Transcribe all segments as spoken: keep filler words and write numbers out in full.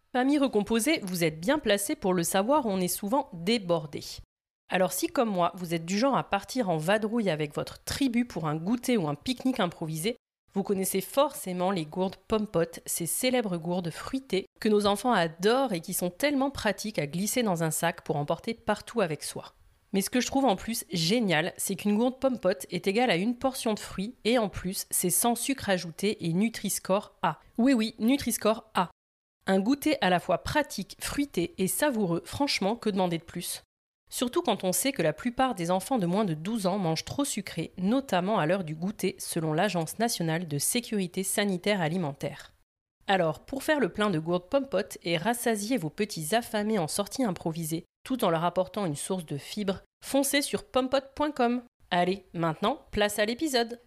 Famille recomposée, vous êtes bien placé pour le savoir, on est souvent débordé. Alors si comme moi, vous êtes du genre à partir en vadrouille avec votre tribu pour un goûter ou un pique-nique improvisé, vous connaissez forcément les gourdes Pom'Pot, ces célèbres gourdes fruitées que nos enfants adorent et qui sont tellement pratiques à glisser dans un sac pour emporter partout avec soi. Mais ce que je trouve en plus génial, c'est qu'une gourde Pom'Pot est égale à une portion de fruits et en plus, c'est sans sucre ajouté et Nutri-Score A. Oui oui, Nutri-Score A. Un goûter à la fois pratique, fruité et savoureux, franchement, que demander de plus ? Surtout quand on sait que la plupart des enfants de moins de douze ans mangent trop sucré, notamment à l'heure du goûter, selon l'Agence nationale de sécurité sanitaire alimentaire. Alors, pour faire le plein de gourdes Pom'Pot et rassasier vos petits affamés en sortie improvisée, tout en leur apportant une source de fibres, foncez sur pompot point com. Allez, maintenant, place à l'épisode.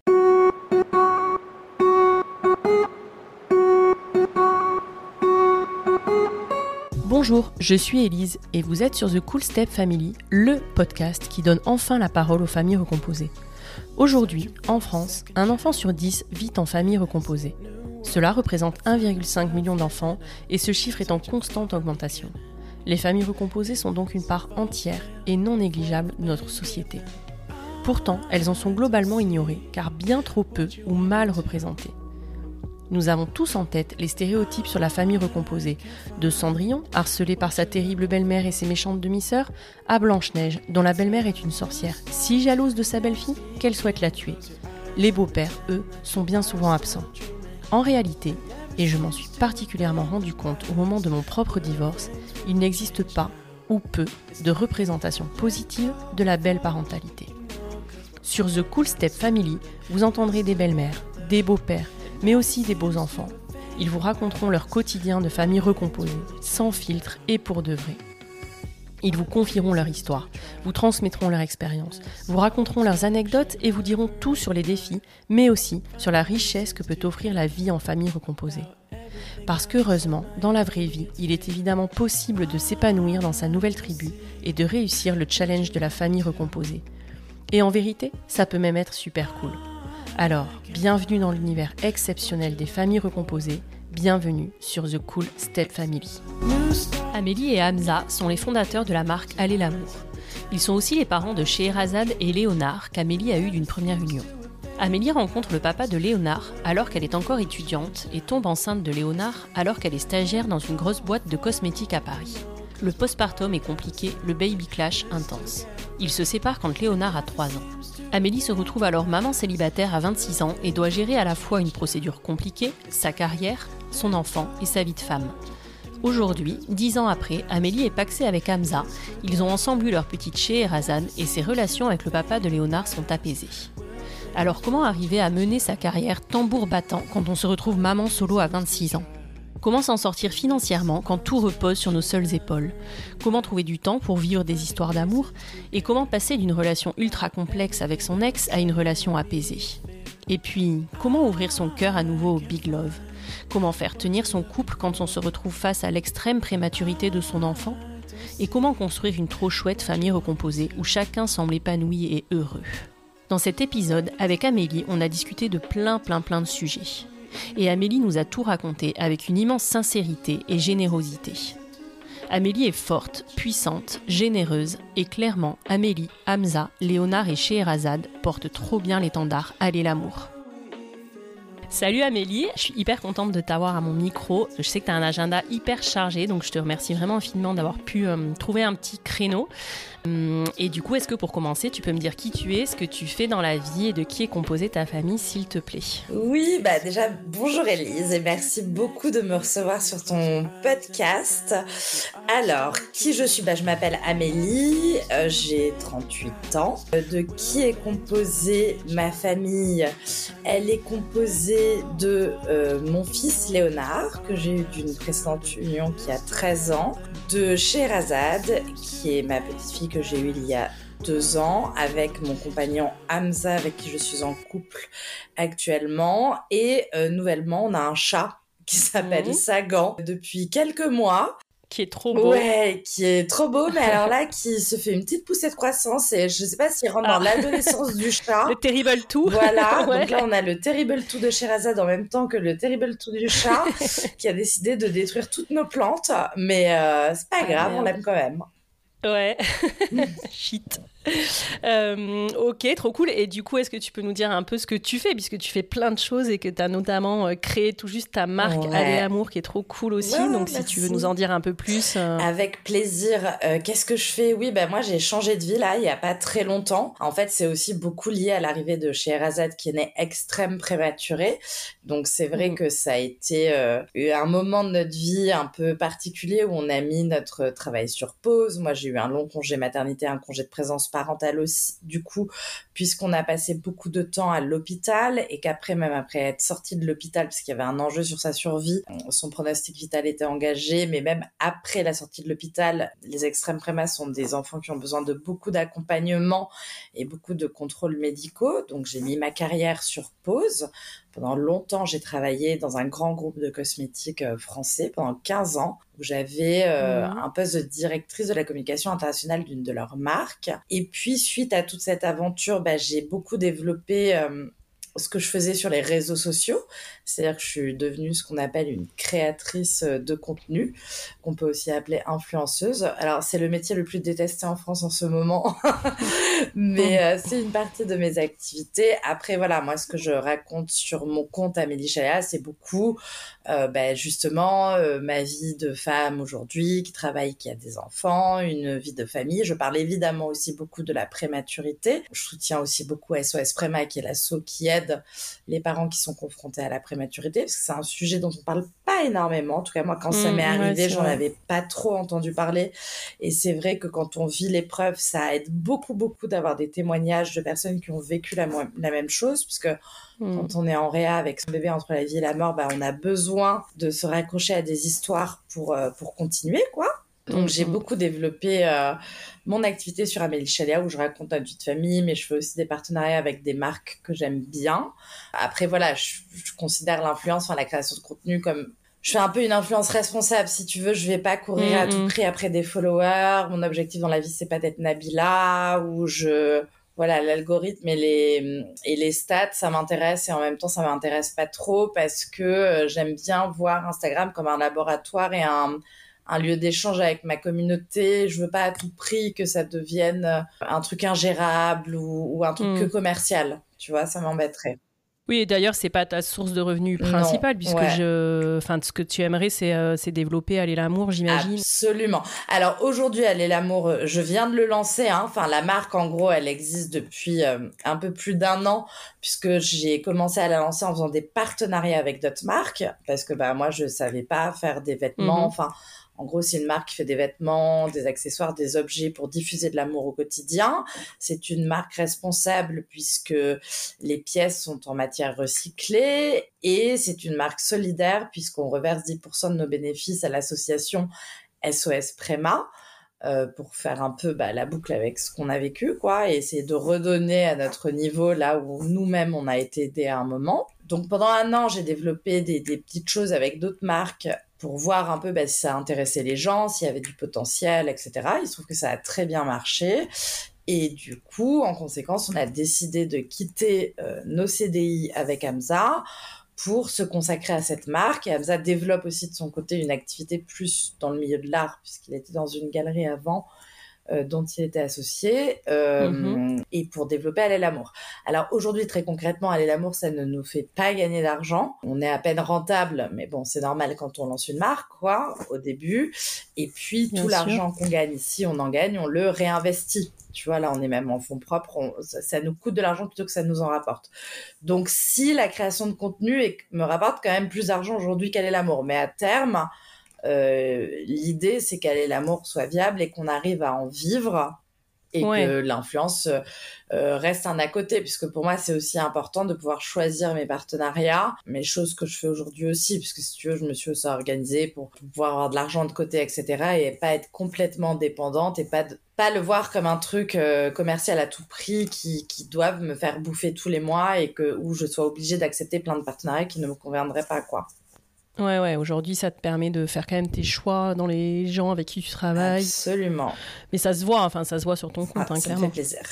Bonjour, je suis Élise et vous êtes sur The Cool Step Family, le podcast qui donne enfin la parole aux familles recomposées. Aujourd'hui, en France, un enfant sur dix vit en famille recomposée. Cela représente un virgule cinq million d'enfants et ce chiffre est en constante augmentation. Les familles recomposées sont donc une part entière et non négligeable de notre société. Pourtant, elles en sont globalement ignorées car bien trop peu ou mal représentées. Nous avons tous en tête les stéréotypes sur la famille recomposée, de Cendrillon, harcelé par sa terrible belle-mère et ses méchantes demi-sœurs, à Blanche-Neige, dont la belle-mère est une sorcière si jalouse de sa belle-fille qu'elle souhaite la tuer. Les beaux-pères, eux, sont bien souvent absents. En réalité, et je m'en suis particulièrement rendu compte au moment de mon propre divorce, il n'existe pas, ou peu, de représentation positive de la belle parentalité. Sur The Cool Step Family, vous entendrez des belles-mères, des beaux-pères, mais aussi des beaux enfants. Ils vous raconteront leur quotidien de famille recomposée, sans filtre et pour de vrai. Ils vous confieront leur histoire, vous transmettront leur expérience, vous raconteront leurs anecdotes et vous diront tout sur les défis, mais aussi sur la richesse que peut offrir la vie en famille recomposée. Parce qu'heureusement, dans la vraie vie, il est évidemment possible de s'épanouir dans sa nouvelle tribu et de réussir le challenge de la famille recomposée. Et en vérité, ça peut même être super cool. Alors, bienvenue dans l'univers exceptionnel des familles recomposées, bienvenue sur The Cool Step Family. Amélie et Hamza sont les fondateurs de la marque Allez l'amour. Ils sont aussi les parents de Scheherazade et Léonard qu'Amélie a eu d'une première union. Amélie rencontre le papa de Léonard alors qu'elle est encore étudiante et tombe enceinte de Léonard alors qu'elle est stagiaire dans une grosse boîte de cosmétiques à Paris. Le postpartum est compliqué, le baby clash intense. Ils se séparent quand Léonard a trois ans. Amélie se retrouve alors maman célibataire à vingt-six ans et doit gérer à la fois une procédure compliquée, sa carrière, son enfant et sa vie de femme. Aujourd'hui, dix ans après, Amélie est pacsée avec Hamza. Ils ont ensemble eu leur petite Scheherazade et ses relations avec le papa de Léonard sont apaisées. Alors comment arriver à mener sa carrière tambour battant quand on se retrouve maman solo à vingt-six ans ? Comment s'en sortir financièrement quand tout repose sur nos seules épaules ? Comment trouver du temps pour vivre des histoires d'amour ? Et comment passer d'une relation ultra complexe avec son ex à une relation apaisée ? Et puis, comment ouvrir son cœur à nouveau au big love ? Comment faire tenir son couple quand on se retrouve face à l'extrême prématurité de son enfant ? Et comment construire une trop chouette famille recomposée où chacun semble épanoui et heureux ? Dans cet épisode, avec Amélie, on a discuté de plein plein plein de sujets. Et Amélie nous a tout raconté avec une immense sincérité et générosité. Amélie est forte, puissante, généreuse et clairement, Amélie, Hamza, Léonard et Scheherazade portent trop bien l'étendard Allez l'amour. Salut Amélie, je suis hyper contente de t'avoir à mon micro. Je sais que tu as un agenda hyper chargé, donc je te remercie vraiment infiniment d'avoir pu euh, trouver un petit créneau. Hum, et du coup, est-ce que pour commencer, tu peux me dire qui tu es, ce que tu fais dans la vie et de qui est composée ta famille, s'il te plaît ? Oui, bah déjà, bonjour Élise et merci beaucoup de me recevoir sur ton podcast. Alors, qui je suis ? Bah, je m'appelle Amélie, euh, j'ai trente-huit ans. De qui est composée ma famille ? Elle est composée de euh, mon fils Léonard, que j'ai eu d'une précédente union qui a treize ans, de Scheherazade, qui est ma petite fille que j'ai eue il y a deux ans, avec mon compagnon Hamza, avec qui je suis en couple actuellement, et euh, nouvellement, on a un chat qui s'appelle mmh. Sagan depuis quelques mois. qui est trop beau. Ouais, qui est trop beau, mais alors là, qui se fait une petite poussée de croissance et je sais pas s'il rentre ah. dans l'adolescence du chat. Le terrible two. Voilà, ouais. Donc là, on a le terrible two de Sherazade en même temps que le terrible two du chat qui a décidé de détruire toutes nos plantes, mais euh, c'est pas ah, grave, merde. On l'aime quand même. Ouais, shit. Euh, ok, trop cool. Et du coup, est-ce que tu peux nous dire un peu ce que tu fais, puisque tu fais plein de choses et que tu as notamment euh, créé tout juste ta marque ouais. Aller Amour, qui est trop cool aussi. Ouais, donc, merci. Si tu veux nous en dire un peu plus. Euh... Avec plaisir. Euh, qu'est-ce que je fais ? Oui, ben moi, j'ai changé de vie là, il n'y a pas très longtemps. En fait, c'est aussi beaucoup lié à l'arrivée de Sherazade qui est née extrême prématurée. Donc, c'est vrai mmh. que ça a été euh, un moment de notre vie un peu particulier où on a mis notre travail sur pause. Moi, j'ai eu un long congé maternité, un congé de présence parentale aussi, du coup, puisqu'on a passé beaucoup de temps à l'hôpital et qu'après, même après être sortie de l'hôpital, parce qu'il y avait un enjeu sur sa survie, son pronostic vital était engagé, mais même après la sortie de l'hôpital, les extrêmes prémas sont des enfants qui ont besoin de beaucoup d'accompagnement et beaucoup de contrôles médicaux, donc j'ai mis ma carrière sur pause. Pendant longtemps, j'ai travaillé dans un grand groupe de cosmétiques français pendant quinze ans, où j'avais euh, mmh. un poste de directrice de la communication internationale d'une de leurs marques. Et puis, suite à toute cette aventure, bah, j'ai beaucoup développé euh, ce que je faisais sur les réseaux sociaux. C'est-à-dire que je suis devenue ce qu'on appelle une créatrice de contenu, qu'on peut aussi appeler influenceuse. Alors, c'est le métier le plus détesté en France en ce moment, mais euh, c'est une partie de mes activités. Après, voilà, moi, ce que je raconte sur mon compte Amélie Chaléa, c'est beaucoup, euh, bah, justement, euh, ma vie de femme aujourd'hui, qui travaille, qui a des enfants, une vie de famille. Je parle évidemment aussi beaucoup de la prématurité. Je soutiens aussi beaucoup S O S Préma, qui est l'asso qui aide les parents qui sont confrontés à la prématurité, parce que c'est un sujet dont on parle pas énormément. En tout cas, moi, quand mmh, ça m'est arrivé, ouais, j'en vrai. avais pas trop entendu parler. Et c'est vrai que quand on vit l'épreuve, ça aide beaucoup, beaucoup d'avoir des témoignages de personnes qui ont vécu la, mo- la même chose, puisque mmh. quand on est en réa avec son bébé entre la vie et la mort, bah, on a besoin de se raccrocher à des histoires pour, euh, pour continuer, quoi. Donc, mmh. j'ai beaucoup développé euh, mon activité sur Amélie Chaléa où je raconte notre vie de famille, mais je fais aussi des partenariats avec des marques que j'aime bien. Après, voilà, je, je considère l'influence, enfin la création de contenu comme... Je fais un peu une influence responsable, si tu veux. Je vais pas courir mmh. à tout prix après des followers. Mon objectif dans la vie, c'est pas d'être Nabila ou je... Voilà, l'algorithme et les, et les stats, ça m'intéresse et en même temps, ça m'intéresse pas trop parce que euh, j'aime bien voir Instagram comme un laboratoire et un... un lieu d'échange avec ma communauté. Je veux pas à tout prix que ça devienne un truc ingérable ou, ou un truc mmh. que commercial. Tu vois, ça m'embêterait. Oui, et d'ailleurs, c'est pas ta source de revenus principale, non, puisque ouais. je, enfin, ce que tu aimerais, c'est, euh, c'est développer Aller l'amour, j'imagine. Absolument. Alors aujourd'hui, Aller l'amour, je viens de le lancer. Hein. Enfin, la marque, en gros, elle existe depuis euh, un peu plus d'un an, puisque j'ai commencé à la lancer en faisant des partenariats avec d'autres marques, parce que bah moi, je savais pas faire des vêtements. Mm-hmm. Enfin. En gros, c'est une marque qui fait des vêtements, des accessoires, des objets pour diffuser de l'amour au quotidien. C'est une marque responsable puisque les pièces sont en matière recyclée et c'est une marque solidaire puisqu'on reverse dix pour cent de nos bénéfices à l'association S O S Préma euh, pour faire un peu bah, la boucle avec ce qu'on a vécu, quoi, et essayer de redonner à notre niveau là où nous-mêmes on a été aidés à un moment. Donc pendant un an, j'ai développé des, des petites choses avec d'autres marques pour voir un peu bah, si ça intéressait les gens, s'il y avait du potentiel, et cetera. Il se trouve que ça a très bien marché. Et du coup, en conséquence, on a décidé de quitter euh, nos C D I avec Hamza pour se consacrer à cette marque. Et Hamza développe aussi de son côté une activité plus dans le milieu de l'art, puisqu'il était dans une galerie avant, Euh, dont il était associé, euh, mm-hmm. et pour développer Aller l'amour. Alors aujourd'hui, très concrètement, Aller l'amour, ça ne nous fait pas gagner d'argent. On est à peine rentable, mais bon, c'est normal quand on lance une marque, quoi, au début. Et puis, Bien tout sûr. L'argent qu'on gagne ici, on en gagne, on le réinvestit. Tu vois, là, on est même en fonds propres, on, ça, ça nous coûte de l'argent plutôt que ça nous en rapporte. Donc, si la création de contenu est, me rapporte quand même plus d'argent aujourd'hui qu'Aller l'amour, mais à terme, Euh, l'idée, c'est qu'Aller l'amour soit viable et qu'on arrive à en vivre et ouais. que l'influence euh, reste un à côté, puisque pour moi, c'est aussi important de pouvoir choisir mes partenariats, mes choses que je fais aujourd'hui aussi, puisque si tu veux, je me suis aussi organisée pour pouvoir avoir de l'argent de côté, et cetera, et pas être complètement dépendante et pas, de, pas le voir comme un truc euh, commercial à tout prix qui, qui doivent me faire bouffer tous les mois et que, où je sois obligée d'accepter plein de partenariats qui ne me conviendraient pas, quoi. Ouais, ouais, aujourd'hui, ça te permet de faire quand même tes choix dans les gens avec qui tu travailles. Absolument. Mais ça se voit, enfin, ça se voit sur ton compte, Ah, hein, ça clairement. me fait plaisir.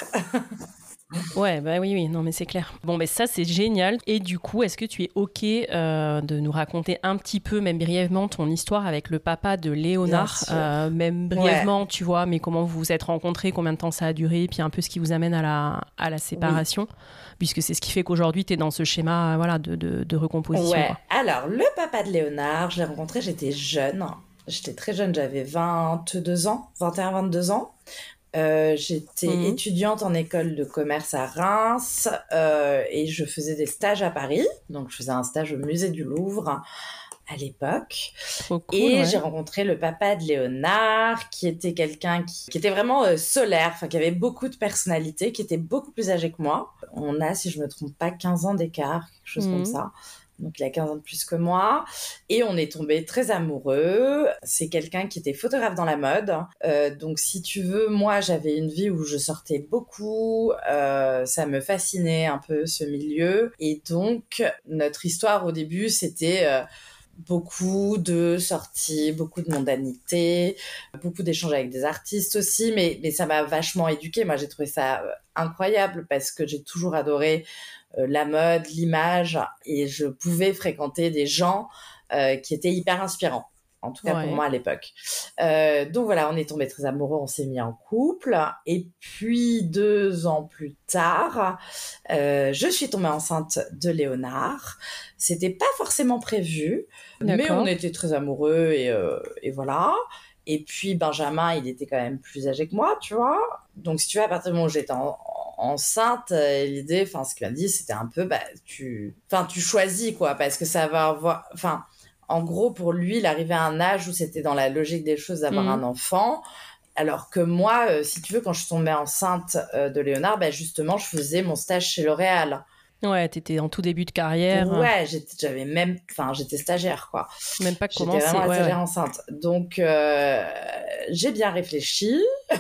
Ouais, bah oui, oui, non, mais c'est clair. Bon, mais ça, c'est génial. Et du coup, est-ce que tu es OK euh, de nous raconter un petit peu, même brièvement, ton histoire avec le papa de Léonard, euh, même brièvement, ouais. Tu vois, mais comment vous vous êtes rencontrés, combien de temps ça a duré, puis un peu ce qui vous amène à la, à la séparation, oui. Puisque c'est ce qui fait qu'aujourd'hui, tu es dans ce schéma voilà, de, de, de recomposition. Ouais, quoi. Alors, le papa de Léonard, je l'ai rencontré, j'étais jeune. J'étais très jeune, j'avais vingt-deux ans, vingt et un, vingt-deux ans. Euh, j'étais mmh. étudiante en école de commerce à Reims euh, et je faisais des stages à Paris. Donc, je faisais un stage au musée du Louvre à l'époque. Cool, et ouais. j'ai rencontré le papa de Léonard, qui était quelqu'un qui, qui était vraiment euh, solaire, enfin qui avait beaucoup de personnalité, qui était beaucoup plus âgé que moi. On a, si je me trompe pas, quinze ans d'écart, quelque chose mmh. comme ça. Donc, il a quinze ans de plus que moi. Et on est tombés très amoureux. C'est quelqu'un qui était photographe dans la mode. Euh, donc, si tu veux, moi, j'avais une vie où je sortais beaucoup. Euh, ça me fascinait un peu, ce milieu. Et donc, notre histoire, au début, c'était... Euh, beaucoup de sorties, beaucoup de mondanité, beaucoup d'échanges avec des artistes aussi, mais, mais ça m'a vachement éduquée. Moi, j'ai trouvé ça incroyable parce que j'ai toujours adoré euh, la mode, l'image, et je pouvais fréquenter des gens euh, qui étaient hyper inspirants. En tout cas, ouais. pour moi, à l'époque. Euh, donc voilà, on est tombés très amoureux, on s'est mis en couple. Et puis, deux ans plus tard, euh, je suis tombée enceinte de Léonard. C'était pas forcément prévu, D'accord. mais on était très amoureux et, euh, et voilà. Et puis, Benjamin, il était quand même plus âgé que moi, tu vois. Donc, si tu veux, à partir du moment où j'étais en, en, enceinte, euh, l'idée, enfin, ce qu'il m'a dit, c'était un peu, bah, tu, enfin, tu choisis, quoi, parce que ça va avoir, enfin, en gros, pour lui, il arrivait à un âge où c'était dans la logique des choses d'avoir mmh. un enfant. Alors que moi, euh, si tu veux, quand je suis tombée enceinte euh, de Léonard, bah, justement, je faisais mon stage chez L'Oréal. Ouais, t'étais en tout début de carrière. Ouais, j'étais, j'avais même, enfin, j'étais stagiaire, quoi. Même pas commencé. J'étais vraiment ouais, stagiaire ouais. enceinte. Donc, euh, j'ai bien réfléchi.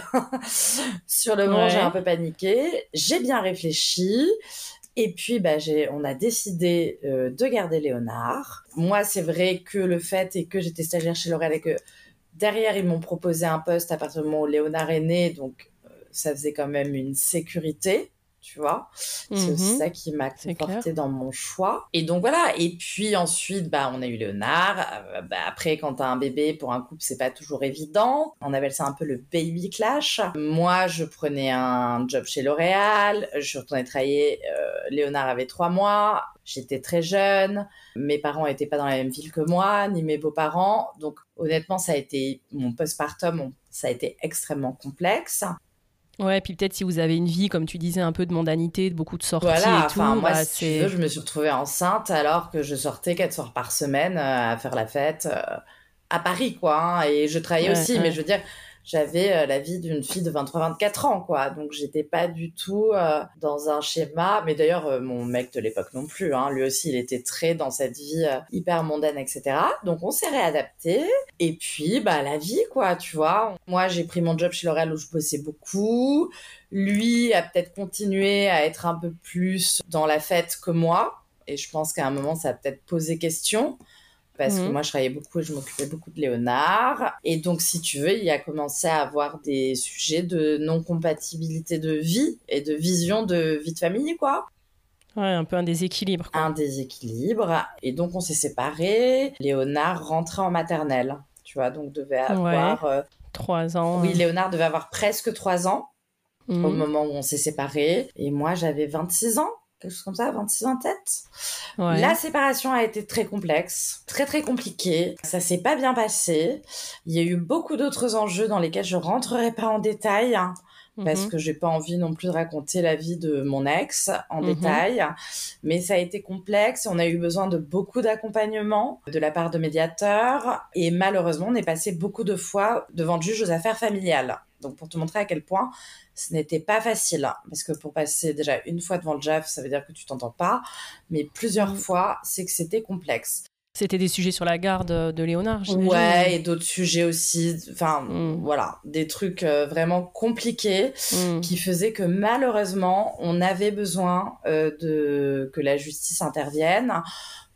Sur le moment, ouais. j'ai un peu paniqué. J'ai bien réfléchi. Et puis, bah, j'ai, on a décidé euh, de garder Léonard. Moi, c'est vrai que le fait est que j'étais stagiaire chez L'Oréal et que derrière, ils m'ont proposé un poste à partir du moment où Léonard est né. Donc, euh, ça faisait quand même une sécurité, tu vois. Mm-hmm. C'est aussi ça qui m'a confortée dans mon choix. Et donc, voilà. Et puis ensuite, bah, on a eu Léonard. Euh, bah, après, quand t'as un bébé, pour un couple, c'est pas toujours évident. On appelle ça un peu le baby clash. Moi, je prenais un job chez L'Oréal. Je suis retournée travailler. Euh, Léonard avait trois mois. J'étais très jeune. Mes parents n'étaient pas dans la même ville que moi, ni mes beaux-parents. Donc, honnêtement, ça a été mon postpartum, ça a été extrêmement complexe. Ouais, puis peut-être si vous avez une vie, comme tu disais, un peu de mondanité, de beaucoup de sorties voilà, et tout. Enfin, moi, bah, si c'est... tu veux, je me suis retrouvée enceinte alors que je sortais quatre soirs par semaine euh, à faire la fête euh, à Paris, quoi. Hein, et je travaillais ouais, aussi, ouais. mais je veux dire, j'avais euh, la vie d'une fille de vingt-trois vingt-quatre ans, quoi. Donc, j'étais pas du tout euh, dans un schéma. Mais d'ailleurs, euh, mon mec de l'époque non plus. Hein, lui aussi, il était très dans cette vie euh, hyper mondaine, et cetera. Donc, on s'est réadapté. Et puis, bah, la vie, quoi, tu vois. Moi, j'ai pris mon job chez L'Oréal où je bossais beaucoup. Lui a peut-être continué à être un peu plus dans la fête que moi. Et je pense qu'à un moment, ça a peut-être posé question. Parce mmh. que moi, je travaillais beaucoup et je m'occupais beaucoup de Léonard. Et donc, si tu veux, il a commencé à avoir des sujets de non-compatibilité de vie et de vision de vie de famille, quoi. Ouais, un peu un déséquilibre, quoi. Un déséquilibre. Et donc, on s'est séparés. Léonard rentrait en maternelle, tu vois, donc devait avoir... Ouais. Euh... Trois ans. Oui, Léonard devait avoir presque trois ans mmh. au moment où on s'est séparés. Et moi, j'avais vingt-six ans. Quelque chose comme ça, vingt-six ans en tête. Ouais. La séparation a été très complexe, très très compliquée. Ça s'est pas bien passé. Il y a eu beaucoup d'autres enjeux dans lesquels je rentrerai pas en détail, hein, mm-hmm. parce que j'ai pas envie non plus de raconter la vie de mon ex en mm-hmm. détail. Mais ça a été complexe. On a eu besoin de beaucoup d'accompagnement de la part de médiateurs. Et malheureusement, on est passé beaucoup de fois devant le juge aux affaires familiales. Donc, pour te montrer à quel point ce n'était pas facile, hein, parce que pour passer déjà une fois devant le J A F, ça veut dire que tu t'entends pas, mais plusieurs mmh. fois, c'est que c'était complexe. C'était des sujets sur la garde de Léonard, j'imagine. Ouais, et d'autres sujets aussi, enfin, mmh. voilà, des trucs euh, vraiment compliqués mmh. qui faisaient que malheureusement, on avait besoin euh, de que la justice intervienne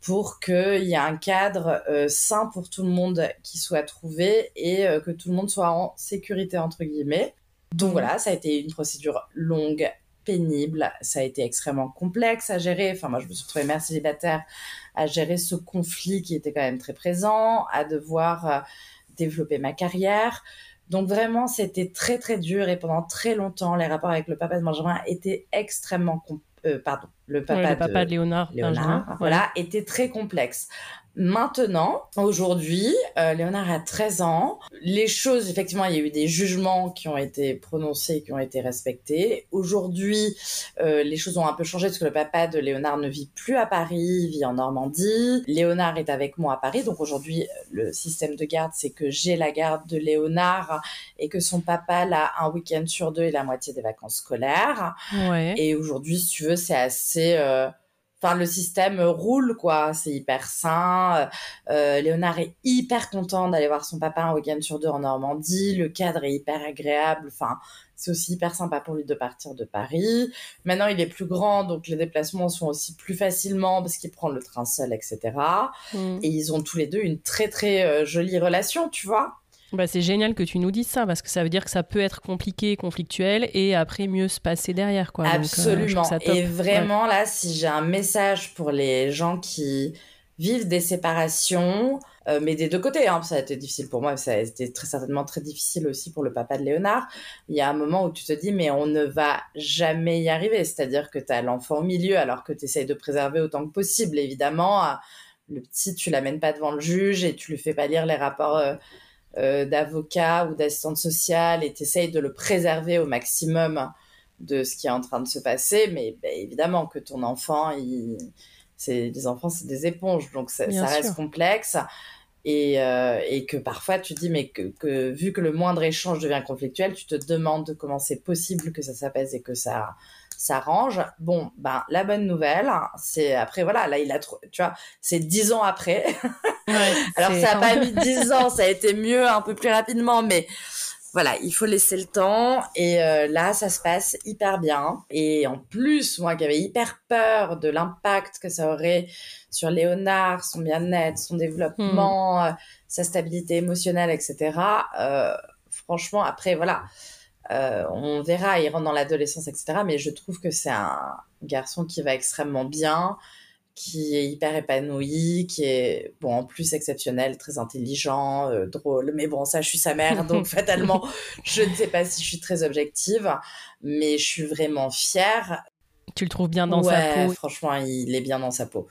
pour qu'il y ait un cadre euh, sain pour tout le monde qui soit trouvé et euh, que tout le monde soit en sécurité, entre guillemets. Donc voilà, ça a été une procédure longue, pénible, ça a été extrêmement complexe à gérer. Enfin, moi, je me suis retrouvée mère célibataire à gérer ce conflit qui était quand même très présent, à devoir euh, développer ma carrière. Donc vraiment, c'était très, très dur et pendant très longtemps, les rapports avec le papa de Benjamin étaient extrêmement complexes. Euh, pardon, le papa, ouais, le papa de, de Léonard, Léonard voilà, ouais. était très complexe. Maintenant, aujourd'hui, euh, Léonard a treize ans. Les choses, effectivement, il y a eu des jugements qui ont été prononcés, qui ont été respectés. Aujourd'hui, euh, les choses ont un peu changé parce que le papa de Léonard ne vit plus à Paris, il vit en Normandie. Léonard est avec moi à Paris, donc aujourd'hui, le système de garde, c'est que j'ai la garde de Léonard et que son papa l'a un week-end sur deux et la moitié des vacances scolaires. Ouais. Et aujourd'hui, si tu veux, c'est assez... Euh, Enfin, le système roule, quoi. C'est hyper sain. Euh, Léonard est hyper content d'aller voir son papa un week-end sur deux en Normandie. Le cadre est hyper agréable. Enfin, c'est aussi hyper sympa pour lui de partir de Paris. Maintenant, il est plus grand, donc les déplacements sont aussi plus facilement parce qu'il prend le train seul, et cetera. Mmh. Et ils ont tous les deux une très, très euh, jolie relation, tu vois. Bah, c'est génial que tu nous dises ça parce que ça veut dire que ça peut être compliqué, conflictuel et après mieux se passer derrière, quoi. Absolument. Donc, euh, ça et vraiment, ouais. Là, si j'ai un message pour les gens qui vivent des séparations, euh, mais des deux côtés, hein, ça a été difficile pour moi, ça a été très certainement très difficile aussi pour le papa de Léonard. Il y a un moment où tu te dis, mais on ne va jamais y arriver. C'est-à-dire que tu as l'enfant au milieu alors que tu essayes de préserver autant que possible. Évidemment, le petit, tu l'amènes pas devant le juge et tu lui fais pas lire les rapports... Euh, Euh, d'avocat ou d'assistante sociale et t'essayes de le préserver au maximum de ce qui est en train de se passer, mais bah, évidemment que ton enfant, il... c'est... les enfants, c'est des éponges, donc ça, ça reste complexe et, euh, et que parfois tu dis, mais que, que vu que le moindre échange devient conflictuel, tu te demandes comment c'est possible que ça s'apaise et que ça s'arrange. Bon, ben, la bonne nouvelle, c'est après, voilà, là, il a trop, tu vois, c'est dix ans après. Ouais, alors, ça n'a pas mis dix ans, ça a été mieux un peu plus rapidement, mais voilà, il faut laisser le temps. Et euh, là, ça se passe hyper bien. Et en plus, moi qui avais hyper peur de l'impact que ça aurait sur Léonard, son bien-être, son développement, mmh. euh, sa stabilité émotionnelle, et cetera. Euh, franchement, après, voilà. Euh, on verra, il rentre dans l'adolescence, et cetera. Mais je trouve que c'est un garçon qui va extrêmement bien, qui est hyper épanoui, qui est, bon, en plus exceptionnel, très intelligent, euh, drôle. Mais bon, ça, je suis sa mère, donc fatalement, je ne sais pas si je suis très objective, mais je suis vraiment fière. Tu le trouves bien dans ouais, sa peau. Franchement, il est bien dans sa peau.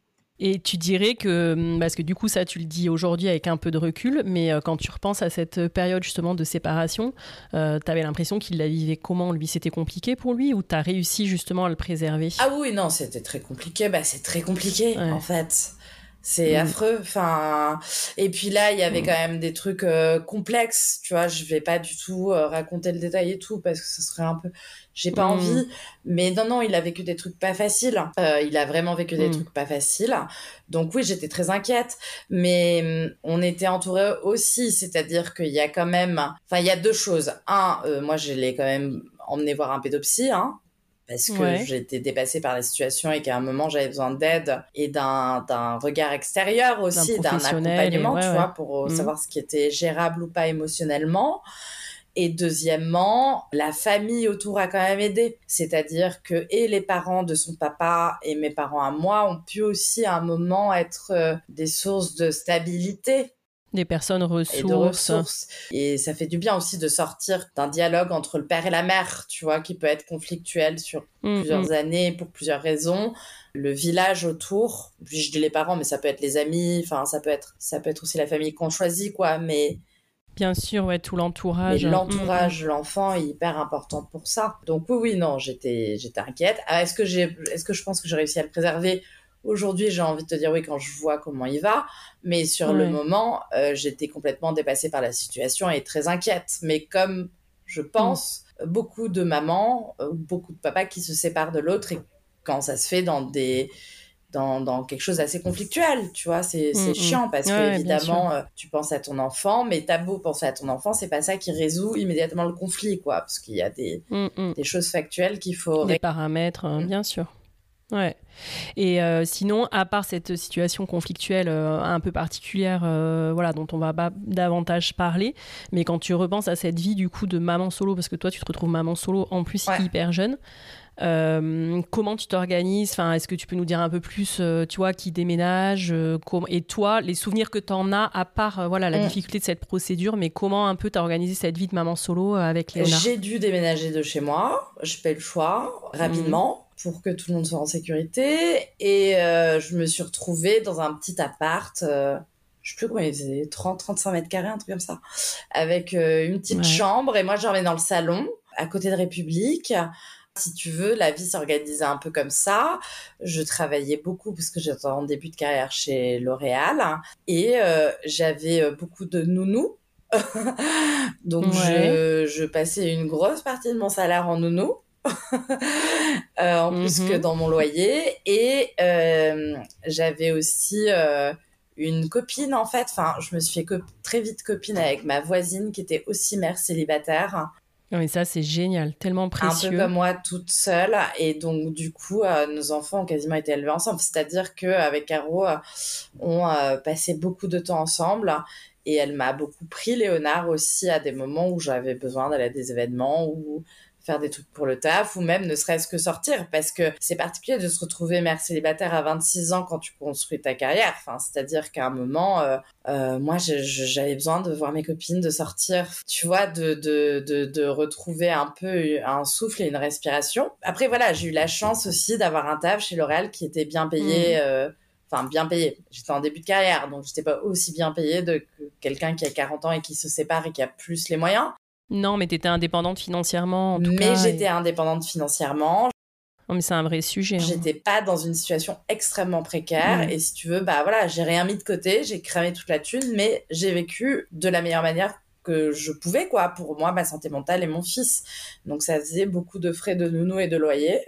Et tu dirais que, parce que du coup ça tu le dis aujourd'hui avec un peu de recul, mais quand tu repenses à cette période justement de séparation, euh, t'avais l'impression qu'il la vivait comment? Lui, c'était compliqué pour lui ou t'as réussi justement à le préserver? Ah oui, non, c'était très compliqué, bah c'est très compliqué ouais. en fait. C'est mmh. affreux, enfin... Et puis là, il y avait mmh. quand même des trucs euh, complexes, tu vois, je vais pas du tout euh, raconter le détail et tout, parce que ce serait un peu... J'ai pas mmh. envie, mais non, non, il a vécu des trucs pas faciles, euh, il a vraiment vécu des mmh. trucs pas faciles, donc oui, j'étais très inquiète, mais on était entourés aussi, c'est-à-dire qu'il y a quand même... Enfin, il y a deux choses. Un, euh, moi, je l'ai quand même emmené voir un pédopsie, hein, parce que ouais. j'étais dépassée par la situation et qu'à un moment, j'avais besoin d'aide et d'un, d'un regard extérieur aussi, d'un, d'un accompagnement, ouais, tu ouais. vois, pour mmh. savoir ce qui était gérable ou pas émotionnellement. Et deuxièmement, la famille autour a quand même aidé. C'est-à-dire que et les parents de son papa et mes parents à moi ont pu aussi à un moment être euh, des sources de stabilité. Des personnes ressources. Et de ressources. Et ça fait du bien aussi de sortir d'un dialogue entre le père et la mère, tu vois, qui peut être conflictuel sur mmh, plusieurs mmh. années pour plusieurs raisons. Le village autour, puis je dis les parents, mais ça peut être les amis, enfin, ça peut être, ça peut être aussi la famille qu'on choisit, quoi, mais... Bien sûr, ouais, tout l'entourage. Mais l'entourage, mmh. l'enfant est hyper important pour ça. Donc oui, oui, non, j'étais, j'étais inquiète. Alors, est-ce que j'ai, est-ce que je pense que j'ai réussi à le préserver ? Aujourd'hui, j'ai envie de te dire oui quand je vois comment il va, mais sur ouais. le moment, euh, j'étais complètement dépassée par la situation et très inquiète. Mais comme je pense, mmh. beaucoup de mamans, euh, beaucoup de papas qui se séparent de l'autre et quand ça se fait dans des... Dans, dans quelque chose d'assez conflictuel, tu vois, c'est, c'est mmh, chiant parce ouais, que évidemment euh, tu penses à ton enfant, mais t'as beau penser à ton enfant, c'est pas ça qui résout immédiatement le conflit, quoi, parce qu'il y a des, mmh, des choses factuelles qu'il faut... Des paramètres, mmh. bien sûr. Ouais. Et euh, sinon, à part cette situation conflictuelle euh, un peu particulière, euh, voilà, dont on va pas davantage parler, mais quand tu repenses à cette vie du coup de maman solo, parce que toi tu te retrouves maman solo en plus Ouais. hyper jeune, euh, comment tu t'organises? Enfin, est-ce que tu peux nous dire un peu plus, euh, tu vois, qui déménage, euh, com- et toi, les souvenirs que tu en as, à part euh, voilà la Mm. difficulté de cette procédure, mais comment un peu t'as organisé cette vie de maman solo euh, avec Léonard? J'ai dû déménager de chez moi, je paie le choix, rapidement, pour que tout le monde soit en sécurité. Et euh, je me suis retrouvée dans un petit appart, euh, je sais plus combien il faisait, trente à trente-cinq mètres carrés, un truc comme ça, avec euh, une petite Ouais. chambre. Et moi, je dormais dans le salon, à côté de République. Si tu veux, la vie s'organisait un peu comme ça. Je travaillais beaucoup parce que j'étais en début de carrière chez L'Oréal. Et euh, j'avais euh, beaucoup de nounous. Donc, Ouais. je, je passais une grosse partie de mon salaire en nounou, euh, en plus que Mhm. dans mon loyer. Et euh, j'avais aussi euh, une copine, en fait. Enfin, je me suis fait co- très vite copine avec ma voisine qui était aussi mère célibataire, Non, mais ça, c'est génial, tellement un peu précieux. comme moi, toute seule. Et donc, du coup, euh, nos enfants ont quasiment été élevés ensemble. C'est-à-dire qu'avec Caro, euh, on euh, passait beaucoup de temps ensemble. Et elle m'a beaucoup pris Léonard aussi à des moments où j'avais besoin d'aller à des événements ou faire des trucs pour le taf ou même ne serait-ce que sortir parce que c'est particulier de se retrouver mère célibataire à vingt-six ans quand tu construis ta carrière. Enfin, c'est-à-dire qu'à un moment, euh, euh, moi, je, je, j'avais besoin de voir mes copines, de sortir, tu vois, de, de, de, de retrouver un peu un souffle et une respiration. Après, voilà, j'ai eu la chance aussi d'avoir un taf chez L'Oréal qui était bien payé. Mhm. Euh, Enfin, bien payé. J'étais en début de carrière, donc j'étais pas aussi bien payée de, que quelqu'un qui a quarante ans et qui se sépare et qui a plus les moyens. Non, mais tu étais indépendante financièrement, en tout Mais cas. j'étais Et... indépendante financièrement. Non, mais c'est un vrai sujet. Hein. J'étais pas dans une situation extrêmement précaire. Mm. Et si tu veux, bah voilà, j'ai rien mis de côté, j'ai cramé toute la thune, mais j'ai vécu de la meilleure manière que je pouvais, quoi, pour moi, ma santé mentale et mon fils. Donc ça faisait beaucoup de frais de nounou et de loyer.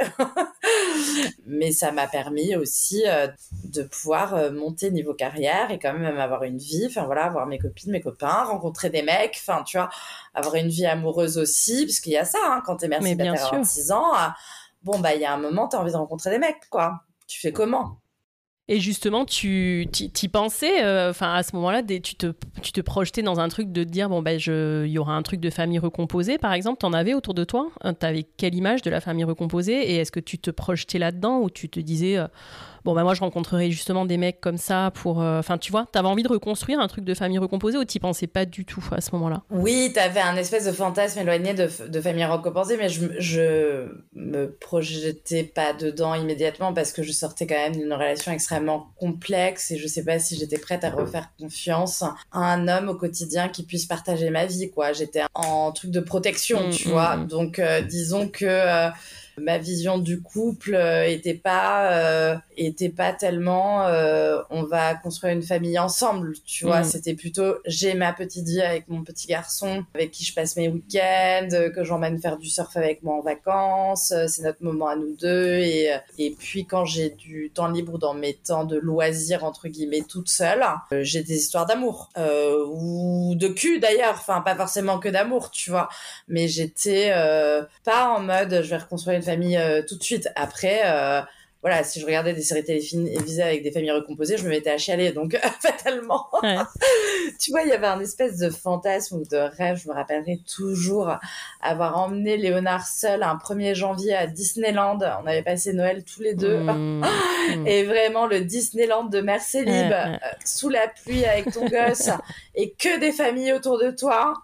Mais ça m'a permis aussi euh, de pouvoir euh, monter niveau carrière et quand même avoir une vie, enfin voilà, avoir mes copines, mes copains, rencontrer des mecs, enfin tu vois, avoir une vie amoureuse aussi, parce qu'il y a ça, hein, quand t'es mère Mais bien célibataire à sûr. vingt-six ans, euh, bon bah il y a un moment, t'as envie de rencontrer des mecs, quoi. Tu fais comment? Et justement, tu t'y pensais, euh, enfin à ce moment-là, des- tu te, tu te projetais dans un truc de te dire, bon ben, je, il y aura un truc de famille recomposée, par exemple, t'en avais autour de toi? Euh, T'avais quelle image de la famille recomposée? Et est-ce que tu te projetais là-dedans ou tu te disais, euh, bon ben moi je rencontrerai justement des mecs comme ça pour, euh, enfin tu vois, t'avais envie de reconstruire un truc de famille recomposée ou t'y pensais pas du tout à ce moment-là? Oui, t'avais un espèce de fantasme éloigné de, de famille recompensée, mais je, je me projetais pas dedans immédiatement parce que je sortais quand même d'une relation extrêmement complexe et je sais pas si j'étais prête à refaire confiance à un homme au quotidien qui puisse partager ma vie, quoi. J'étais en truc de protection, Hum, tu hum, vois. hum. Donc, euh, disons que euh, ma vision du couple euh, était pas euh, était pas tellement euh, on va construire une famille ensemble, tu vois. Hum. C'était plutôt j'ai ma petite vie avec mon petit garçon avec qui je passe mes week-ends, euh, que j'emmène faire du surf avec moi en vacances, euh, c'est notre moment à nous deux. Et, et puis quand j'ai du temps libre dans mes temps de loisirs entre guillemets toute seule, euh, j'ai des histoires d'amour euh, ou de cul d'ailleurs, enfin pas forcément que d'amour, tu vois, mais j'étais euh, pas en mode je vais reconstruire une famille euh, tout de suite. Après, euh, voilà, si je regardais des séries télévisées avec des familles recomposées, je me mettais à chialer. Donc, fatalement, Ouais. tu vois, il y avait un espèce de fantasme ou de rêve. Je me rappellerai toujours avoir emmené Léonard seul un premier janvier à Disneyland. On avait passé Noël tous les deux. Hum, hum. Et vraiment, le Disneyland de Mère Célib, Ouais, euh, ouais. sous la pluie avec ton gosse et que des familles autour de toi.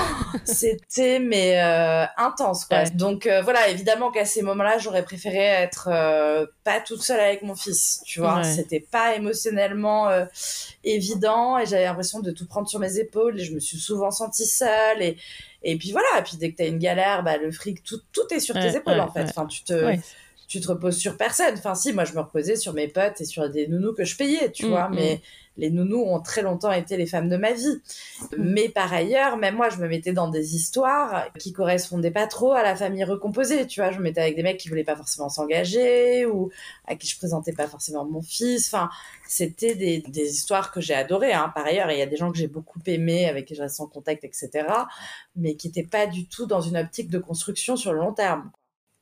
C'était, mais euh, intense, quoi. Ouais. Donc, euh, voilà, évidemment qu'à ces moments-là, j'aurais préféré être euh, pas toute seule avec mon fils, tu vois. Ouais. C'était pas émotionnellement euh, évident et j'avais l'impression de tout prendre sur mes épaules et je me suis souvent sentie seule. Et, et puis voilà, et puis dès que t'as une galère, bah, le fric, tout, tout est sur tes Ouais, épaules, ouais, en fait. ouais. Enfin, tu te... Ouais. tu te reposes sur personne. Enfin, si, moi, je me reposais sur mes potes et sur des nounous que je payais, tu Hum, vois. hum. Mais les nounous ont très longtemps été les femmes de ma vie. Mais par ailleurs, même moi, je me mettais dans des histoires qui correspondaient pas trop à la famille recomposée, tu vois. Je me mettais avec des mecs qui voulaient pas forcément s'engager ou à qui je présentais pas forcément mon fils. Enfin, c'était des, des histoires que j'ai adorées, hein. Par ailleurs, il y a des gens que j'ai beaucoup aimés, avec qui je reste en contact, et cetera, mais qui étaient pas du tout dans une optique de construction sur le long terme.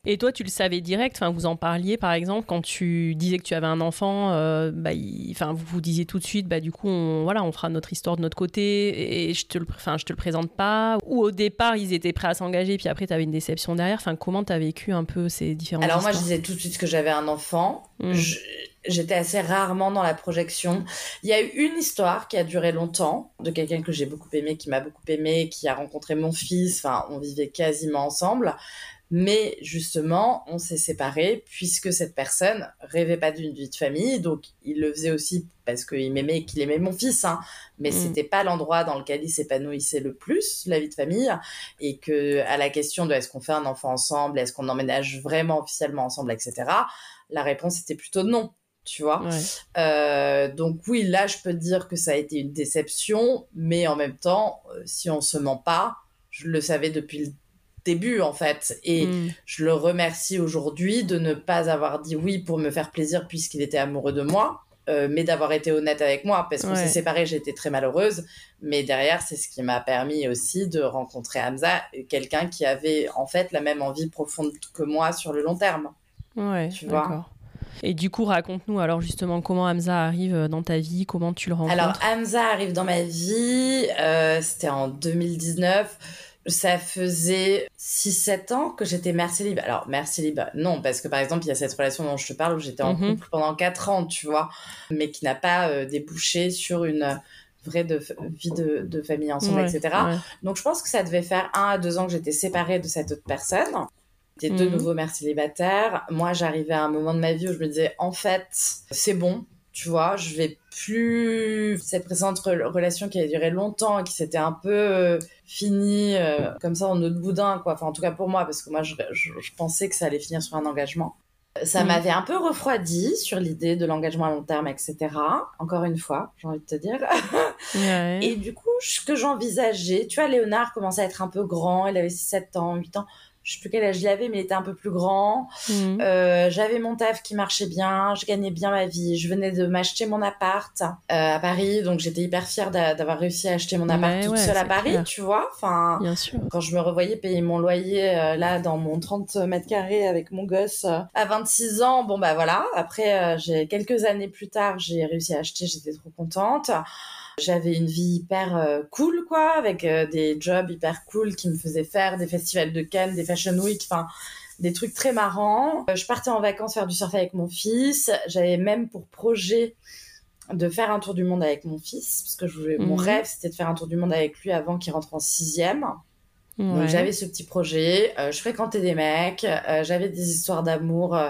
Et toi, tu le savais direct, enfin, vous en parliez par exemple quand tu disais que tu avais un enfant, euh, bah, il, enfin, vous vous disiez tout de suite, bah, du coup, on, voilà, on fera notre histoire de notre côté et je te le, enfin, je te le présente pas. Ou au départ, ils étaient prêts à s'engager, puis après, tu avais une déception derrière. Enfin, comment tu as vécu un peu ces différentes Alors histoires? moi, je disais tout de suite que j'avais un enfant. Mmh. Je, j'étais assez rarement dans la projection. Il y a eu une histoire qui a duré longtemps, de quelqu'un que j'ai beaucoup aimé, qui m'a beaucoup aimé, qui a rencontré mon fils. Enfin, on vivait quasiment ensemble. Mais justement, on s'est séparés puisque cette personne rêvait pas d'une vie de famille. Donc, il le faisait aussi parce qu'il m'aimait et qu'il aimait mon fils. Hein. Mais Mm. c'était pas l'endroit dans lequel il s'épanouissait le plus, la vie de famille. Et que, à la question de est-ce qu'on fait un enfant ensemble, est-ce qu'on emménage vraiment officiellement ensemble, et cetera, la réponse était plutôt non. Tu vois, Ouais. euh, donc oui, là, je peux te dire que ça a été une déception, mais en même temps, euh, si on se ment pas, je le savais depuis le début en fait, et Mm. je le remercie aujourd'hui de ne pas avoir dit oui pour me faire plaisir puisqu'il était amoureux de moi, euh, mais d'avoir été honnête avec moi parce qu'on Ouais. s'est séparés, j'étais très malheureuse, mais derrière c'est ce qui m'a permis aussi de rencontrer Hamza, quelqu'un qui avait en fait la même envie profonde que moi sur le long terme. Ouais, Tu vois. d'accord. Et du coup, raconte-nous alors justement comment Hamza arrive dans ta vie, comment tu le rencontres. Alors Hamza arrive dans ma vie, euh, c'était en deux mille dix-neuf. Ça faisait six sept ans que j'étais mère célib. Alors, mère célib, non, parce que par exemple, il y a cette relation dont je te parle où j'étais en Mhm. couple pendant quatre ans, tu vois, mais qui n'a pas euh, débouché sur une euh, vraie de, vie de, de famille ensemble, Ouais, et cetera. ouais. Donc, je pense que ça devait faire un à deux ans que j'étais séparée de cette autre personne. J'étais de Mhm. nouveau mère célibataire. Moi, j'arrivais à un moment de ma vie où je me disais, en fait, c'est bon. Tu vois, je vais plus... Cette précédente re- relation qui avait duré longtemps et qui s'était un peu euh, finie euh, comme ça en autre boudin, quoi. Enfin, en tout cas pour moi, parce que moi, je, je, je pensais que ça allait finir sur un engagement. Ça Mhm. m'avait un peu refroidi sur l'idée de l'engagement à long terme, et cetera. Encore une fois, j'ai envie de te dire. Ouais. Et du coup, ce que j'envisageais... Tu vois, Léonard commençait à être un peu grand. Il avait six sept ans, huit ans. Je sais plus quel âge il avait, mais il était un peu plus grand. Mhm. Euh, j'avais mon taf qui marchait bien, je gagnais bien ma vie. Je venais de m'acheter mon appart euh, à Paris, donc j'étais hyper fière d'a- d'avoir réussi à acheter mon appart Mais toute ouais, seule à c'est Paris, clair. tu vois. Enfin, Bien sûr. quand je me revoyais payer mon loyer euh, là dans mon trente mètres carrés avec mon gosse euh, à vingt-six ans, bon bah voilà. Après, euh, j'ai quelques années plus tard, j'ai réussi à acheter, j'étais trop contente. J'avais une vie hyper euh, cool, quoi, avec euh, des jobs hyper cool qui me faisaient faire des festivals de Cannes, des Fashion Week, enfin, des trucs très marrants. Euh, je partais en vacances faire du surf avec mon fils. J'avais même pour projet de faire un tour du monde avec mon fils, parce que je voulais... mon Mhm. rêve, c'était de faire un tour du monde avec lui avant qu'il rentre en sixième. Ouais. Donc j'avais ce petit projet. Euh, je fréquentais des mecs. Euh, j'avais des histoires d'amour... Euh,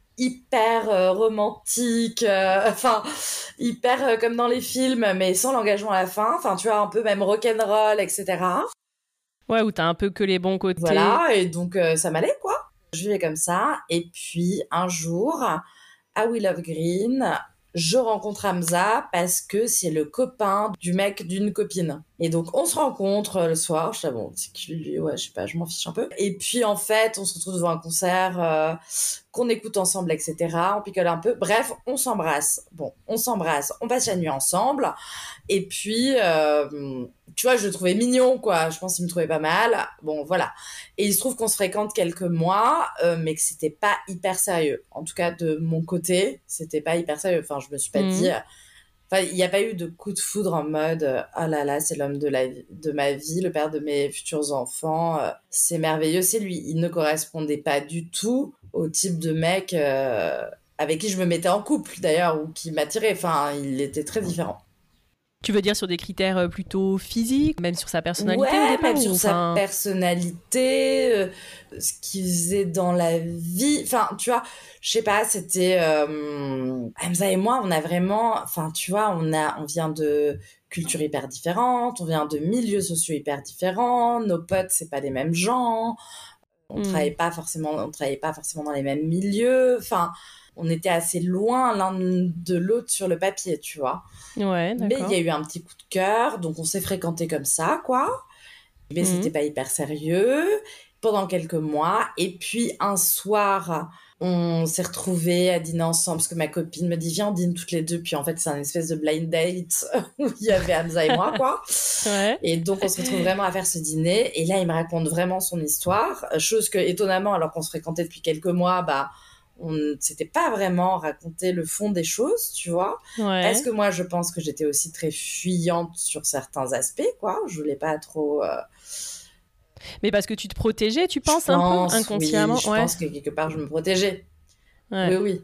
hyper euh, romantique, euh, enfin hyper euh, comme dans les films, mais sans l'engagement à la fin. Enfin, tu vois, un peu même rock'n'roll, et cetera. Ouais, où t'as un peu que les bons côtés. Voilà, et donc euh, ça m'allait, quoi. Je vivais comme ça. Et puis, un jour, à Will of Green, je rencontre Hamza parce que c'est le copain du mec d'une copine. Et donc, on se rencontre le soir. Je sais, bon, c'est qui lui? Ouais, je sais pas, je m'en fiche un peu. Et puis, en fait, on se retrouve devant un concert euh, qu'on écoute ensemble, et cetera. On picole un peu. Bref, on s'embrasse. Bon, on s'embrasse. On passe la nuit ensemble. Et puis, euh, tu vois, je le trouvais mignon, quoi. Je pense qu'il me trouvait pas mal. Bon, voilà. Et il se trouve qu'on se fréquente quelques mois, euh, mais que c'était pas hyper sérieux. En tout cas, de mon côté, c'était pas hyper sérieux. Enfin, je me suis pas Mhm. dit... Enfin, il n'y a pas eu de coup de foudre en mode euh, « Ah là là, c'est l'homme de, la, de ma vie, le père de mes futurs enfants. Euh, c'est merveilleux, c'est lui. » Il ne correspondait pas du tout au type de mec euh, avec qui je me mettais en couple, d'ailleurs, ou qui m'attirait. Enfin, il était très différent. Tu veux dire sur des critères euh, plutôt physiques, même sur sa personnalité au Ouais, départ même ou, sur sa enfin... personnalité, euh, ce qu'il faisait dans la vie. Enfin, tu vois, je sais pas, c'était... Euh, Hamza et moi, on a vraiment... Enfin, tu vois, on, a, on vient de cultures hyper différentes, on vient de milieux sociaux hyper différents, nos potes, c'est pas les mêmes gens, on Mm. travaillait pas forcément, on travaillait pas forcément dans les mêmes milieux, enfin... On était assez loin l'un de l'autre sur le papier, tu vois. Ouais, Mais d'accord. il y a eu un petit coup de cœur, donc on s'est fréquentés comme ça, quoi. Mais Mhm. c'était pas hyper sérieux. pendant quelques mois. Et puis, un soir, on s'est retrouvés à dîner ensemble parce que ma copine me dit, viens, on dîne toutes les deux. Puis en fait, c'est un espèce de blind date où il y avait Hamza et moi, quoi. Ouais. Et donc, on se retrouve vraiment à faire ce dîner. Et là, il me raconte vraiment son histoire. Chose que, étonnamment, alors qu'on se fréquentait depuis quelques mois, bah, on ne s'était pas vraiment raconté le fond des choses, tu vois. Ouais. Parce que moi, je pense que j'étais aussi très fuyante sur certains aspects, quoi. Je voulais pas trop... Euh... Mais parce que tu te protégeais, tu penses, je un pense, peu, inconsciemment. Oui, je ouais. pense que quelque part, je me protégeais. Ouais. Oui, oui.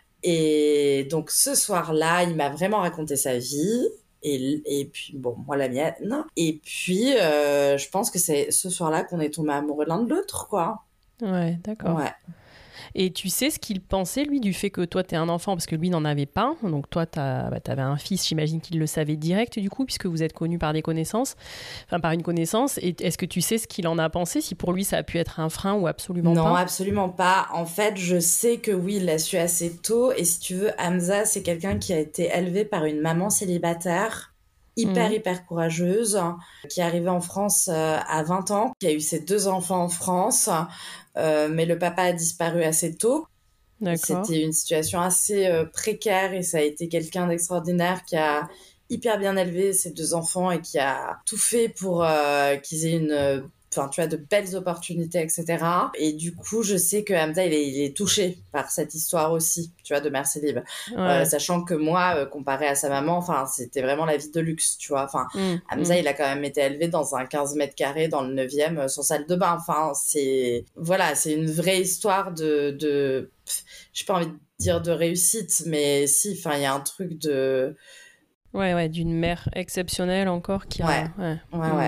Et donc, ce soir-là, il m'a vraiment raconté sa vie. Et, et puis, bon, moi, la mienne. Et puis, euh, je pense que c'est ce soir-là qu'on est tombés amoureux l'un de l'autre, quoi. Ouais, d'accord. Ouais. Et tu sais ce qu'il pensait, lui, du fait que toi, t'es un enfant, parce que lui n'en avait pas. Donc toi, t'as, bah, t'avais un fils, j'imagine qu'il le savait direct, du coup, puisque vous êtes connus par des connaissances, enfin par une connaissance. Et est-ce que tu sais ce qu'il en a pensé, si pour lui, ça a pu être un frein ou absolument non, pas? Non, absolument pas. En fait, je sais que oui, il l'a su assez tôt. Et si tu veux, Hamza, c'est quelqu'un qui a été élevé par une maman célibataire, hyper, mmh. hyper courageuse, qui est arrivée en France euh, à vingt ans, qui a eu ses deux enfants en France. Euh, mais le papa a disparu assez tôt. D'accord. C'était une situation assez euh, précaire et ça a été quelqu'un d'extraordinaire qui a hyper bien élevé ses deux enfants et qui a tout fait pour euh, qu'ils aient une, enfin tu vois, de belles opportunités, et cetera. Et du coup, je sais que Hamza, il est, il est touché par cette histoire aussi, tu vois, de mère célib. Ouais. Euh, sachant que moi, euh, comparé à sa maman, enfin, c'était vraiment la vie de luxe, tu vois. Enfin, mmh, Hamza, mmh. il a quand même été élevé dans un quinze mètres carrés dans le neuvième, euh, sans salle de bain. Enfin, c'est, voilà, c'est une vraie histoire de, de, j'ai pas envie de dire de réussite, mais si, enfin, il y a un truc de... Ouais, ouais, d'une mère exceptionnelle encore qui a... Ouais, ouais, ouais. Mmh. ouais.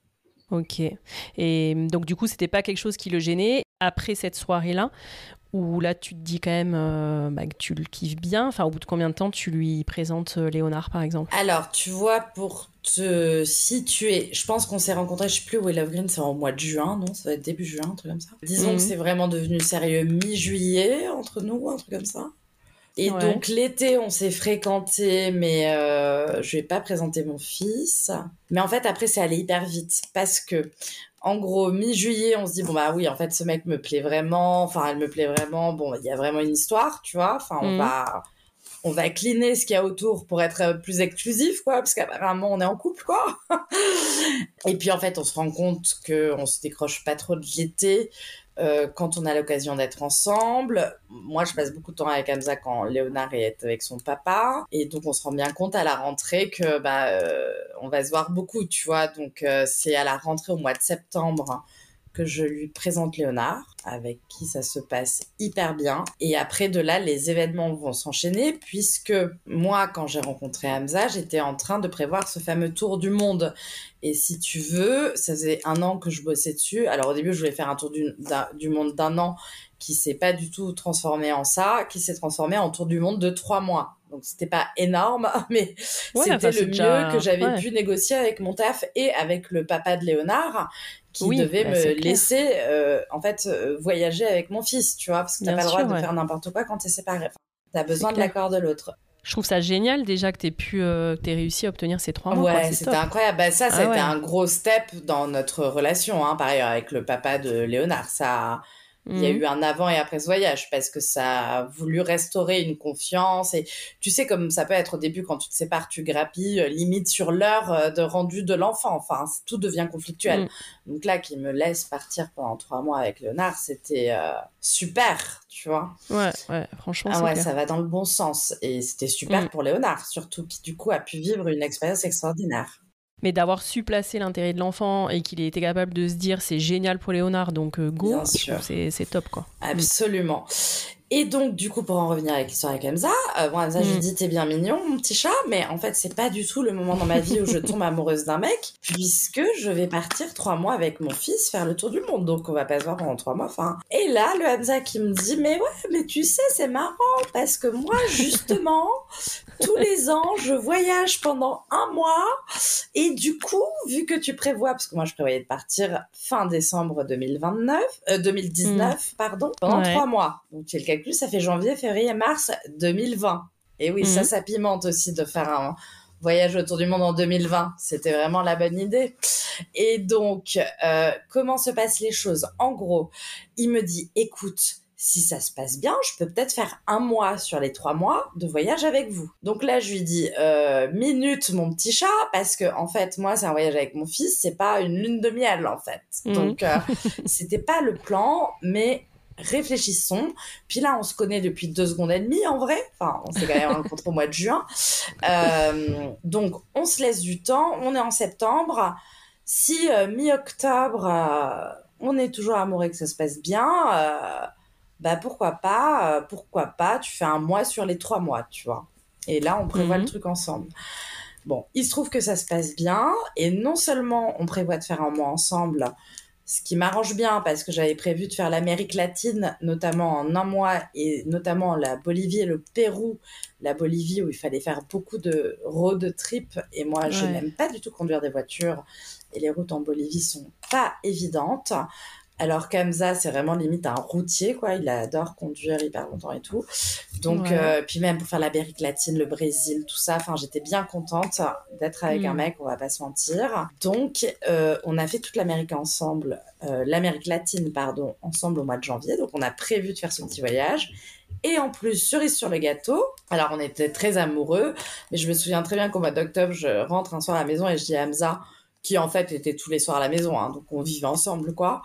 Ok. Et donc, du coup, c'était pas quelque chose qui le gênait après cette soirée-là, où là, tu te dis quand même euh, bah, que tu le kiffes bien. Enfin, au bout de combien de temps tu lui présentes euh, Léonard, par exemple? Alors, tu vois, pour te situer, je pense qu'on s'est rencontrés, je sais plus, Will of Green, c'est en mois de juin, non? Ça va être début juin, un truc comme ça. Disons mmh. que c'est vraiment devenu sérieux mi-juillet entre nous, un truc comme ça. Et ouais. donc, l'été, on s'est fréquentés, mais euh, je vais pas présenter mon fils. Mais en fait, après, c'est allé hyper vite parce que, en gros, mi-juillet, on se dit, bon, bah oui, en fait, ce mec me plaît vraiment. Enfin, elle me plaît vraiment. Bon, il y a vraiment une histoire, tu vois. Enfin, on mmh. va... on va cleaner ce qu'il y a autour pour être plus exclusif, quoi, parce qu'apparemment, on est en couple, quoi. Et puis, en fait, on se rend compte qu'on se décroche pas trop de l'été. Euh, quand on a l'occasion d'être ensemble. Moi, je passe beaucoup de temps avec Hamza quand Léonard est avec son papa. Et donc, on se rend bien compte à la rentrée que bah, euh, on va se voir beaucoup, tu vois. Donc, euh, c'est à la rentrée au mois de septembre que je lui présente Léonard, avec qui ça se passe hyper bien. Et après, de là, les événements vont s'enchaîner, puisque moi, quand j'ai rencontré Hamza, j'étais en train de prévoir ce fameux tour du monde. Et si tu veux, ça faisait un an que je bossais dessus. Alors au début, je voulais faire un tour du, d'un, du monde d'un an qui s'est pas du tout transformé en ça, qui s'est transformé en tour du monde de trois mois. Donc c'était pas énorme, mais ouais, c'était enfin, le mieux déjà... que j'avais ouais. pu négocier avec mon taf et avec le papa de Léonard, qui oui, devait bah, me laisser euh, en fait euh, voyager avec mon fils, tu vois, parce que t'as bien pas sûr, le droit ouais. de faire n'importe quoi quand t'es séparé. Enfin, t'as besoin de l'accord de l'autre. Je trouve ça génial déjà que t'aies pu, euh, que t'aies réussi à obtenir ces trois mois. Ouais, quoi, c'est c'était top. incroyable. Bah, ça, ah, c'était ouais. un gros step dans notre relation, hein, par ailleurs, avec le papa de Léonard. Ça, il mmh. y a eu un avant et après ce voyage parce que ça a voulu restaurer une confiance. Et tu sais, comme ça peut être au début quand tu te sépares, tu grappilles euh, limite sur l'heure de rendu de l'enfant. Enfin, tout devient conflictuel. Mmh. Donc là, qu'il me laisse partir pendant trois mois avec Léonard, c'était euh, super, tu vois. Ouais, ouais, franchement, ah c'est ouais, clair. ça va dans le bon sens. Et c'était super mmh. pour Léonard, surtout qui du coup a pu vivre une expérience extraordinaire. Mais d'avoir su placer l'intérêt de l'enfant et qu'il ait été capable de se dire c'est génial pour Léonard, donc euh, go, Bien sûr. C'est, c'est top, quoi. Absolument. Mmh. Et donc, du coup, pour en revenir avec l'histoire avec Hamza, euh, bon, Hamza, mmh. je lui dis, t'es bien mignon, mon petit chat, mais en fait, c'est pas du tout le moment dans ma vie où je tombe amoureuse d'un mec, puisque je vais partir trois mois avec mon fils faire le tour du monde, donc on va pas se voir pendant trois mois, enfin. Et là, le Hamza qui me dit, mais ouais, mais tu sais, c'est marrant, parce que moi, justement, tous les ans, je voyage pendant un mois, et du coup, vu que tu prévois, parce que moi, je prévoyais de partir fin décembre deux mille vingt-neuf, euh, deux mille dix-neuf, mmh. pardon, pendant ouais. trois mois. Donc, tu le calcul, ça fait janvier, février, mars deux mille vingt. Et oui, mmh. ça, ça pimente aussi de faire un voyage autour du monde en deux mille vingt, c'était vraiment la bonne idée. Et donc, euh, comment se passent les choses? En gros, il me dit, écoute, si ça se passe bien, je peux peut-être faire un mois sur les trois mois de voyage avec vous. Donc là, je lui dis, euh, minute, mon petit chat, parce que en fait, moi, c'est un voyage avec mon fils, c'est pas une lune de miel, en fait. Mmh. Donc, euh, c'était pas le plan, mais réfléchissons. Puis là, on se connaît depuis deux secondes et demie, en vrai. Enfin, on s'est quand même rencontrés au mois de juin. Euh, donc, on se laisse du temps. On est en septembre. Si euh, mi-octobre, euh, on est toujours amoureux, que ça se passe bien, euh, bah pourquoi pas, euh, pourquoi pas, tu fais un mois sur les trois mois, tu vois. Et là, on prévoit mmh. le truc ensemble. Bon, il se trouve que ça se passe bien. Et non seulement on prévoit de faire un mois ensemble, ce qui m'arrange bien parce que j'avais prévu de faire l'Amérique latine, notamment en un mois, et notamment la Bolivie et le Pérou. La Bolivie où il fallait faire beaucoup de road trip. Et moi, ouais. je n'aime pas du tout conduire des voitures. Et les routes en Bolivie sont pas évidentes. Alors qu'Hamza, c'est vraiment limite un routier, quoi. Il adore conduire hyper longtemps et tout. Donc, ouais. euh, puis même pour faire l'Amérique latine, le Brésil, tout ça. Enfin, j'étais bien contente d'être avec mmh. un mec, on va pas se mentir. Donc, euh, on a fait toute l'Amérique ensemble, euh, l'Amérique latine, pardon, ensemble au mois de janvier. Donc, on a prévu de faire ce petit voyage. Et en plus, cerise sur le gâteau. Alors, on était très amoureux. Mais je me souviens très bien qu'au mois d'octobre, je rentre un soir à la maison et je dis à Hamza, qui en fait était tous les soirs à la maison, hein, donc on vivait ensemble, quoi.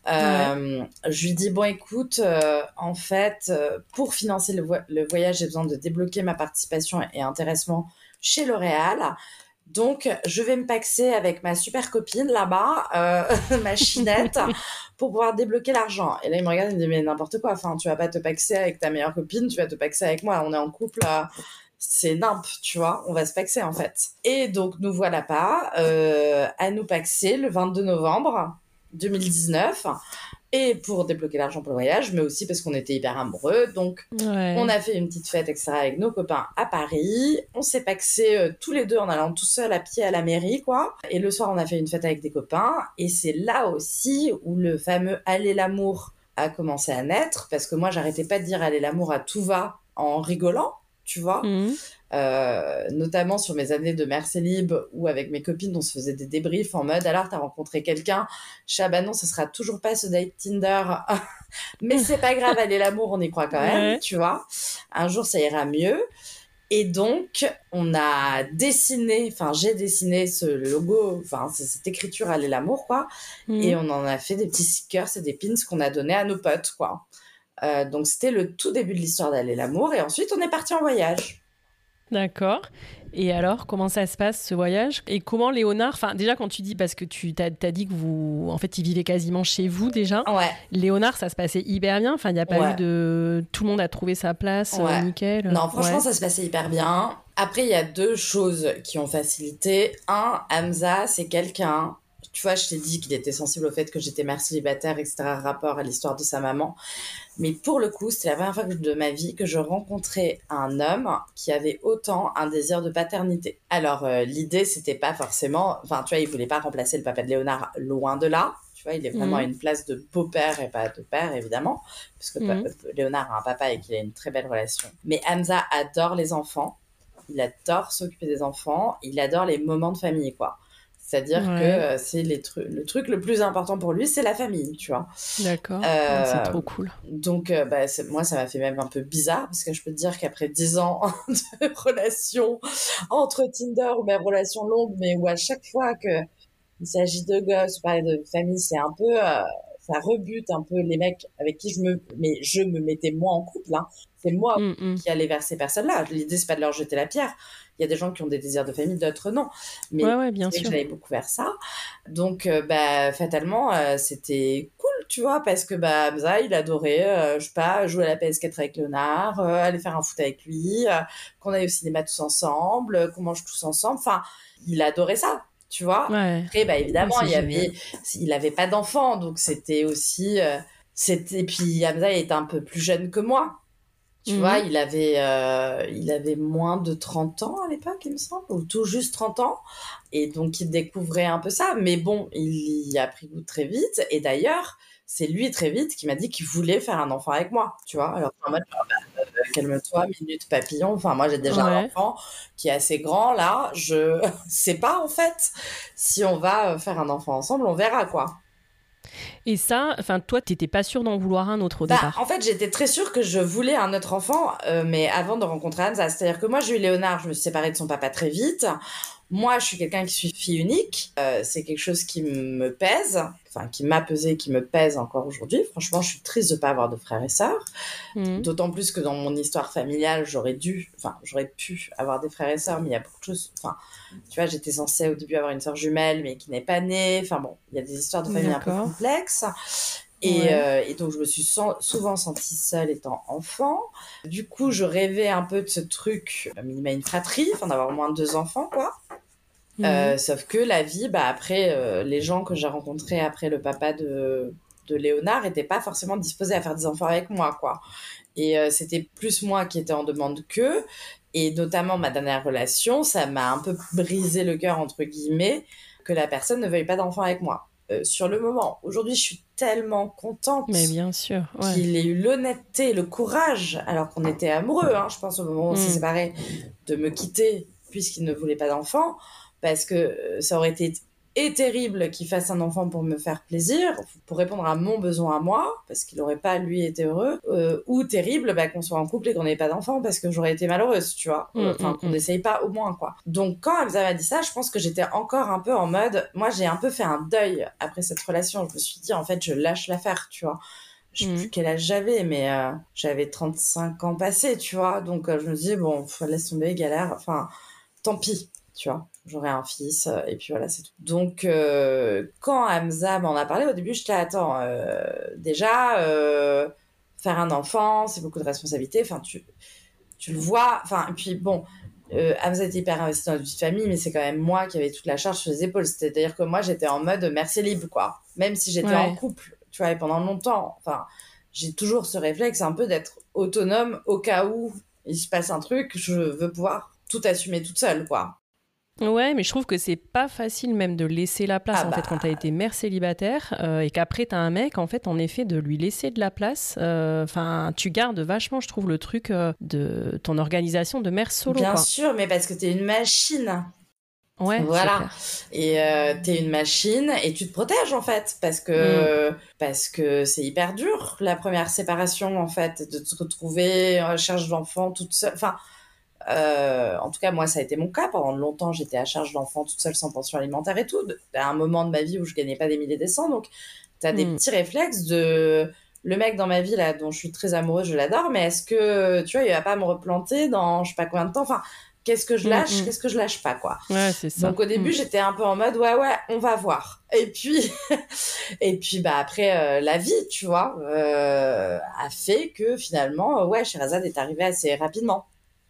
Euh, ouais. Je lui dis, bon, écoute, euh, en fait, euh, pour financer le, vo- le voyage, j'ai besoin de débloquer ma participation et intéressement chez L'Oréal. Donc, je vais me paxer avec ma super copine là-bas, euh, ma chinette, pour pouvoir débloquer l'argent. Et là, il me regarde et me dit, mais n'importe quoi, enfin, tu vas pas te paxer avec ta meilleure copine, tu vas te paxer avec moi, on est en couple, euh, c'est nimp, tu vois, on va se paxer en fait. Et donc, nous voilà pas euh, à nous paxer le vingt-deux novembre deux mille dix-neuf, et pour débloquer l'argent pour le voyage, mais aussi parce qu'on était hyper amoureux. Donc, ouais. on a fait une petite fête, et cetera avec nos copains à Paris. On s'est paxés euh, tous les deux en allant tout seul à pied à la mairie, quoi. Et le soir, on a fait une fête avec des copains. Et c'est là aussi où le fameux « Allez l'amour » a commencé à naître, parce que moi, j'arrêtais pas de dire « Allez l'amour » à tout va en rigolant. Tu vois, mmh. euh, notamment sur mes années de mère célib où avec mes copines on se faisait des débriefs en mode alors t'as rencontré quelqu'un, je dis ah bah non ce sera toujours pas ce date Tinder mais c'est pas grave, allez l'amour on y croit quand même, ouais. tu vois, un jour ça ira mieux. Et donc on a dessiné, enfin j'ai dessiné ce logo, enfin cette écriture allez l'amour quoi, mmh. et on en a fait des petits stickers et des pins qu'on a donnés à nos potes quoi. Euh, donc c'était le tout début de l'histoire d'Aller l'amour et ensuite on est parti en voyage. D'accord. Et alors comment ça se passe ce voyage? Et comment Léonard, enfin déjà quand tu dis, parce que tu t'as, t'as dit que vous, en fait il vivait quasiment chez vous déjà. Ouais. Léonard ça se passait hyper bien, enfin il n'y a pas ouais. eu de, tout le monde a trouvé sa place, ouais. euh, nickel. Non franchement ouais. ça se passait hyper bien. Après il y a deux choses qui ont facilité. Un, Hamza c'est quelqu'un, tu vois, je t'ai dit qu'il était sensible au fait que j'étais mère célibataire, et cetera, rapport à l'histoire de sa maman. Mais pour le coup, c'était la première fois de ma vie que je rencontrais un homme qui avait autant un désir de paternité. Alors, euh, l'idée, c'était pas forcément... Enfin, tu vois, il voulait pas remplacer le papa de Léonard, loin de là. Tu vois, il est vraiment mmh. à une place de beau-père et pas de père, évidemment. Parce que mmh. pa- Léonard a un papa et qu'il a une très belle relation. Mais Hamza adore les enfants. Il adore s'occuper des enfants. Il adore les moments de famille, quoi. C'est-à-dire ouais. que euh, c'est les tru- le truc le plus important pour lui, c'est la famille, tu vois. D'accord, euh, c'est trop cool. Donc, euh, bah, c'est, moi, ça m'a fait même un peu bizarre, parce que je peux te dire qu'après dix ans de relation entre Tinder ou même relation longue, mais où à chaque fois qu'il s'agit de gosses ou parler de famille, c'est un peu... Euh, ça rebute un peu les mecs avec qui je me... Mais je me mettais moi en couple, hein. C'est moi mm-hmm. qui allais vers ces personnes-là. L'idée, c'est pas de leur jeter la pierre. Il y a des gens qui ont des désirs de famille, d'autres non. Mais ouais, ouais, bien c'est sûr. que j'allais beaucoup vers ça. Donc, euh, bah, fatalement, euh, c'était cool, tu vois, parce que bah, Hamza, il adorait, euh, je sais pas, jouer à la P S quatre avec Léonard, euh, aller faire un foot avec lui, euh, qu'on aille au cinéma tous ensemble, euh, qu'on mange tous ensemble. Enfin, il adorait ça. Tu vois, ouais. Après, bah, évidemment, ouais, il y avait, il avait pas d'enfant, donc c'était aussi, euh, c'était, puis Hamza, il était un peu plus jeune que moi. Tu mmh. vois, il avait, euh, il avait moins de trente ans à l'époque, il me semble, ou tout juste trente ans. Et donc, il découvrait un peu ça. Mais bon, il y a pris goût très vite. Et d'ailleurs, c'est lui très vite qui m'a dit qu'il voulait faire un enfant avec moi. Tu vois, alors en mode, oh, bah, euh, calme-toi, minute papillon. Enfin, moi, j'ai déjà Ouais. un enfant qui est assez grand, là. Je sais pas, en fait, si on va faire un enfant ensemble, on verra, quoi. Et ça, enfin, toi, t'étais pas sûre d'en vouloir un autre au Bah, départ. en fait, j'étais très sûre que je voulais un autre enfant, euh, mais avant de rencontrer Hamza. C'est-à-dire que moi, j'ai eu Léonard, je me suis séparée de son papa très vite. Moi, je suis quelqu'un qui suis fille unique. Euh, c'est quelque chose qui me pèse, enfin, qui m'a pesé, qui me pèse encore aujourd'hui. Franchement, je suis triste de pas avoir de frères et sœurs. Mmh. D'autant plus que dans mon histoire familiale, j'aurais dû, enfin, j'aurais pu avoir des frères et sœurs, mais il y a beaucoup de choses, enfin, tu vois, j'étais censée au début avoir une sœur jumelle, mais qui n'est pas née. Enfin bon, il y a des histoires de famille D'accord. un peu complexes. Et, ouais. euh, et donc, je me suis so- souvent sentie seule étant enfant. Du coup, je rêvais un peu de ce truc, minima une fratrie, enfin, d'avoir au moins deux enfants, quoi. Mmh. Euh, sauf que la vie, bah, après, euh, les gens que j'ai rencontrés après le papa de, de Léonard n'étaient pas forcément disposés à faire des enfants avec moi, quoi. Et euh, c'était plus moi qui étais en demande qu'eux. Et notamment, ma dernière relation, ça m'a un peu brisé le cœur, entre guillemets, que la personne ne veuille pas d'enfant avec moi. Euh, sur le moment. Aujourd'hui, je suis tellement contente Mais bien sûr, ouais. qu'il ait eu l'honnêteté, le courage, alors qu'on était amoureux, hein, je pense, au moment où on mmh. s'est séparés, de me quitter puisqu'il ne voulait pas d'enfant, parce que ça aurait été et terrible qu'il fasse un enfant pour me faire plaisir, pour répondre à mon besoin à moi, parce qu'il n'aurait pas, lui, été heureux, euh, ou terrible bah, qu'on soit en couple et qu'on n'ait pas d'enfant, parce que j'aurais été malheureuse, tu vois, enfin, mmh, mmh, qu'on n'essaye pas au moins, quoi. Donc, quand Hamza m'a dit ça, je pense que j'étais encore un peu en mode, moi, j'ai un peu fait un deuil après cette relation, je me suis dit, en fait, je lâche l'affaire, tu vois. Je sais mmh. plus quel âge j'avais, mais euh, j'avais trente-cinq ans passés, tu vois, donc euh, je me dis, bon, laisse tomber, galère, enfin, tant pis. Tu vois, j'aurai un fils, euh, et puis voilà, c'est tout. Donc, euh, quand Hamza m'en a parlé, au début, j'étais, attends, euh, déjà, euh, faire un enfant, c'est beaucoup de responsabilités, enfin, tu, tu le vois, enfin, et puis bon, euh, Hamza était hyper investi dans notre vie de famille, mais c'est quand même moi qui avais toute la charge sur les épaules, c'est-à-dire que moi, j'étais en mode merci libre, quoi, même si j'étais ouais. en couple, tu vois, et pendant longtemps, enfin, j'ai toujours ce réflexe un peu d'être autonome au cas où il se passe un truc, je veux pouvoir tout assumer toute seule, quoi. Ouais, mais je trouve que c'est pas facile même de laisser la place, ah en bah... fait, quand t'as été mère célibataire euh, et qu'après t'as un mec, en fait, en effet, de lui laisser de la place. Enfin, euh, tu gardes vachement, je trouve, le truc euh, de ton organisation de mère solo. Bien quoi. sûr, mais parce que t'es une machine. Ouais, voilà. Et euh, t'es une machine et tu te protèges en fait parce que mm. parce que c'est hyper dur la première séparation en fait de te retrouver en recherche d'enfant toute seule. Enfin. Euh, en tout cas, moi, ça a été mon cas. Pendant longtemps, j'étais à charge d'enfant toute seule sans pension alimentaire et tout. À un moment de ma vie où je gagnais pas des milliers et des cents. Donc, t'as mmh. des petits réflexes de... Le mec dans ma vie, là, dont je suis très amoureuse, je l'adore, mais est-ce que, tu vois, il va pas me replanter dans je sais pas combien de temps. Enfin, qu'est-ce que je lâche, mmh. qu'est-ce que je lâche pas, quoi. Ouais, c'est ça. Donc, au début, mmh. j'étais un peu en mode, ouais, ouais, on va voir. Et puis, et puis bah, après, euh, la vie, tu vois, euh, a fait que finalement, ouais, Sherazade est arrivée assez rapidement.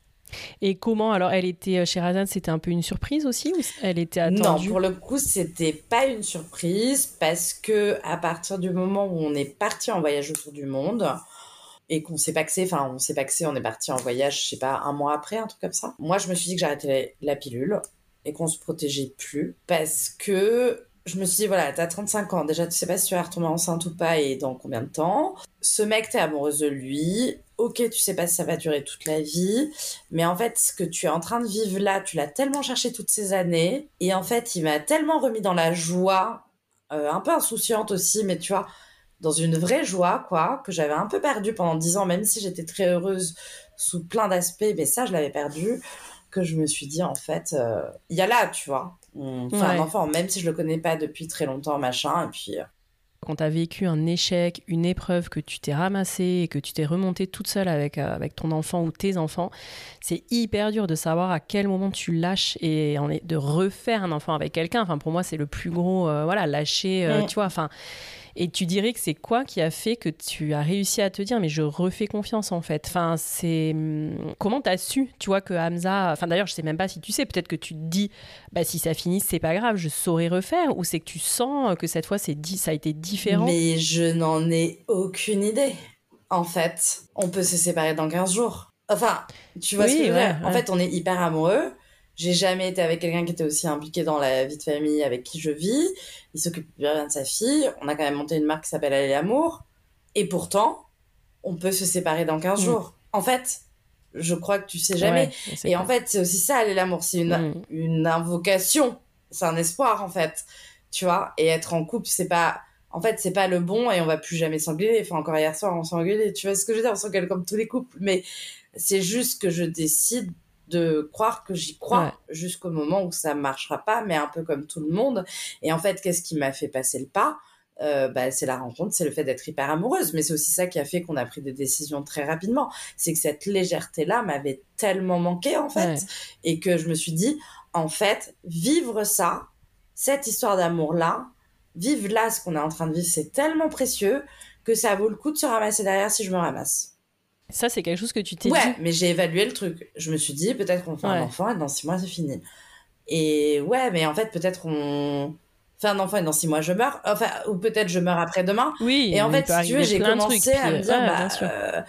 Et comment, alors, elle était, Sherazade, c'était un peu une surprise aussi ou elle était attendue ? Non, pour le coup, c'était pas une surprise parce que à partir du moment où on est parti en voyage autour du monde et qu'on s'est paxé, enfin, on s'est paxé, on est parti en voyage, je sais pas, un mois après, un truc comme ça. Moi, je me suis dit que j'arrêtais la pilule et qu'on se protégeait plus parce que je me suis dit, voilà, t'as trente-cinq ans, déjà, tu sais pas si tu vas retomber enceinte ou pas et dans combien de temps. Ce mec, t'es amoureuse de lui. Ok, tu sais pas si ça va durer toute la vie, mais en fait, ce que tu es en train de vivre là, tu l'as tellement cherché toutes ces années, et en fait, il m'a tellement remis dans la joie, euh, un peu insouciante aussi, mais tu vois, dans une vraie joie, quoi, que j'avais un peu perdue pendant dix ans, même si j'étais très heureuse sous plein d'aspects, mais ça, je l'avais perdu, que je me suis dit, en fait, il euh, y a là, tu vois, on fait ouais. un enfant, même si je le connais pas depuis très longtemps, machin, et puis... Euh, Quand tu as vécu un échec, une épreuve, que tu t'es ramassée et que tu t'es remontée toute seule avec, euh, avec ton enfant ou tes enfants, c'est hyper dur de savoir à quel moment tu lâches et de refaire un enfant avec quelqu'un. Enfin, pour moi, c'est le plus gros, euh, voilà, lâcher, euh, mmh. tu vois, enfin... Et tu dirais que c'est quoi qui a fait que tu as réussi à te dire mais je refais confiance en fait. Enfin, c'est comment t'as su, tu vois, que Hamza. Enfin, d'ailleurs, je sais même pas si tu sais. Peut-être que tu te dis, bah si ça finit, c'est pas grave, je saurais refaire. Ou c'est que tu sens que cette fois, c'est dit, ça a été différent. Mais je n'en ai aucune idée. En fait, on peut se séparer dans quinze jours. Enfin, tu vois oui, ce que je veux ouais, dire. Ouais. En fait, on est hyper amoureux. J'ai jamais été avec quelqu'un qui était aussi impliqué dans la vie de famille avec qui je vis. Il s'occupe bien de sa fille. On a quand même monté une marque qui s'appelle Aller Amour. Et pourtant, on peut se séparer dans quinze mmh. jours. En fait, je crois que tu sais jamais. Ouais, et et en pas... fait, c'est aussi ça, aller l'amour, c'est une, mm. une invocation, c'est un espoir en fait, tu vois. Et être en couple, c'est pas, en fait, c'est pas le bon et on va plus jamais s'engueuler. Enfin, encore hier soir, on s'est engueulé, tu vois ce que je veux dire, on s'engueule comme tous les couples, mais c'est juste que je décide de croire que j'y crois ouais. jusqu'au moment où ça marchera pas, mais un peu comme tout le monde. Et en fait, qu'est-ce qui m'a fait passer le pas? Euh, bah, c'est la rencontre, c'est le fait d'être hyper amoureuse, mais c'est aussi ça qui a fait qu'on a pris des décisions très rapidement. C'est que cette légèreté-là m'avait tellement manqué, en fait, ouais. et que je me suis dit, en fait, vivre ça, cette histoire d'amour-là, vivre là ce qu'on est en train de vivre, c'est tellement précieux que ça vaut le coup de se ramasser derrière si je me ramasse. Ça, c'est quelque chose que tu t'es ouais, dit. Ouais, mais j'ai évalué le truc. Je me suis dit, peut-être qu'on fait ouais. un enfant et dans six mois, c'est fini. Et ouais, mais en fait, peut-être on fait un enfant et dans six mois, je meurs. Enfin, ou peut-être je meurs après-demain. Oui, et en fait, si tu veux, j'ai commencé trucs, à me dire, ouais, bah, euh,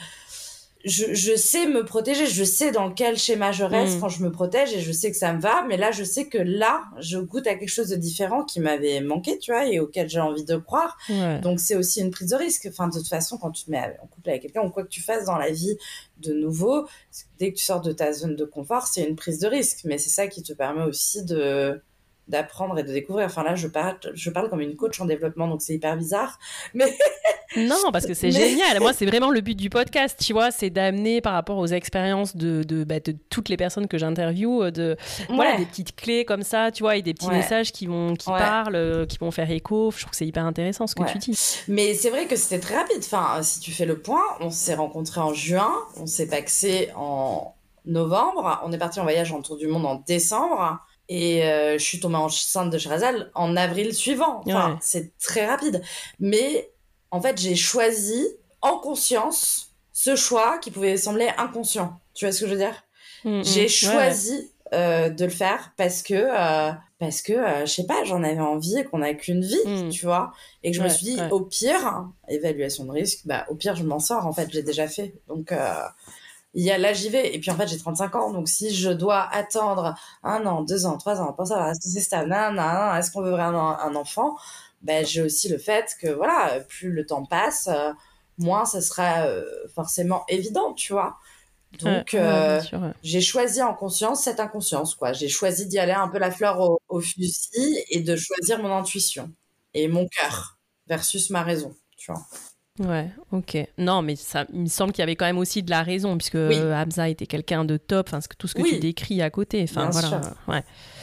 je, je sais me protéger, je sais dans quel schéma je reste mmh. quand je me protège et je sais que ça me va. Mais là, je sais que là, je goûte à quelque chose de différent qui m'avait manqué, tu vois, et auquel j'ai envie de croire. Ouais. Donc, c'est aussi une prise de risque. Enfin, de toute façon, quand tu te mets en couple avec quelqu'un ou quoi que tu fasses dans la vie de nouveau, dès que tu sors de ta zone de confort, c'est une prise de risque. Mais c'est ça qui te permet aussi de... d'apprendre et de découvrir. Enfin là, je parle, je parle comme une coach en développement, donc c'est hyper bizarre. Mais non, parce que c'est mais... génial. Moi, c'est vraiment le but du podcast, tu vois, c'est d'amener par rapport aux expériences de, de, bah, de toutes les personnes que j'interviewe, de ouais. voilà, des petites clés comme ça, tu vois, et des petits ouais. messages qui vont, qui ouais. parlent, euh, qui vont faire écho. Je trouve que c'est hyper intéressant ce que ouais. tu dis. Mais c'est vrai que c'était très rapide. Enfin, si tu fais le point, on s'est rencontrés en juin, on s'est paxé en novembre, on est parti en voyage en tour du monde en décembre. Et euh, je suis tombée enceinte de Sherazade en avril suivant. Enfin, ouais. c'est très rapide. Mais en fait, j'ai choisi en conscience ce choix qui pouvait sembler inconscient. Tu vois ce que je veux dire ? mmh, J'ai choisi ouais. euh, de le faire parce que, euh, parce que euh, je sais pas, j'en avais envie et qu'on n'a qu'une vie, mmh. tu vois. Et que je ouais, me suis dit, ouais. au pire, évaluation de risque, bah, au pire, je m'en sors. En fait, j'ai déjà fait. Donc... Euh, il y a là j'y vais et puis en fait j'ai trente-cinq ans donc si je dois attendre un an, deux ans, trois ans pour savoir est-ce que c'est stable, nan, nan, est-ce qu'on veut vraiment un enfant, ben j'ai aussi le fait que voilà plus le temps passe, euh, moins ça sera euh, forcément évident, tu vois. Donc ouais, euh, ouais, sûr, ouais. j'ai choisi en conscience cette inconscience quoi. J'ai choisi d'y aller un peu la fleur au, au fusil et de choisir mon intuition et mon cœur versus ma raison, tu vois. Ouais, ok. Non, mais ça, il me semble qu'il y avait quand même aussi de la raison, puisque oui. Hamza était quelqu'un de top, enfin, tout ce que oui. tu décris à côté. Enfin, voilà. Sûr. Ouais.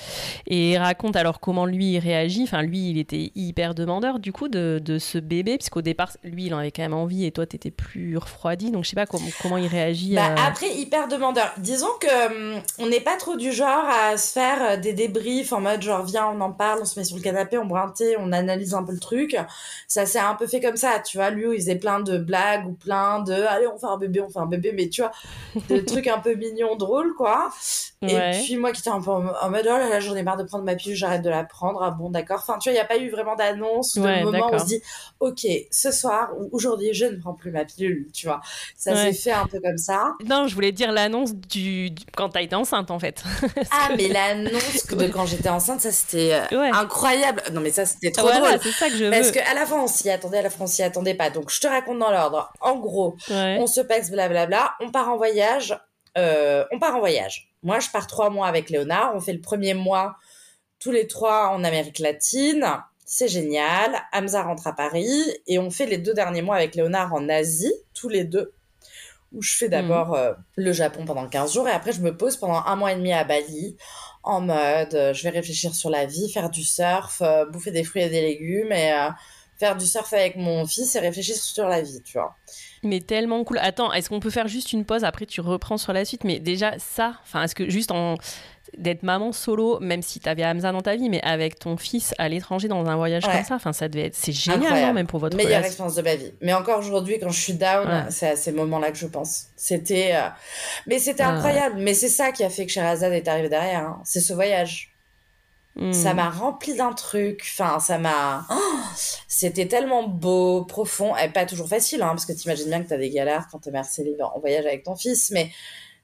Et raconte alors comment lui il réagit. Enfin, lui, il était hyper demandeur du coup de, de ce bébé, puisqu'au départ, lui, il en avait quand même envie et toi, t'étais plus refroidie. Donc, je sais pas comment, comment il réagit. Bah, à... Après, hyper demandeur. Disons que hum, on n'est pas trop du genre à se faire des débriefs en mode genre viens, on en parle, on se met sur le canapé, on boit un thé, on analyse un peu le truc. Ça s'est un peu fait comme ça, tu vois. Lui, il faisait plein de blagues ou plein de allez, on fait un bébé, on fait un bébé, mais tu vois, des trucs un peu mignons, drôles, quoi. Ouais. Et puis moi qui étais un peu en, en mode oh là là, j'en ai marre de prendre ma pilule, j'arrête de la prendre. Ah bon, d'accord. Enfin, tu vois, il n'y a pas eu vraiment d'annonce, ouais, de moment d'accord. où on se dit ok, ce soir ou aujourd'hui, je ne prends plus ma pilule, tu vois. Ça ouais. s'est fait un peu comme ça. Non, je voulais dire l'annonce du, du... quand t'as été enceinte, en fait. Ah, que... mais l'annonce de quand j'étais enceinte, ça c'était ouais. incroyable. Non, mais ça c'était trop voilà, drôle. C'est ça que je Parce veux. qu'à la fin, on s'y attendait, à la fin, on s'y attendait pas. Donc, je te raconte dans l'ordre. En gros, ouais. on se paxe, blablabla, on part en voyage. Euh, on part en voyage. Moi, je pars trois mois avec Léonard. On fait le premier mois tous les trois en Amérique latine. C'est génial. Hamza rentre à Paris et on fait les deux derniers mois avec Léonard en Asie, tous les deux, où je fais d'abord mmh. euh, le Japon pendant quinze jours et après je me pose pendant un mois et demi à Bali en mode euh, je vais réfléchir sur la vie, faire du surf, euh, bouffer des fruits et des légumes et euh, faire du surf avec mon fils et réfléchir sur la vie, tu vois. Mais tellement cool. Attends, est-ce qu'on peut faire juste une pause, après tu reprends sur la suite, mais déjà ça, enfin est-ce que juste en d'être maman solo, même si t'avais Hamza dans ta vie, mais avec ton fils à l'étranger dans un voyage ouais. comme ça, enfin ça devait être, c'est génial, non, même pour votre meilleure expérience de ma vie. Mais encore aujourd'hui, quand je suis down, ouais. c'est à ces moments-là que je pense. C'était, euh... mais c'était ah, incroyable. Ouais. Mais c'est ça qui a fait que Sherazade est arrivée derrière. Hein. C'est ce voyage. Mmh. Ça m'a rempli d'un truc. Enfin, ça m'a. Oh, c'était tellement beau, profond, et pas toujours facile, hein, parce que t'imagines bien que t'as des galères quand t'es mère célibataire en voyage avec ton fils, mais.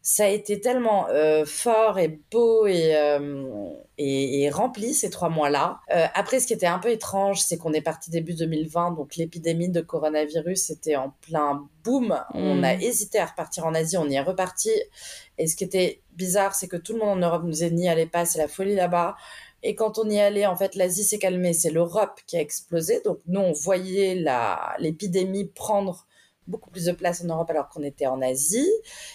ça a été tellement euh, fort et beau et, euh, et, et rempli ces trois mois-là. Euh, après, ce qui était un peu étrange, c'est qu'on est parti début deux mille vingt, donc l'épidémie de coronavirus était en plein boom. Mmh. On a hésité à repartir en Asie, on y est reparti. Et ce qui était bizarre, c'est que tout le monde en Europe nous disait n'y allez pas, c'est la folie là-bas. Et quand on y allait, en fait, l'Asie s'est calmée, c'est l'Europe qui a explosé. Donc nous, on voyait la, l'épidémie prendre beaucoup plus de place en Europe alors qu'on était en Asie.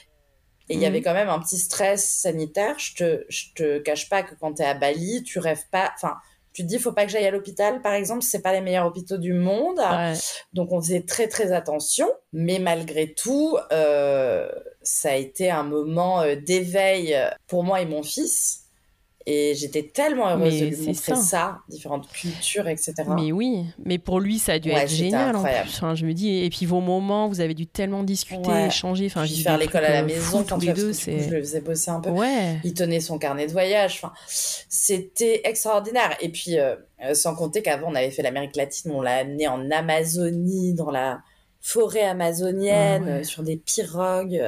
Et il mmh. y avait quand même un petit stress sanitaire. Je te, je te cache pas que quand t'es à Bali, tu rêves pas... Enfin, tu te dis, faut pas que j'aille à l'hôpital, par exemple. C'est pas les meilleurs hôpitaux du monde. Ouais. Donc, on faisait très, très attention. Mais malgré tout, euh, ça a été un moment d'éveil pour moi et mon fils. Et j'étais tellement heureuse mais de lui montrer ça. ça, différentes cultures, et cetera. Mais oui, mais pour lui, ça a dû ouais, être génial incroyable. En plus. Enfin, je me dis, et puis vos moments, vous avez dû tellement discuter, ouais. échanger. Enfin, puis faire l'école à la maison quand les deux, c'est... je le faisais bosser un peu. Ouais. Il tenait son carnet de voyage. Enfin, c'était extraordinaire. Et puis, euh, sans compter qu'avant, on avait fait l'Amérique latine, on l'a amené en Amazonie, dans la forêt amazonienne, ah ouais. sur des pirogues.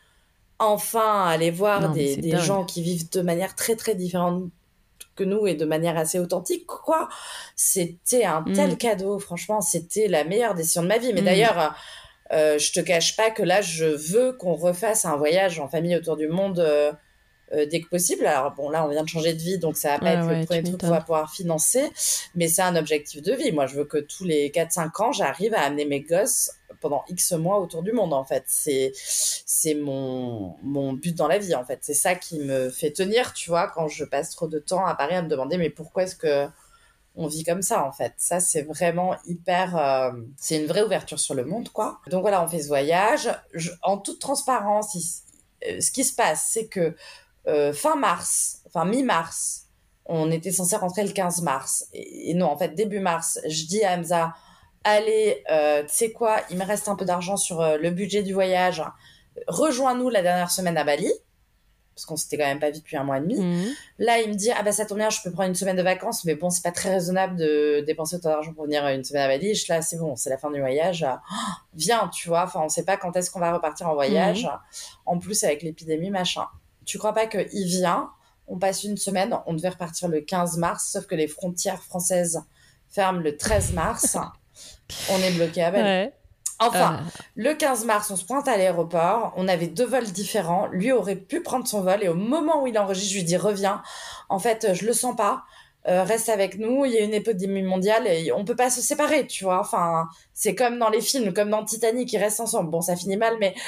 Enfin, aller voir non, des, des gens qui vivent de manière très, très différente que nous et de manière assez authentique, quoi. C'était un mm. tel cadeau, franchement, c'était la meilleure décision de ma vie. Mais mm. d'ailleurs, euh, je te cache pas que là, je veux qu'on refasse un voyage en famille autour du monde euh, euh, dès que possible. Alors bon, là, on vient de changer de vie, donc ça va pas ah être ouais, le premier truc qu'on va pouvoir financer, mais c'est un objectif de vie. Moi, je veux que tous les quatre cinq ans, j'arrive à amener mes gosses pendant X mois autour du monde, en fait. C'est, c'est mon, mon but dans la vie, en fait. C'est ça qui me fait tenir, tu vois, quand je passe trop de temps à Paris à me demander, mais pourquoi est-ce que on vit comme ça, en fait. Ça, c'est vraiment hyper... Euh, c'est une vraie ouverture sur le monde, quoi. Donc voilà, on fait ce voyage. Je, en toute transparence, il, euh, ce qui se passe, c'est que euh, fin mars, enfin mi-mars, on était censé rentrer le quinze mars. Et, et non, en fait, début mars, je dis à Hamza... Allez, euh, tu sais quoi, il me reste un peu d'argent sur euh, le budget du voyage. Rejoins-nous la dernière semaine à Bali, parce qu'on s'était quand même pas vu depuis un mois et demi. Mmh. Là, il me dit, ah bah ça tombe bien, je peux prendre une semaine de vacances, mais bon, c'est pas très raisonnable de dépenser autant d'argent pour venir une semaine à Bali. Je suis là, c'est bon, c'est la fin du voyage. Oh, viens, tu vois, enfin, on sait pas quand est-ce qu'on va repartir en voyage. Mmh. En plus, avec l'épidémie, machin. Tu crois pas qu'il vient, on passe une semaine, on devait repartir le quinze mars, sauf que les frontières françaises ferment le treize mars. On est bloqué à Bali. Ouais. Enfin, euh... le quinze mars, on se pointe à l'aéroport. On avait deux vols différents. Lui aurait pu prendre son vol. Et au moment où il enregistre, je lui dis, reviens. En fait, je le sens pas. Euh, reste avec nous. Il y a une épidémie mondiale et on peut pas se séparer, tu vois. Enfin, c'est comme dans les films, comme dans Titanic, ils restent ensemble. Bon, ça finit mal, mais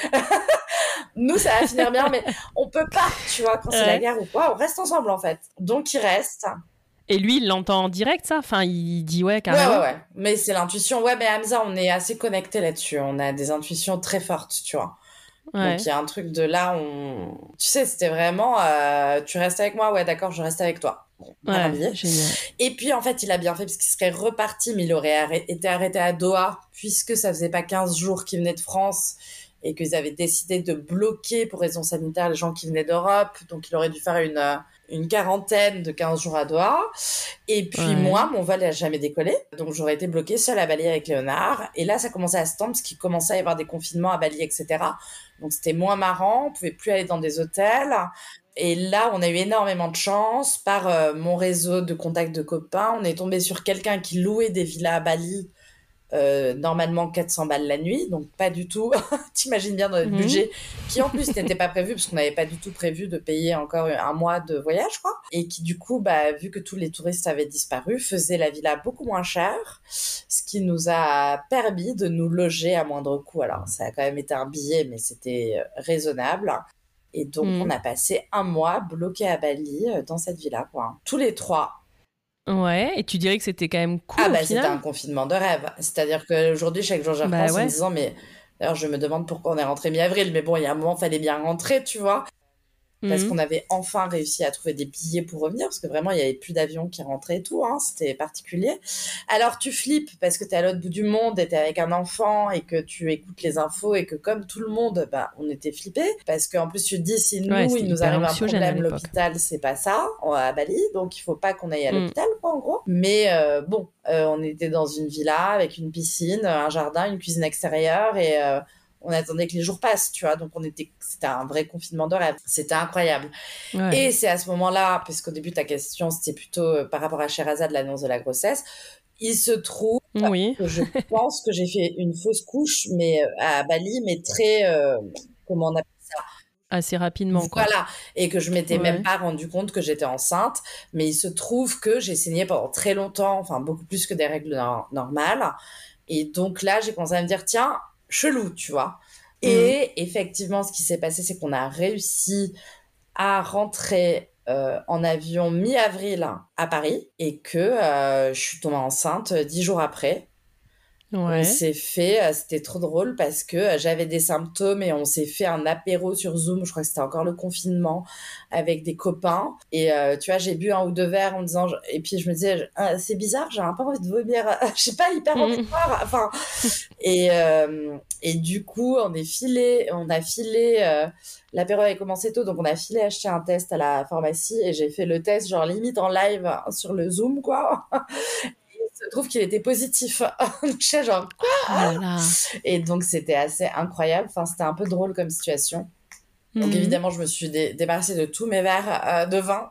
nous, ça va finir bien. Mais on peut pas, tu vois, quand ouais. c'est la guerre ou quoi, on reste ensemble, en fait. Donc, il reste. Et lui, il l'entend en direct, ça? Enfin, il dit ouais, carrément. Ouais, ouais, ouais. Mais c'est l'intuition. Ouais, mais Hamza, on est assez connectés là-dessus. On a des intuitions très fortes, tu vois. Ouais. Donc, il y a un truc de là, on... Tu sais, c'était vraiment... Euh, tu restes avec moi? Ouais, d'accord, je reste avec toi. Bon, ouais, génial. Et puis, en fait, il a bien fait parce qu'il serait reparti, mais il aurait arrêt... été arrêté à Doha, puisque ça faisait pas quinze jours qu'il venait de France et qu'ils avaient décidé de bloquer, pour raisons sanitaires, les gens qui venaient d'Europe. Donc, il aurait dû faire une... Euh... une quarantaine de quinze jours à Doha. Et puis ouais. moi, mon vol n'a jamais décollé. Donc j'aurais été bloquée seule à Bali avec Léonard. Et là, ça commençait à se tendre parce qu'il commençait à y avoir des confinements à Bali, et cetera. Donc c'était moins marrant. On pouvait plus aller dans des hôtels. Et là, on a eu énormément de chance. Par euh, mon réseau de contacts de copains, on est tombé sur quelqu'un qui louait des villas à Bali. Euh, normalement quatre cents balles la nuit, donc pas du tout, t'imagines bien dans notre mmh. budget, qui en plus n'était pas prévu, parce qu'on n'avait pas du tout prévu de payer encore un mois de voyage, quoi, et qui du coup, bah, vu que tous les touristes avaient disparu, faisait la villa beaucoup moins chère, ce qui nous a permis de nous loger à moindre coût. Alors ça a quand même été un billet, mais c'était raisonnable. Et donc mmh. on a passé un mois bloqué à Bali, dans cette villa, quoi. Tous les trois. Ouais, et tu dirais que c'était quand même cool. Ah bah au final. C'était un confinement de rêve. C'est-à-dire qu'aujourd'hui, chaque jour, je repense bah ouais. en me disant, mais d'ailleurs, je me demande pourquoi on est rentré mi-avril, mais bon, il y a un moment, il fallait bien rentrer, tu vois. Parce mmh. qu'on avait enfin réussi à trouver des billets pour revenir, parce que vraiment, il n'y avait plus d'avions qui rentraient et tout, hein, c'était particulier. Alors, tu flippes parce que tu es à l'autre bout du monde et tu es avec un enfant et que tu écoutes les infos et que comme tout le monde, bah, on était flippés. Parce qu'en plus, tu te dis, si nous, ouais, il nous arrive un problème, l'hôpital, c'est pas ça, à Bali, donc il faut pas qu'on aille à l'hôpital, mmh. quoi, en gros. Mais euh, bon, euh, on était dans une villa avec une piscine, un jardin, une cuisine extérieure et... Euh, on attendait que les jours passent, tu vois. Donc, on était, c'était un vrai confinement de rêve. C'était incroyable. Ouais. Et c'est à ce moment-là, puisqu'au début, ta question, c'était plutôt euh, par rapport à Sherazade, l'annonce de la grossesse. Il se trouve oui. que je pense que j'ai fait une fausse couche, mais à Bali, mais très, euh, comment on appelle ça ? Assez rapidement, quoi. Voilà, et que je m'étais ouais. même pas rendu compte que j'étais enceinte, mais il se trouve que j'ai saigné pendant très longtemps, enfin beaucoup plus que des règles no- normales, et donc là j'ai commencé à me dire tiens, chelou, tu vois. Mmh. Et effectivement, ce qui s'est passé, c'est qu'on a réussi à rentrer euh, en avion mi-avril à Paris, et que euh, je suis tombée enceinte dix jours après. Ouais. On s'est fait, euh, c'était trop drôle parce que euh, j'avais des symptômes et on s'est fait un apéro sur Zoom, je crois que c'était encore le confinement, avec des copains. Et euh, tu vois, j'ai bu un ou deux verres en me disant, et puis je me disais, ah, c'est bizarre, j'ai un peu envie de vomir, je sais pas, hyper envie de boire. Enfin, et, euh, et du coup, on est filé, on a filé, euh, l'apéro avait commencé tôt, donc on a filé acheter un test à la pharmacie et j'ai fait le test, genre limite en live sur le Zoom, quoi. Il se trouve qu'il était positif. Je sais genre quoi oh là là. Et donc c'était assez incroyable. Enfin, c'était un peu drôle comme situation. Mm-hmm. Donc évidemment, je me suis dé- débarrassée de tous mes verres euh, de vin.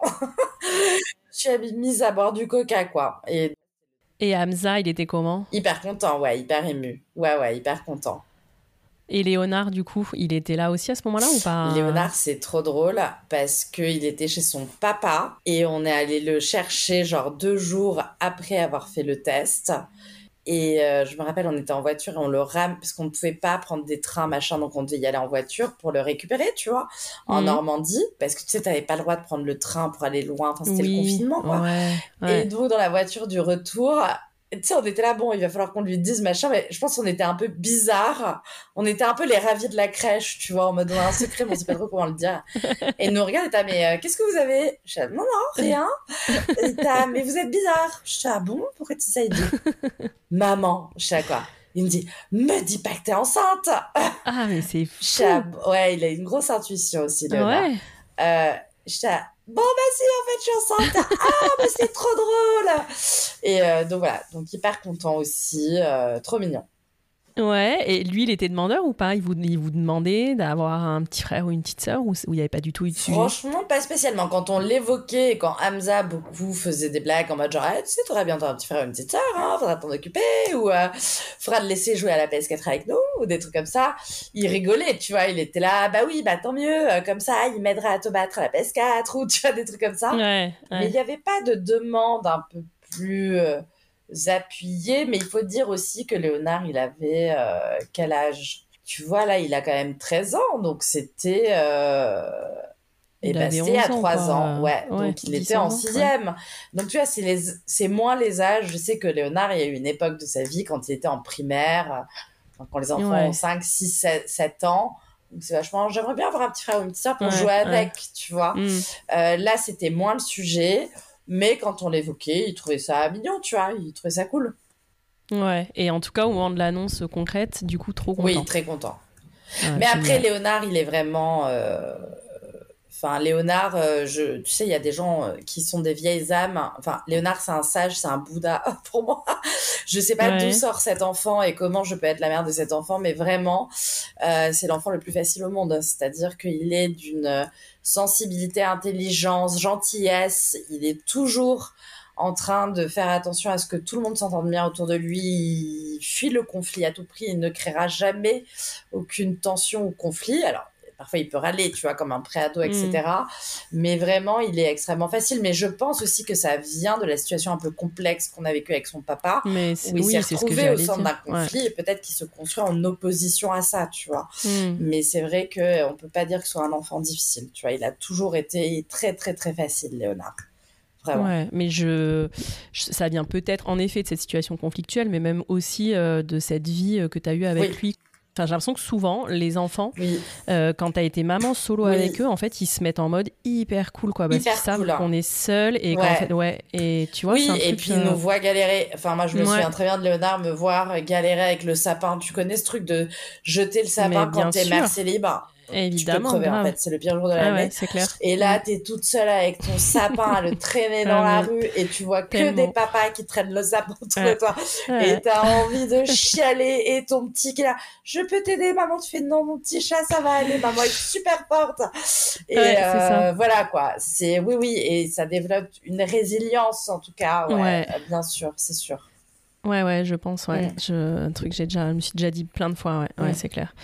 Je suis mise à boire du coca, quoi. Et... Et Hamza, il était comment ? Hyper content, ouais, hyper ému. Ouais, ouais, hyper content. Et Léonard, du coup, il était là aussi à ce moment-là ou pas ? Léonard, c'est trop drôle parce qu'il était chez son papa et on est allé le chercher genre deux jours après avoir fait le test. Et euh, je me rappelle, on était en voiture et on le rame parce qu'on ne pouvait pas prendre des trains, machin, donc on devait y aller en voiture pour le récupérer, tu vois, en mmh. Normandie, parce que tu sais, t'avais pas le droit de prendre le train pour aller loin, enfin, c'était oui, le confinement, quoi. Ouais, ouais. Et donc, dans la voiture du retour... Tu sais, on était là, bon, il va falloir qu'on lui dise machin, mais je pense qu'on était un peu bizarre. On était un peu les ravis de la crèche, tu vois, en mode on a un secret, mais on sait pas trop comment le dire. Et il nous regarde et t'as, mais euh, qu'est-ce que vous avez ? Je dis, non, non, rien. Et t'as, mais vous êtes bizarre. Je dis, ah bon, pourquoi tu dis ça ? Il dit, maman, je sais quoi. Il me dit, me dis pas que t'es enceinte. Ah, mais c'est fou. Je dis, ouais, il a une grosse intuition aussi, Léonard. Ouais. Euh, je dis, bon, bah si, en fait, je suis enceinte. Ah, mais c'est trop drôle. Et euh, donc, voilà. Donc, hyper content aussi. Euh, trop mignon. Ouais. Et lui, il était demandeur ou pas ? Il vous, il vous demandait d'avoir un petit frère ou une petite sœur ou il n'y avait pas du tout eu de sujet ? Franchement, pas spécialement. Quand on l'évoquait et quand Hamza, beaucoup, faisait des blagues en mode genre, ah, tu sais, t'aurais bientôt un petit frère ou une petite sœur, hein, faudra t'en occuper, ou euh, faudra le laisser jouer à la P S quatre avec nous, ou des trucs comme ça. Il rigolait, tu vois. Il était là, bah oui, bah tant mieux. Comme ça, il m'aidera à te battre à la P S quatre, ou tu vois, des trucs comme ça. Ouais, ouais. Mais il n'y avait pas de demande un peu plus... Euh, appuyé, mais il faut dire aussi que Léonard, il avait euh, quel âge ? Tu vois, là, il a quand même treize ans, donc c'était... Euh... Et ben, c'était à trois ans, ouais. ouais. Donc, il était en sixième. Ouais. Donc, tu vois, c'est, les... c'est moins les âges. Je sais que Léonard, il y a eu une époque de sa vie quand il était en primaire, quand les enfants ouais. ont cinq, six, sept ans. Donc, c'est vachement... J'aimerais bien avoir un petit frère ou une petite sœur pour ouais, jouer avec, ouais. tu vois. Mm. Euh, là, c'était moins le sujet. Mais quand on l'évoquait, il trouvait ça mignon, tu vois, il trouvait ça cool. Ouais, et en tout cas, au moment de l'annonce concrète, du coup, trop content. Oui, très content. Ouais, mais après, bien. Léonard, il est vraiment... Euh... Enfin, Léonard, euh, je... tu sais, il y a des gens euh, qui sont des vieilles âmes. Enfin, Léonard, c'est un sage, c'est un Bouddha pour moi. Je sais pas ouais. d'où sort cet enfant et comment je peux être la mère de cet enfant, mais vraiment, euh, c'est l'enfant le plus facile au monde. C'est-à-dire qu'il est d'une sensibilité, intelligence, gentillesse. Il est toujours en train de faire attention à ce que tout le monde s'entende bien autour de lui. Il fuit le conflit à tout prix. Il ne créera jamais aucune tension ou conflit. Alors, parfois, il peut râler, tu vois, comme un préado, et cetera. Mmh. Mais vraiment, il est extrêmement facile. Mais je pense aussi que ça vient de la situation un peu complexe qu'on a vécue avec son papa, mais où il oui, s'est retrouvé au centre dire. d'un conflit, ouais. et peut-être qu'il se construit en opposition à ça, tu vois. Mmh. Mais c'est vrai qu'on ne peut pas dire que ce soit un enfant difficile, tu vois. Il a toujours été très, très, très facile, Léonard. Vraiment. Ouais, mais je, je, ça vient peut-être en effet de cette situation conflictuelle, mais même aussi euh, de cette vie euh, que tu as eue avec oui. lui. Enfin, j'ai l'impression que souvent, les enfants, oui. euh, quand t'as été maman solo oui. avec eux, en fait, ils se mettent en mode hyper cool, quoi. Parce qu'ils savent cool, qu'on est seul et ouais. qu'en fait, ouais. Et tu vois, oui, c'est un et truc, puis euh... ils nous voient galérer. Enfin, moi, je me ouais. souviens très bien de Léonard me voir galérer avec le sapin. Tu connais ce truc de jeter le sapin quand t'es mère célibe ? Évidemment, tu peux crever, grave. en fait. C'est le pire jour de Ah l'année. ouais, c'est clair. Et là, t'es toute seule avec ton sapin à le traîner dans Ah la ouais. rue et tu vois que Tellement. des papas qui traînent le sapin autour Ouais. de toi. Ouais. Et t'as envie de chialer et ton petit qui est là, je peux t'aider, maman. Tu fais non, mon petit chat, ça va aller, maman est super forte. Et Ouais, c'est ça. euh, voilà, quoi. C'est, oui, oui. Et ça développe une résilience, en tout cas. Ouais, Ouais. euh, bien sûr, c'est sûr. Ouais, ouais, je pense, ouais. Mm. Je, un truc que j'ai déjà, je me suis déjà dit plein de fois, ouais, ouais, Mm. c'est clair.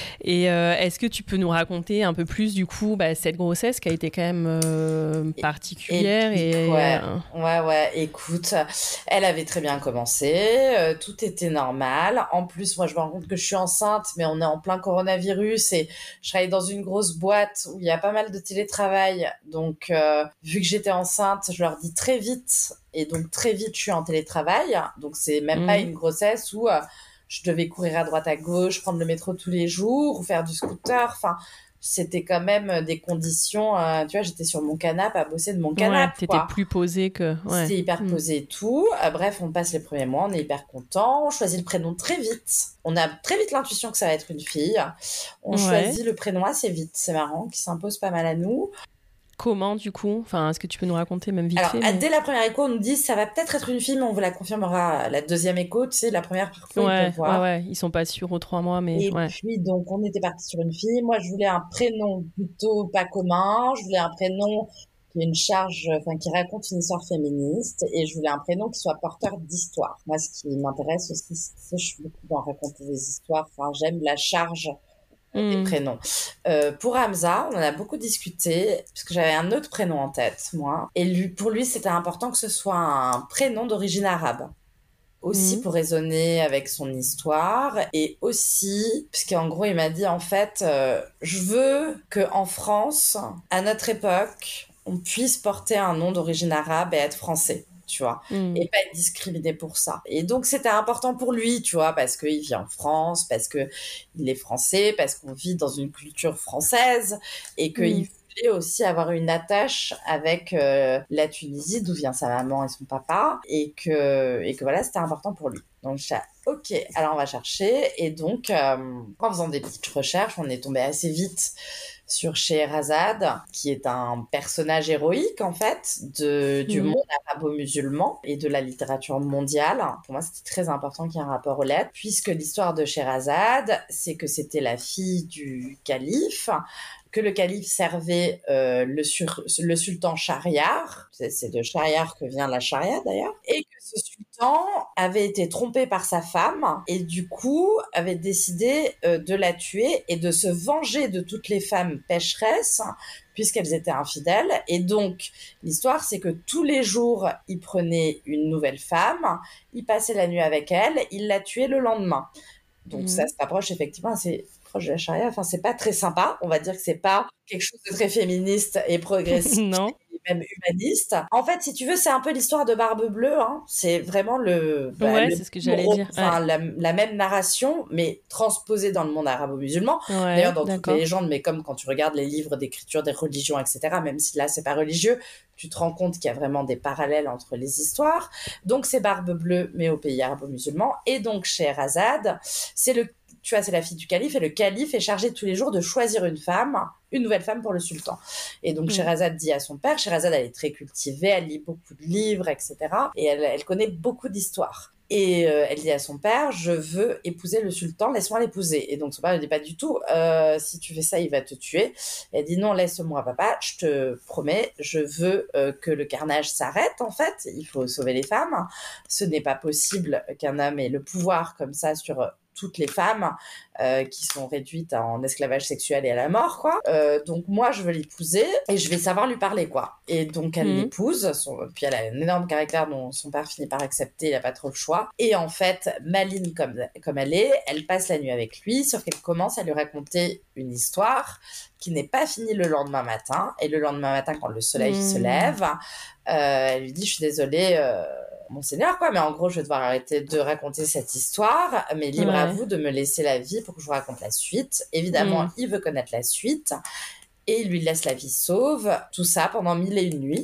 Et euh, est-ce que tu peux nous raconter un peu plus, du coup, bah, cette grossesse qui a été quand même euh, particulière Épique, et, ouais. euh, Ouais, ouais, écoute, elle avait très bien commencé, euh, tout était normal. En plus, moi, je me rends compte que je suis enceinte, mais on est en plein coronavirus et je travaille dans une grosse boîte où il y a pas mal de télétravail. Donc, euh, vu que j'étais enceinte, je leur dis très vite, et donc très vite, je suis en télétravail. Donc, c'est même pas mhm. une grossesse où euh, je devais courir à droite à gauche, prendre le métro tous les jours ou faire du scooter. Enfin, c'était quand même des conditions, euh, tu vois, j'étais sur mon canapé à bosser de mon Ouais, canapé, t'étais quoi. plus posée que... Ouais. C'était hyper Mm. posé et tout. Euh, bref, on passe les premiers mois, on est hyper content. On choisit le prénom très vite. On a très vite l'intuition que ça va être une fille. On Ouais. choisit le prénom assez vite, c'est marrant, qui s'impose pas mal à nous. Comment, du coup? Enfin, est-ce que tu peux nous raconter, même vite Alors, fait, à- mais... dès la première écho, on nous dit ça va peut-être être une fille, mais on vous la confirmera. La deuxième écho, tu sais, la première, parfois, ils peuvent Ouais, ouais, voir. ouais, ils sont pas sûrs aux trois mois, mais Et ouais. puis, donc, on était parti sur une fille. Moi, je voulais un prénom plutôt pas commun. Je voulais un prénom qui ait une charge, enfin, qui raconte une histoire féministe. Et je voulais un prénom qui soit porteur d'histoire. Moi, ce qui m'intéresse aussi, c'est que je suis beaucoup dans raconter des histoires. Enfin, j'aime la charge des Mm. prénoms. Euh, pour Hamza, on en a beaucoup discuté, parce que j'avais un autre prénom en tête, moi. Et lui, pour lui, c'était important que ce soit un prénom d'origine arabe. Aussi Mm. pour raisonner avec son histoire et aussi parce qu'en gros il m'a dit en fait euh, je veux que en France à notre époque on puisse porter un nom d'origine arabe et être français, tu vois, Mm. et pas être discriminé pour ça. Et donc c'était important pour lui, tu vois, parce qu'il vit en France, parce que il est français, parce qu'on vit dans une culture française et qu'il Mm. voulait aussi avoir une attache avec euh, la Tunisie, d'où vient sa maman et son papa, et que, et que voilà, c'était important pour lui. Donc, je suis ok, alors on va chercher. Et donc, euh, en faisant des petites recherches, on est tombé assez vite sur Scheherazade, qui est un personnage héroïque, en fait, de, du Mm. monde arabo-musulman et de la littérature mondiale. Pour moi, c'était très important qu'il y ait un rapport aux lettres, puisque l'histoire de Scheherazade, c'est que c'était la fille du calife, que le calife servait euh, le, sur, le sultan Shahriar, c'est, c'est de Shahriar que vient la charia d'ailleurs, et que ce sultan avait été trompé par sa femme et du coup avait décidé euh, de la tuer et de se venger de toutes les femmes pécheresses puisqu'elles étaient infidèles. Et donc l'histoire c'est que tous les jours il prenait une nouvelle femme, il passait la nuit avec elle, il la tuait le lendemain. Donc Mm. ça se rapproche effectivement assez proche de la charia. Enfin, c'est pas très sympa. On va dire que c'est pas quelque chose de très féministe et progressiste. Non. Et même humaniste. En fait, si tu veux, c'est un peu l'histoire de Barbe Bleue. Hein. C'est vraiment le, bah, Ouais, le c'est ce que j'allais gros- dire. enfin, Ouais. la, la même narration, mais transposée dans le monde arabo-musulman. Ouais, D'ailleurs, dans toutes d'accord. les légendes, mais comme quand tu regardes les livres d'écriture des religions, et cetera, même si là, c'est pas religieux, tu te rends compte qu'il y a vraiment des parallèles entre les histoires. Donc, c'est Barbe Bleue, mais au pays arabo-musulman. Et donc, Scheherazade, c'est le tu vois, c'est la fille du calife et le calife est chargé tous les jours de choisir une femme, une nouvelle femme pour le sultan. Et donc, Mm. Scheherazade dit à son père, Scheherazade, elle est très cultivée, elle lit beaucoup de livres, et cetera. Et elle, elle connaît beaucoup d'histoires. Et euh, elle dit à son père, je veux épouser le sultan, laisse-moi l'épouser. Et donc son père ne dit pas du tout, euh, si tu fais ça, il va te tuer. Elle dit non, laisse-moi papa, je te promets, je veux euh, que le carnage s'arrête en fait, il faut sauver les femmes. Ce n'est pas possible qu'un homme ait le pouvoir comme ça sur toutes les femmes euh, qui sont réduites en esclavage sexuel et à la mort, quoi. Euh, donc moi, je veux l'épouser et je vais savoir lui parler, quoi. Et donc elle Mm. l'épouse, son... puis elle a un énorme caractère dont son père finit par accepter, il a pas trop le choix. Et en fait, maligne comme, comme elle est, elle passe la nuit avec lui, sauf qu'elle commence à lui raconter une histoire qui n'est pas finie le lendemain matin. Et le lendemain matin, quand le soleil Mm. se lève, euh, elle lui dit, je suis désolée... Euh... Monseigneur, quoi, mais en gros, je vais devoir arrêter de raconter cette histoire, mais libre Ouais. à vous de me laisser la vie pour que je vous raconte la suite. Évidemment, Mm. il veut connaître la suite, et il lui laisse la vie sauve, tout ça pendant mille et une nuits.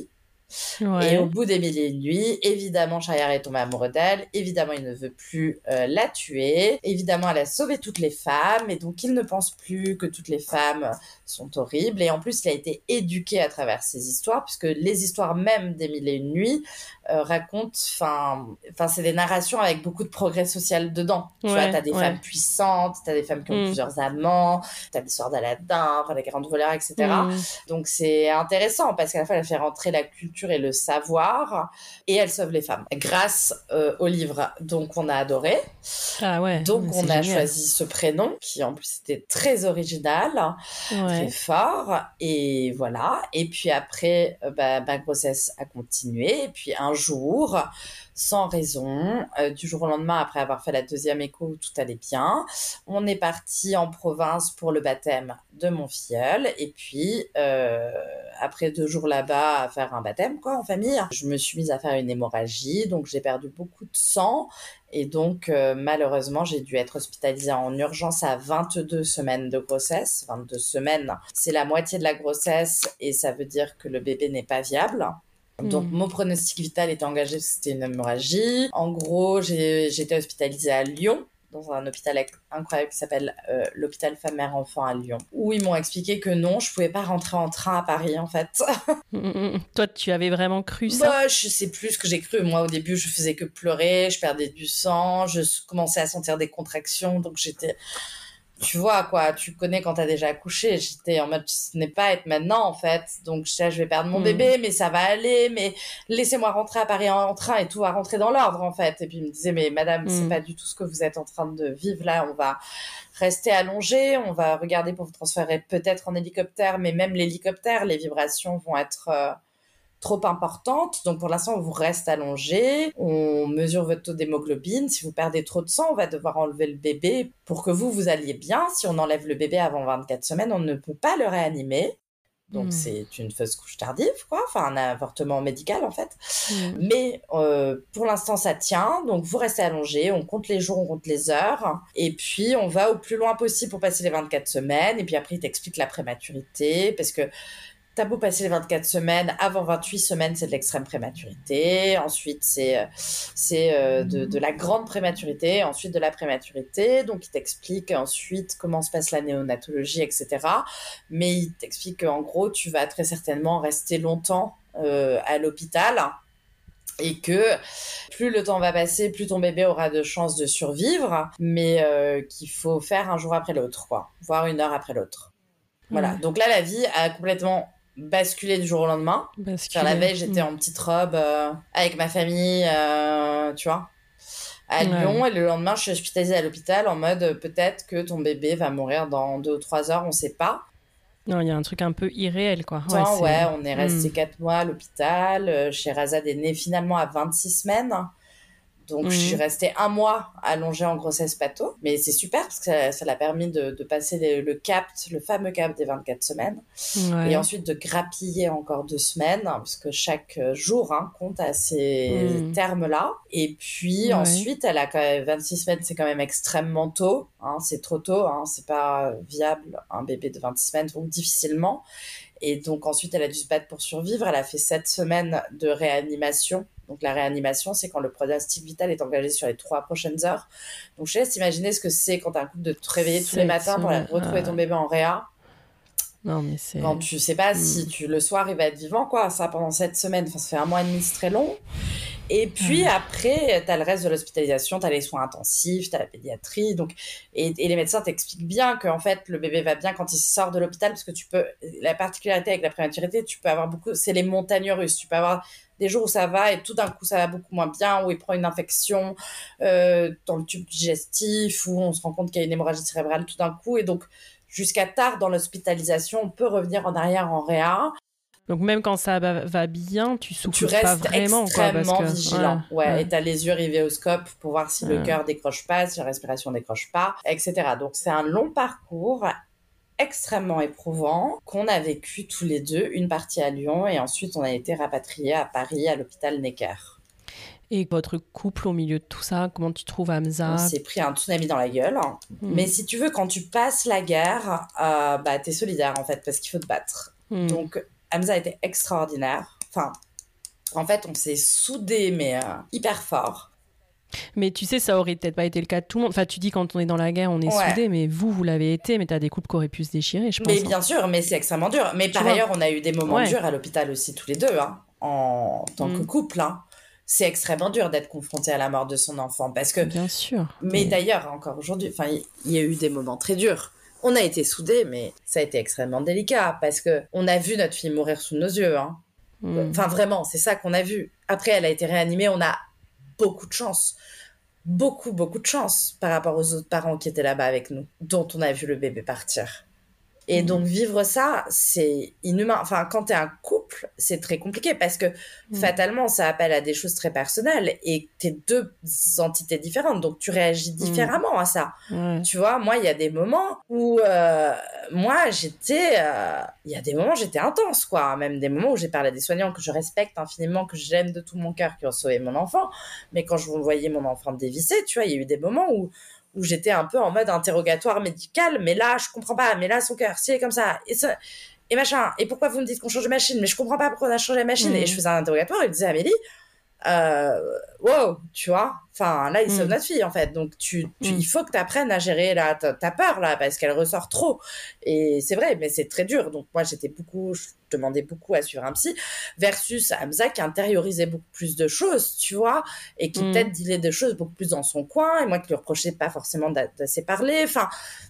Ouais. Et au bout des mille et une nuits, évidemment, Shahryar est tombé amoureux d'elle. Évidemment, il ne veut plus euh, la tuer. Évidemment, elle a sauvé toutes les femmes. Et donc, il ne pense plus que toutes les femmes sont horribles. Et en plus, il a été éduqué à travers ces histoires, puisque les histoires même des mille et une nuits euh, racontent... Enfin, c'est des narrations avec beaucoup de progrès social dedans. Ouais, tu vois, t'as des ouais. femmes puissantes, t'as des femmes qui ont mm. plusieurs amants, t'as l'histoire d'Aladin, enfin, des grandes voleurs, et cetera. Mm. Donc, c'est intéressant, parce qu'à la fois, elle fait rentrer la culture et le savoir, et elle sauve les femmes grâce euh, au livre. Donc on a adoré. Ah ouais. Donc on a génial. choisi ce prénom qui en plus était très original, ouais. très fort, et voilà. Et puis après, euh, bah, ma grossesse a continué. Et puis un jour, sans raison, euh, du jour au lendemain, après avoir fait la deuxième écho où tout allait bien, on est parti en province pour le baptême de mon filleul. Et puis euh, après deux jours là-bas à faire un baptême quoi en famille, je me suis mise à faire une hémorragie, donc j'ai perdu beaucoup de sang. Et donc, euh, malheureusement, j'ai dû être hospitalisée en urgence à vingt-deux semaines de grossesse. vingt-deux semaines, c'est la moitié de la grossesse et ça veut dire que le bébé n'est pas viable. Donc, mmh. mon pronostic vital était engagé parce que c'était une hémorragie. En gros, j'ai, j'étais hospitalisée à Lyon, dans un hôpital incroyable qui s'appelle euh, l'hôpital Femme-Mère-Enfant à Lyon, où ils m'ont expliqué que non, je pouvais pas rentrer en train à Paris, en fait. Mmh, toi, tu avais vraiment cru ça ? Bah, je sais plus ce que j'ai cru. Moi, au début, je faisais que pleurer, je perdais du sang, je commençais à sentir des contractions, donc j'étais... Tu vois, quoi, tu connais quand t'as déjà accouché. J'étais en mode, ce n'est pas être maintenant, en fait. Donc, je, je vais perdre mon mmh. bébé, mais ça va aller. Mais laissez-moi rentrer à Paris en train et tout va rentrer dans l'ordre, en fait. Et puis, il me disait, mais madame, mmh. c'est pas du tout ce que vous êtes en train de vivre là. On va rester allongé. On va regarder pour vous transférer peut-être en hélicoptère. Mais même l'hélicoptère, les vibrations vont être... Euh, trop importante, donc pour l'instant on vous reste allongé, on mesure votre taux d'hémoglobine, si vous perdez trop de sang, on va devoir enlever le bébé pour que vous, vous alliez bien. Si on enlève le bébé avant vingt-quatre semaines, on ne peut pas le réanimer, donc mmh. c'est une fausse couche tardive, quoi, enfin un avortement médical en fait, mmh. mais euh, pour l'instant ça tient, donc vous restez allongé, on compte les jours, on compte les heures, et puis on va au plus loin possible pour passer les vingt-quatre semaines, et puis après il t'explique la prématurité, parce que t'as beau passer les vingt-quatre semaines, avant vingt-huit semaines, c'est de l'extrême prématurité. Ensuite, c'est, c'est euh, de, de la grande prématurité. Ensuite, de la prématurité. Donc, il t'explique ensuite comment se passe la néonatologie, et cetera. Mais il t'explique qu'en gros, tu vas très certainement rester longtemps euh, à l'hôpital. Et que plus le temps va passer, plus ton bébé aura de chances de survivre. Mais euh, qu'il faut faire un jour après l'autre, quoi. Voire une heure après l'autre. Voilà. Mmh. Donc là, la vie a complètement... basculer du jour au lendemain. Basculer. La veille, j'étais mmh. en petite robe euh, avec ma famille, euh, tu vois, à ouais. Lyon. Et le lendemain, je suis hospitalisée à l'hôpital en mode euh, peut-être que ton bébé va mourir dans deux ou trois heures, on sait pas. Non, il y a un truc un peu irréel, quoi. Ouais, Tant, ouais on est resté mmh. quatre mois à l'hôpital. Euh, Sherazade est née finalement à vingt-six semaines. Donc, mmh. je suis restée un mois allongée en grossesse patho. Mais c'est super parce que ça, ça l'a permis de, de passer les, le cap, le fameux cap des vingt-quatre semaines. Ouais. Et ensuite de grappiller encore deux semaines, hein, parce que chaque jour hein, compte à ces mmh. termes-là. Et puis ouais. ensuite, elle a quand même vingt-six semaines, c'est quand même extrêmement tôt. Hein, c'est trop tôt, hein, c'est pas viable, un bébé de vingt-six semaines, donc difficilement. Et donc ensuite, elle a dû se battre pour survivre. Elle a fait sept semaines de réanimation. Donc la réanimation, c'est quand le pronostic vital est engagé sur les trois prochaines heures. Donc je laisse imaginer ce que c'est quand t'as un couple de te réveiller tous les matins pour retrouver ton bébé en réa. Non, mais c'est... Quand tu sais pas mmh. si tu, le soir il va être vivant, quoi. Ça pendant sept semaines, enfin, ça fait un mois et demi, c'est très long. Et puis mmh. après, t'as le reste de l'hospitalisation, t'as les soins intensifs, t'as la pédiatrie. Donc, et, et les médecins t'expliquent bien qu'en fait, le bébé va bien quand il sort de l'hôpital, parce que tu peux... La particularité avec la prématurité, tu peux avoir beaucoup... C'est les montagnes russes. Tu peux avoir des jours où ça va et tout d'un coup ça va beaucoup moins bien, où il prend une infection euh, dans le tube digestif, où on se rend compte qu'il y a une hémorragie cérébrale tout d'un coup. Et donc, jusqu'à tard dans l'hospitalisation, on peut revenir en arrière en réa. Donc même quand ça va, va bien, tu souffres tu pas vraiment. Tu restes extrêmement quoi, parce que... vigilant. Ouais, ouais. Ouais. Et t'as les yeux rivés au scope pour voir si ouais. le cœur décroche pas, si la respiration décroche pas, et cetera. Donc c'est un long parcours extrêmement éprouvant qu'on a vécu tous les deux, une partie à Lyon et ensuite on a été rapatriés à Paris à l'hôpital Necker. Et votre couple au milieu de tout ça, comment tu trouves Hamza ? On s'est pris un tsunami dans la gueule. Mmh. Mais si tu veux, quand tu passes la guerre, euh, bah, t'es solidaire en fait, parce qu'il faut te battre. Mmh. Donc Hamza était extraordinaire. Enfin, qu'en fait, on s'est soudés, mais euh, hyper fort. Mais tu sais, ça aurait peut-être pas été le cas de tout le monde. Enfin, tu dis quand on est dans la guerre, on est ouais. soudés, mais vous, vous l'avez été, mais t'as des couples qui auraient pu se déchirer, je pense. Mais bien hein. sûr, mais c'est extrêmement dur. Mais tu par vois. ailleurs, on a eu des moments ouais. durs à l'hôpital aussi, tous les deux, hein, en tant mmh. que couple. Hein. C'est extrêmement dur d'être confronté à la mort de son enfant, parce que... Bien sûr. Mais, mais... d'ailleurs, encore aujourd'hui, enfin, il y a eu des moments très durs. On a été soudés, mais ça a été extrêmement délicat, parce que on a vu notre fille mourir sous nos yeux. Hein. Mmh. Enfin, vraiment, c'est ça qu'on a vu. Après, elle a été réanimée, on a beaucoup de chance. Beaucoup, beaucoup de chance par rapport aux autres parents qui étaient là-bas avec nous, dont on a vu le bébé partir. Et mmh. donc, vivre ça, c'est inhumain. Enfin, quand t'es un couple, c'est très compliqué parce que mmh. fatalement, ça appelle à des choses très personnelles et t'es deux entités différentes. Donc, tu réagis différemment mmh. à ça. Mmh. Tu vois, moi, il y a des moments où, euh, moi, j'étais... Euh, il y a des moments, j'étais intense, quoi. Même des moments où j'ai parlé à des soignants que je respecte infiniment, que j'aime de tout mon cœur, qui ont sauvé mon enfant. Mais quand je voyais mon enfant dévisser, tu vois, il y a eu des moments où... où j'étais un peu en mode interrogatoire médical, mais là, je comprends pas, mais là, son cœur, c'est comme ça, et ça, et machin, et pourquoi vous me dites qu'on change de machine, mais je comprends pas pourquoi on a changé la machine, mmh. et je faisais un interrogatoire, et il disait, Amélie, euh, wow, tu vois, enfin, là, il sauve mmh. notre fille, en fait, donc tu, tu, mmh. il faut que tu apprennes à gérer la, ta, ta peur, là, parce qu'elle ressort trop, et c'est vrai, mais c'est très dur, donc moi, j'étais beaucoup, je demandais beaucoup à suivre un psy, versus Hamza qui intériorisait beaucoup plus de choses, tu vois, et qui mmh. peut-être disait des choses beaucoup plus dans son coin, et moi qui lui reprochais pas forcément d'assez parler, enfin,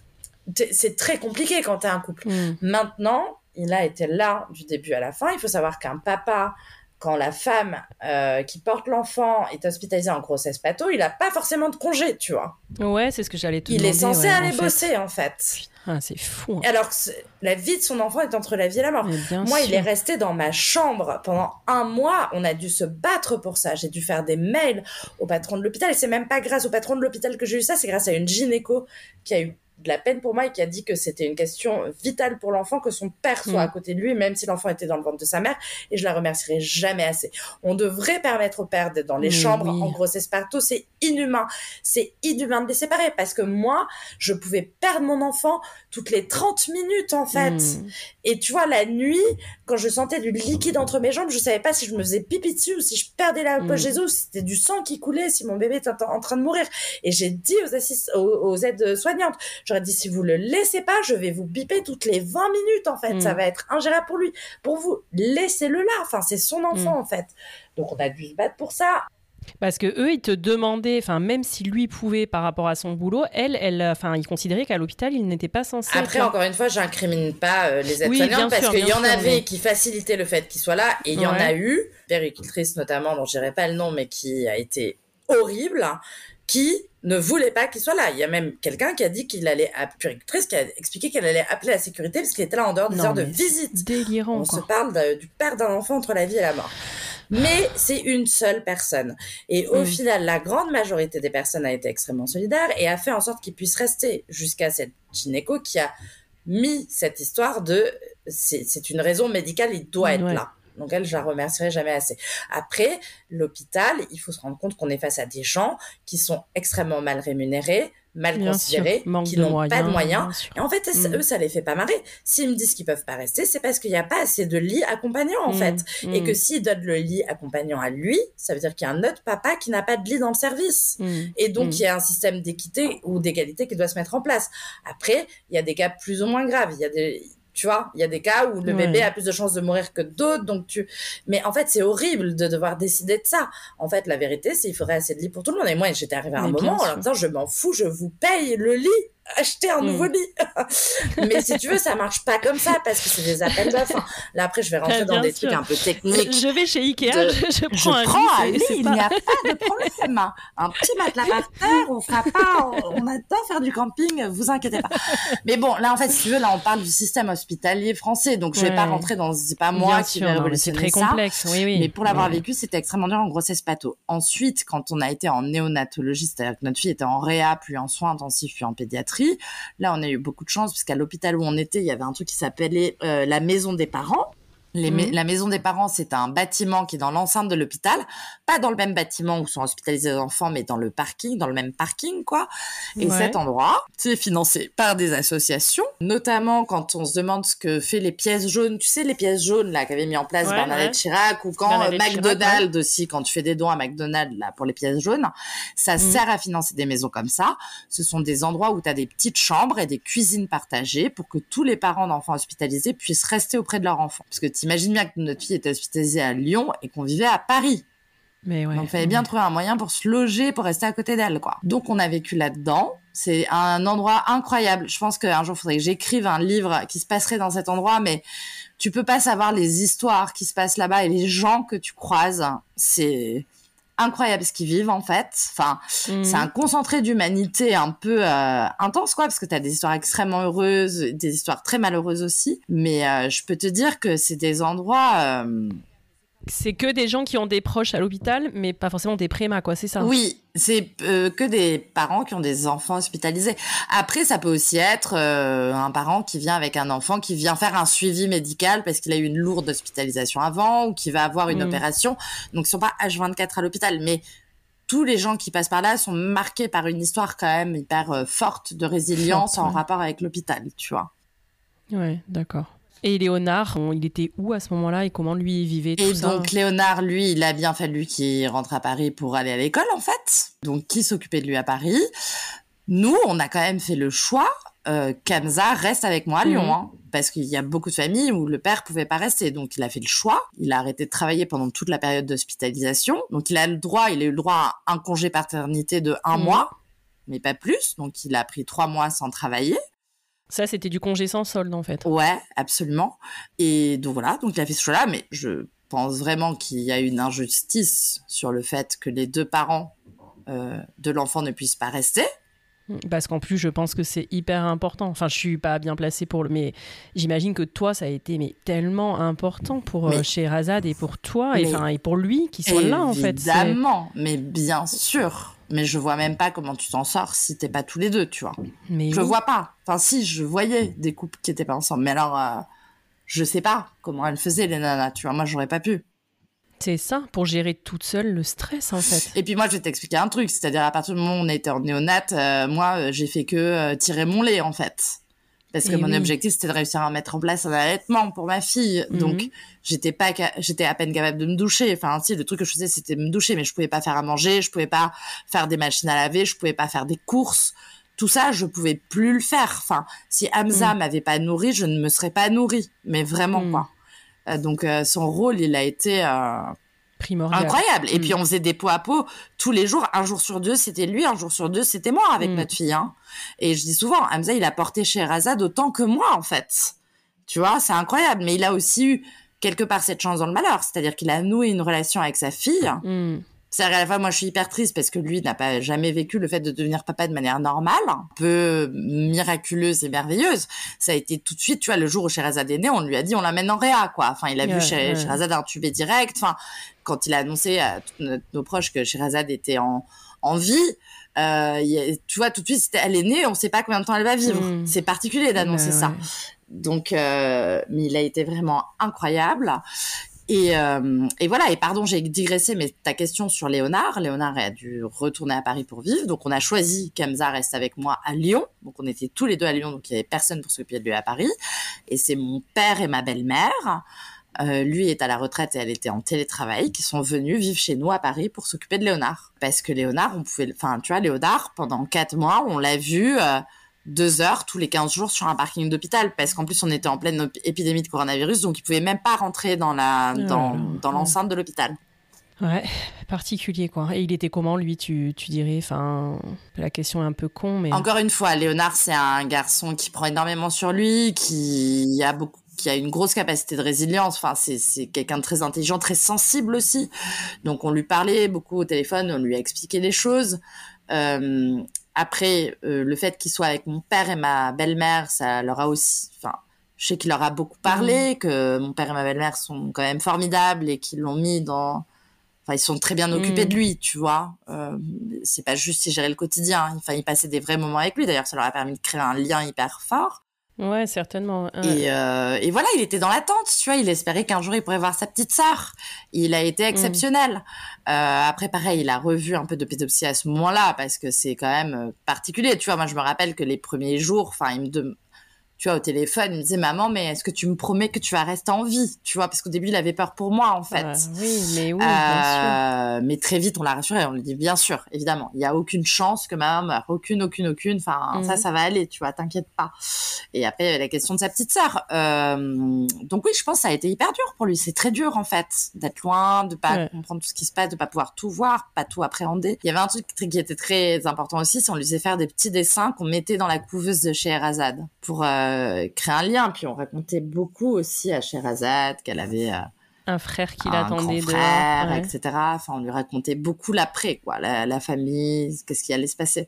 c'est très compliqué quand t'es un couple. Mmh. Maintenant, il a été là du début à la fin, il faut savoir qu'un papa, quand la femme euh, qui porte l'enfant est hospitalisée en grossesse pato, il n'a pas forcément de congé, tu vois. Ouais, c'est ce que j'allais te il demander. Il est censé ouais, aller en bosser, fait. en fait. Ah, c'est fou. Hein. Alors que la vie de son enfant est entre la vie et la mort. Moi, sûr. il est resté dans ma chambre pendant un mois. On a dû se battre pour ça. J'ai dû faire des mails au patron de l'hôpital. Et c'est même pas grâce au patron de l'hôpital que j'ai eu ça. C'est grâce à une gynéco qui a eu de la peine pour moi et qui a dit que c'était une question vitale pour l'enfant que son père soit mmh. à côté de lui, même si l'enfant était dans le ventre de sa mère, et je la remercierai jamais assez. On devrait permettre au père d'être dans les mmh, chambres oui. en grossesse parto, c'est inhumain. C'est inhumain de les séparer, parce que moi, je pouvais perdre mon enfant toutes les trente minutes, en fait. Mmh. Et tu vois, la nuit, quand je sentais du liquide entre mes jambes, je savais pas si je me faisais pipi dessus ou si je perdais la poche des os, si c'était du sang qui coulait, si mon bébé était en train de mourir. Et j'ai dit aux, assist- aux, aux aides soignantes, j'aurais dit, si vous le laissez pas, je vais vous biper toutes les vingt minutes, en fait. Mmh. Ça va être ingérable pour lui. Pour vous, laissez-le là. Enfin, c'est son enfant, mmh. en fait. Donc, on a dû se battre pour ça. Parce que eux, ils te demandaient, enfin, même si lui pouvait par rapport à son boulot, elle, elle, enfin, ils considéraient qu'à l'hôpital, il n'était pas censé. Après, encore une fois, j'incrimine pas euh, les aides-soignantes oui, parce qu'il y en sûr, avait mais... qui facilitaient le fait qu'il soit là, et il y ouais. en a eu, péricultrice notamment, dont je dirais pas le nom, mais qui a été horrible, qui ne voulait pas qu'il soit là. Il y a même quelqu'un qui a dit qu'il allait, à puricultrice, qui a expliqué qu'elle allait appeler la sécurité parce qu'il était là en dehors des non, heures de visite. Délirant. On quoi. se parle de, du père d'un enfant entre la vie et la mort. Mais c'est une seule personne. Et au mmh. final, la grande majorité des personnes a été extrêmement solidaire et a fait en sorte qu'il puisse rester jusqu'à cette gynéco qui a mis cette histoire de c'est, c'est une raison médicale, il doit être ouais. là. Donc elle, je la remercierai jamais assez. Après, l'hôpital, il faut se rendre compte qu'on est face à des gens qui sont extrêmement mal rémunérés, mal bien considérés, sûr, qui n'ont moyens, pas de moyens. Et en fait, mmh. eux, ça les fait pas marrer. S'ils me disent qu'ils peuvent pas rester, c'est parce qu'il n'y a pas assez de lits accompagnants, en mmh. fait. Mmh. Et que s'ils donnent le lit accompagnant à lui, ça veut dire qu'il y a un autre papa qui n'a pas de lit dans le service. Mmh. Et donc, mmh. il y a un système d'équité ou d'égalité qui doit se mettre en place. Après, il y a des cas plus ou moins graves. Il y a des... Tu vois, il y a des cas où le ouais. bébé a plus de chances de mourir que d'autres, donc tu... Mais en fait, c'est horrible de devoir décider de ça. En fait, la vérité, c'est qu'il faudrait assez de lits pour tout le monde. Et moi, j'étais arrivée à un Mais moment en leur disant, je m'en fous, je vous paye le lit. Achetez un mmh. nouveau lit. Mais si tu veux, ça marche pas comme ça parce que c'est des appels d'offres. Enfin, là, après, je vais rentrer bah, dans des sûr. trucs un peu techniques. Je vais chez Ikea, de... je, je prends je un prends lit. lit, il n'y a pas de problème. Un petit matelas par terre, on fera pas, on, on adore faire du camping, vous inquiétez pas. Mais bon, là, en fait, si tu veux, là, on parle du système hospitalier français, donc je vais ouais. pas rentrer dans, c'est pas moi Bien qui sûr, vais non, révolutionner c'est très ça. complexe, oui, oui. Mais pour l'avoir oui. vécu, c'était extrêmement dur en grossesse pato. Ensuite, quand on a été en néonatologie, c'est-à-dire que notre fille était en réa, puis en soins intensifs, puis en pédiatrie, là, on a eu beaucoup de chance, puisqu'à l'hôpital où on était, il y avait un truc qui s'appelait euh, la maison des parents. Les mmh. La maison des parents, c'est un bâtiment qui est dans l'enceinte de l'hôpital, pas dans le même bâtiment où sont hospitalisés les enfants, mais dans le parking, dans le même parking, quoi. Et ouais. cet endroit, c'est financé par des associations, notamment quand on se demande ce que fait les pièces jaunes. Tu sais, les pièces jaunes, là, qu'avait mis en place ouais, Bernadette ouais. Chirac, ou quand Bernadette McDonald's Chirac, ouais. aussi, quand tu fais des dons à McDonald's, là, pour les pièces jaunes, ça mmh. sert à financer des maisons comme ça. Ce sont des endroits où tu as des petites chambres et des cuisines partagées pour que tous les parents d'enfants hospitalisés puissent rester auprès de leurs enfants. Parce que t'imagines bien que notre fille était hospitalisée à Lyon et qu'on vivait à Paris. Mais ouais. Donc, il fallait bien trouver un moyen pour se loger, pour rester à côté d'elle, quoi. Donc, on a vécu là-dedans. C'est un endroit incroyable. Je pense qu'un jour, il faudrait que j'écrive un livre qui se passerait dans cet endroit, mais tu peux pas savoir les histoires qui se passent là-bas et les gens que tu croises. C'est incroyable ce qu'ils vivent, en fait. Enfin, mmh. c'est un concentré d'humanité un peu euh, intense, quoi, parce que t'as des histoires extrêmement heureuses, des histoires très malheureuses aussi. Mais euh, je peux te dire que c'est des endroits... Euh... C'est que des gens qui ont des proches à l'hôpital, mais pas forcément des prémas, quoi, c'est ça? Oui, c'est euh, que des parents qui ont des enfants hospitalisés. Après, ça peut aussi être euh, un parent qui vient avec un enfant, qui vient faire un suivi médical parce qu'il a eu une lourde hospitalisation avant ou qui va avoir une mmh. opération. Donc, ils sont pas H vingt-quatre à l'hôpital, mais tous les gens qui passent par là sont marqués par une histoire quand même hyper euh, forte de résilience Forte, en ouais. rapport avec l'hôpital, tu vois. Ouais, d'accord. Et Léonard, on, il était où à ce moment-là et comment lui il vivait tout et ça? Et donc Léonard, lui, il a bien fallu qu'il rentre à Paris pour aller à l'école, en fait. Donc qui s'occupait de lui à Paris? Nous, on a quand même fait le choix euh, qu'Hamza reste avec moi à Lyon, mmh. hein, parce qu'il y a beaucoup de familles où le père pouvait pas rester. Donc il a fait le choix. Il a arrêté de travailler pendant toute la période d'hospitalisation. Donc il a le droit, il a eu le droit à un congé paternité de un mmh. mois, mais pas plus. Donc il a pris trois mois sans travailler. Ça, c'était du congé sans solde, en fait. Ouais, absolument. Et donc voilà, donc il a fait ce choix-là, mais je pense vraiment qu'il y a une injustice sur le fait que les deux parents euh, de l'enfant ne puissent pas rester. Parce qu'en plus, je pense que c'est hyper important. Enfin, je suis pas bien placée pour le... Mais j'imagine que toi, ça a été mais, tellement important pour mais... euh, Sherazade et pour toi, mais... et, et pour lui, qui soit là, en fait. Évidemment, mais bien sûr. Mais je vois même pas comment tu t'en sors si t'es pas tous les deux, tu vois. Mais je oui. vois pas. Enfin, si, je voyais des couples qui étaient pas ensemble. Mais alors, euh, je sais pas comment elles faisaient, les nanas, tu vois. Moi, j'aurais pas pu. C'est ça, pour gérer toute seule le stress, en fait. Et puis moi, je vais t'expliquer un truc. C'est-à-dire, à partir du moment où on était en néonate, euh, moi, j'ai fait que euh, tirer mon lait, en fait. Parce que et mon oui. objectif, c'était de réussir à mettre en place un allaitement pour ma fille. Mm-hmm. Donc, j'étais pas, j'étais à peine capable de me doucher. Enfin, si, le truc que je faisais, c'était me doucher, mais je pouvais pas faire à manger, je pouvais pas faire des machines à laver, je pouvais pas faire des courses. Tout ça, je pouvais plus le faire. Enfin, si Hamza mm. m'avait pas nourrie, je ne me serais pas nourrie. Mais vraiment, mm. quoi. Euh, donc, euh, son rôle, il a été, euh, primordial. Incroyable. Et mm. puis, on faisait des pots à pot tous les jours. Un jour sur deux, c'était lui. Un jour sur deux, c'était moi avec mm. notre fille, hein. Et je dis souvent, Hamza, il a porté Sherazade autant que moi, en fait. Tu vois, c'est incroyable. Mais il a aussi eu, quelque part, cette chance dans le malheur. C'est-à-dire qu'il a noué une relation avec sa fille. Mm. C'est-à-dire, à la fois, moi, je suis hyper triste parce que lui n'a pas jamais vécu le fait de devenir papa de manière normale, un peu miraculeuse et merveilleuse. Ça a été tout de suite, tu vois, le jour où Sherazade est née, on lui a dit, on l'amène en réa, quoi. Enfin, il a ouais, vu ouais. Sherazade intubée direct. Enfin, quand il a annoncé à tous nos proches que Sherazade était en, en vie, euh, y a, tu vois, tout de suite, elle est née, on sait pas combien de temps elle va vivre. Mmh. C'est particulier d'annoncer ouais, ça. Ouais. Donc, euh, mais il a été vraiment incroyable. Et, euh, et voilà, et pardon, j'ai digressé, mais ta question sur Léonard, Léonard a dû retourner à Paris pour vivre, donc on a choisi qu'Hamza reste avec moi à Lyon, donc on était tous les deux à Lyon, donc il y avait personne pour s'occuper de lui à Paris, et c'est mon père et ma belle-mère, euh, lui est à la retraite et elle était en télétravail, qui sont venus vivre chez nous à Paris pour s'occuper de Léonard, parce que Léonard, on pouvait, enfin tu vois, Léonard, pendant quatre mois, on l'a vu... Euh, deux heures tous les quinze jours sur un parking d'hôpital parce qu'en plus on était en pleine épidémie de coronavirus, donc il pouvait même pas rentrer dans la dans, oh, dans l'enceinte de l'hôpital. Ouais, particulier quoi. Et il était comment lui, tu tu dirais, enfin la question est un peu con mais encore une fois, Léonard c'est un garçon qui prend énormément sur lui, qui a beaucoup qui a une grosse capacité de résilience, enfin c'est c'est quelqu'un de très intelligent, très sensible aussi. Donc on lui parlait beaucoup au téléphone, on lui a expliqué les choses. Euh, Après, euh, le fait qu'il soit avec mon père et ma belle-mère, ça leur a aussi... Enfin, je sais qu'il leur a beaucoup parlé, mmh. que mon père et ma belle-mère sont quand même formidables et qu'ils l'ont mis dans... Enfin, ils sont très bien occupés mmh. de lui, tu vois. Euh, c'est pas juste, ils géraient le quotidien. Enfin, ils passaient des vrais moments avec lui. D'ailleurs, ça leur a permis de créer un lien hyper fort. Ouais, certainement. Ouais. Et, euh, et voilà, il était dans l'attente, tu vois. Il espérait qu'un jour il pourrait voir sa petite sœur. Il a été exceptionnel. Mmh. Euh, après, pareil, il a revu un peu de pédopsie à ce moment-là parce que c'est quand même particulier. Tu vois, moi, je me rappelle que les premiers jours, enfin, il me de... tu vois, au téléphone, il me disait, maman, mais est-ce que tu me promets que tu vas rester en vie? Tu vois, parce qu'au début, il avait peur pour moi, en fait. Ah, oui, mais oui, euh, bien sûr. Mais très vite, on l'a rassuré. On lui dit, bien sûr, évidemment, il y a aucune chance que maman meure. Aucune, aucune, aucune. Enfin, mmh. ça, ça va aller, tu vois, t'inquiète pas. Et après, il y avait la question de sa petite sœur. Euh, donc oui, je pense que ça a été hyper dur pour lui. C'est très dur, en fait, d'être loin, de pas ouais. comprendre tout ce qui se passe, de pas pouvoir tout voir, pas tout appréhender. Il y avait un truc qui était très important aussi, c'est qu'on lui faisait faire des petits dessins qu'on mettait dans la couveuse de Scheherazade pour euh, créer un lien. Puis on racontait beaucoup aussi à Scheherazade qu'elle avait euh, un frère qui un l'attendait grand frère, ouais. et cetera. Enfin, on lui racontait beaucoup l'après, quoi, la, la famille, qu'est-ce qui allait se passer.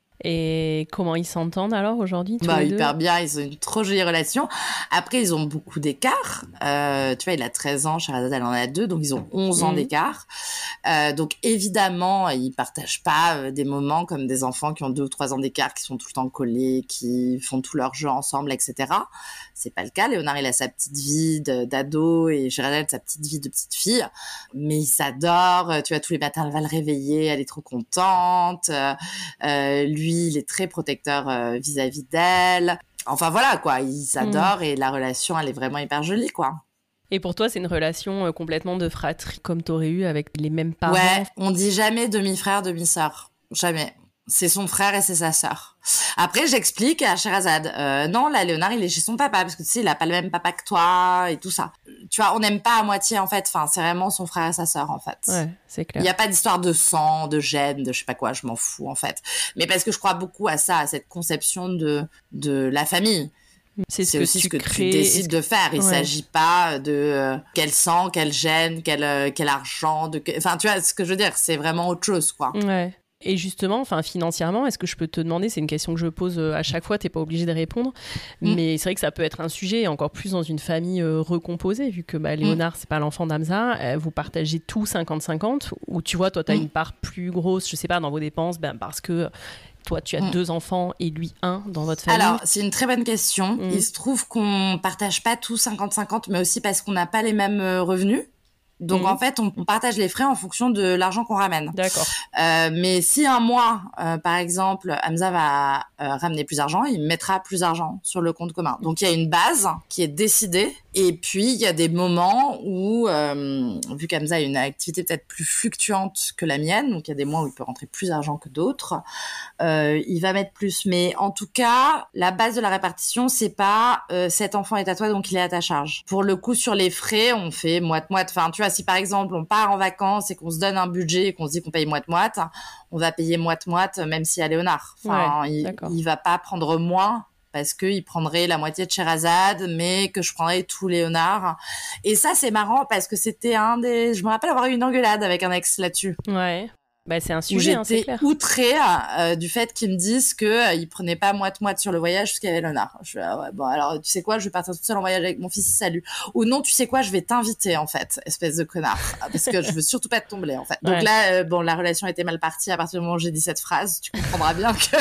Et comment ils s'entendent alors aujourd'hui tous bah, les deux? Hyper bien, ils ont une trop jolie relation. Après, ils ont beaucoup d'écart. Euh, tu vois, il a treize ans, Scheherazade, elle en a deux, donc ils ont onze mmh. ans d'écart. Euh, donc évidemment, ils partagent pas euh, des moments comme des enfants qui ont deux ou trois ans d'écart, qui sont tout le temps collés, qui font tous leurs jeux ensemble, et cetera. C'est pas le cas. Léonard, il a sa petite vie d'ado et Scheherazade, sa petite vie de petite fille. Mais ils s'adorent. Tu vois, tous les matins, elle va le réveiller, elle est trop contente. Euh, euh, lui, il est très protecteur euh, vis-à-vis d'elle. Enfin voilà quoi, ils s'adorent mmh. et la relation elle est vraiment hyper jolie quoi. Et pour toi, c'est une relation euh, complètement de fratrie comme t'aurais eu avec les mêmes parents? Ouais, on dit jamais demi-frère, demi-sœur. Jamais. C'est son frère et c'est sa sœur. Après, j'explique à Scheherazade. Euh, non, là, Léonard, il est chez son papa parce que tu sais, il a pas le même papa que toi et tout ça. Tu vois, on n'aime pas à moitié en fait. Enfin, c'est vraiment son frère et sa sœur en fait. Ouais, c'est clair. Il y a pas d'histoire de sang, de gènes, de je sais pas quoi. Je m'en fous en fait. Mais parce que je crois beaucoup à ça, à cette conception de de la famille. C'est, ce c'est que aussi tu ce que crées, tu décides que... de faire. Il ouais. s'agit pas de euh, quel sang, quel gène, quel euh, quel argent. De... Enfin, tu vois ce que je veux dire. C'est vraiment autre chose quoi. Ouais. Et justement, enfin financièrement, est-ce que je peux te demander, c'est une question que je pose à chaque fois, t'es pas obligé de répondre, mmh. mais c'est vrai que ça peut être un sujet, encore plus dans une famille euh, recomposée, vu que bah, Léonard, mmh. c'est pas l'enfant d'Hamza, euh, vous partagez tout cinquante cinquante, ou tu vois, toi, t'as mmh. une part plus grosse, je sais pas, dans vos dépenses, ben, parce que toi, tu as mmh. deux enfants et lui un dans votre famille. Alors, c'est une très bonne question. Mmh. Il se trouve qu'on partage pas tout cinquante cinquante, mais aussi parce qu'on n'a pas les mêmes revenus. Donc, mmh. en fait, on, on partage les frais en fonction de l'argent qu'on ramène. D'accord. Euh, mais si un mois, euh, par exemple, Hamza va euh, ramener plus d'argent, il mettra plus d'argent sur le compte commun. Donc, il y a une base qui est décidée. Et puis, il y a des moments où, euh, vu qu'Hamza a une activité peut-être plus fluctuante que la mienne, donc il y a des mois où il peut rentrer plus d'argent que d'autres, euh, il va mettre plus. Mais en tout cas, la base de la répartition, c'est pas euh, cet enfant est à toi, donc il est à ta charge. Pour le coup, sur les frais, on fait moite-moite. Enfin, tu vois, si par exemple, on part en vacances et qu'on se donne un budget et qu'on se dit qu'on paye moite-moite, on va payer moite-moite, même si à Léonard. Enfin, ouais, il, il va pas prendre moins parce qu'il prendrait la moitié de Scheherazade, mais que je prendrais tout Léonard. Et ça, c'est marrant parce que c'était un des... Je me rappelle avoir eu une engueulade avec un ex là-dessus. Ouais. Bah, c'est un sujet, hein, c'est clair. J'étais outrée euh, du fait qu'ils me disent qu'ils euh, ne prenaient pas moite-moite sur le voyage jusqu'à Léonard. Je fais, ah ouais, bon, alors, tu sais quoi, je vais partir toute seule en voyage avec mon fils, salut. Ou non, tu sais quoi, je vais t'inviter, en fait, espèce de connard. Parce que je veux surtout pas te tomber, en fait. Donc ouais. là, euh, bon, la relation était mal partie à partir du moment où j'ai dit cette phrase. Tu comprendras bien que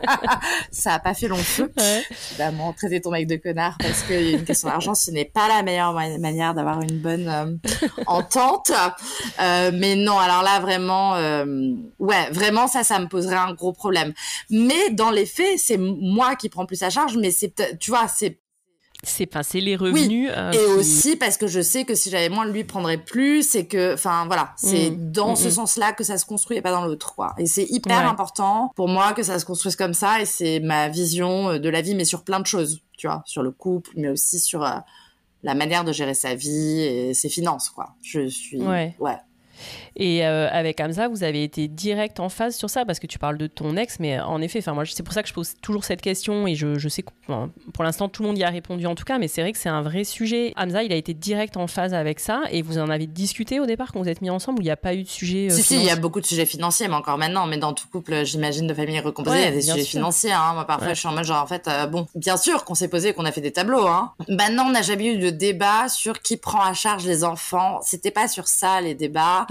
ça a pas fait long feu. Ouais. Évidemment, traiter ton mec de connard parce qu'il y a une question d'argent, ce n'est pas la meilleure ma- manière d'avoir une bonne euh, entente. Euh, mais non, alors là, vraiment... Euh, ouais, vraiment, ça, ça me poserait un gros problème. Mais dans les faits, c'est moi qui prends plus à charge, mais c'est, tu vois, c'est... C'est pas, c'est les revenus. Oui. Euh, et qui... aussi parce que je sais que si j'avais moins, lui prendrait plus, et que, enfin, voilà, c'est mmh. dans mmh. ce sens-là que ça se construit et pas dans l'autre, quoi. Et c'est hyper ouais. important pour moi que ça se construise comme ça, et c'est ma vision de la vie, mais sur plein de choses, tu vois, sur le couple, mais aussi sur euh, la manière de gérer sa vie et ses finances, quoi. Je suis... Ouais. ouais. Et euh, avec Hamza, vous avez été direct en phase sur ça, parce que tu parles de ton ex, mais en effet, enfin moi, c'est pour ça que je pose toujours cette question, et je, je sais que enfin, pour l'instant tout le monde y a répondu en tout cas, mais c'est vrai que c'est un vrai sujet. Hamza, il a été direct en phase avec ça, et vous en avez discuté au départ quand vous êtes mis ensemble, ou il n'y a pas eu de sujet euh, Si financier? si, il y a beaucoup de sujets financiers, mais encore maintenant, mais dans tout couple, j'imagine, de famille recomposée, il ouais, y a des sujets sûr. financiers. Hein. Moi, parfois, ouais. je suis en mode genre en fait, euh, bon, bien sûr qu'on s'est posé, qu'on a fait des tableaux. Hein. Maintenant, on n'a jamais eu de débat sur qui prend à charge les enfants. C'était pas sur ça les débats.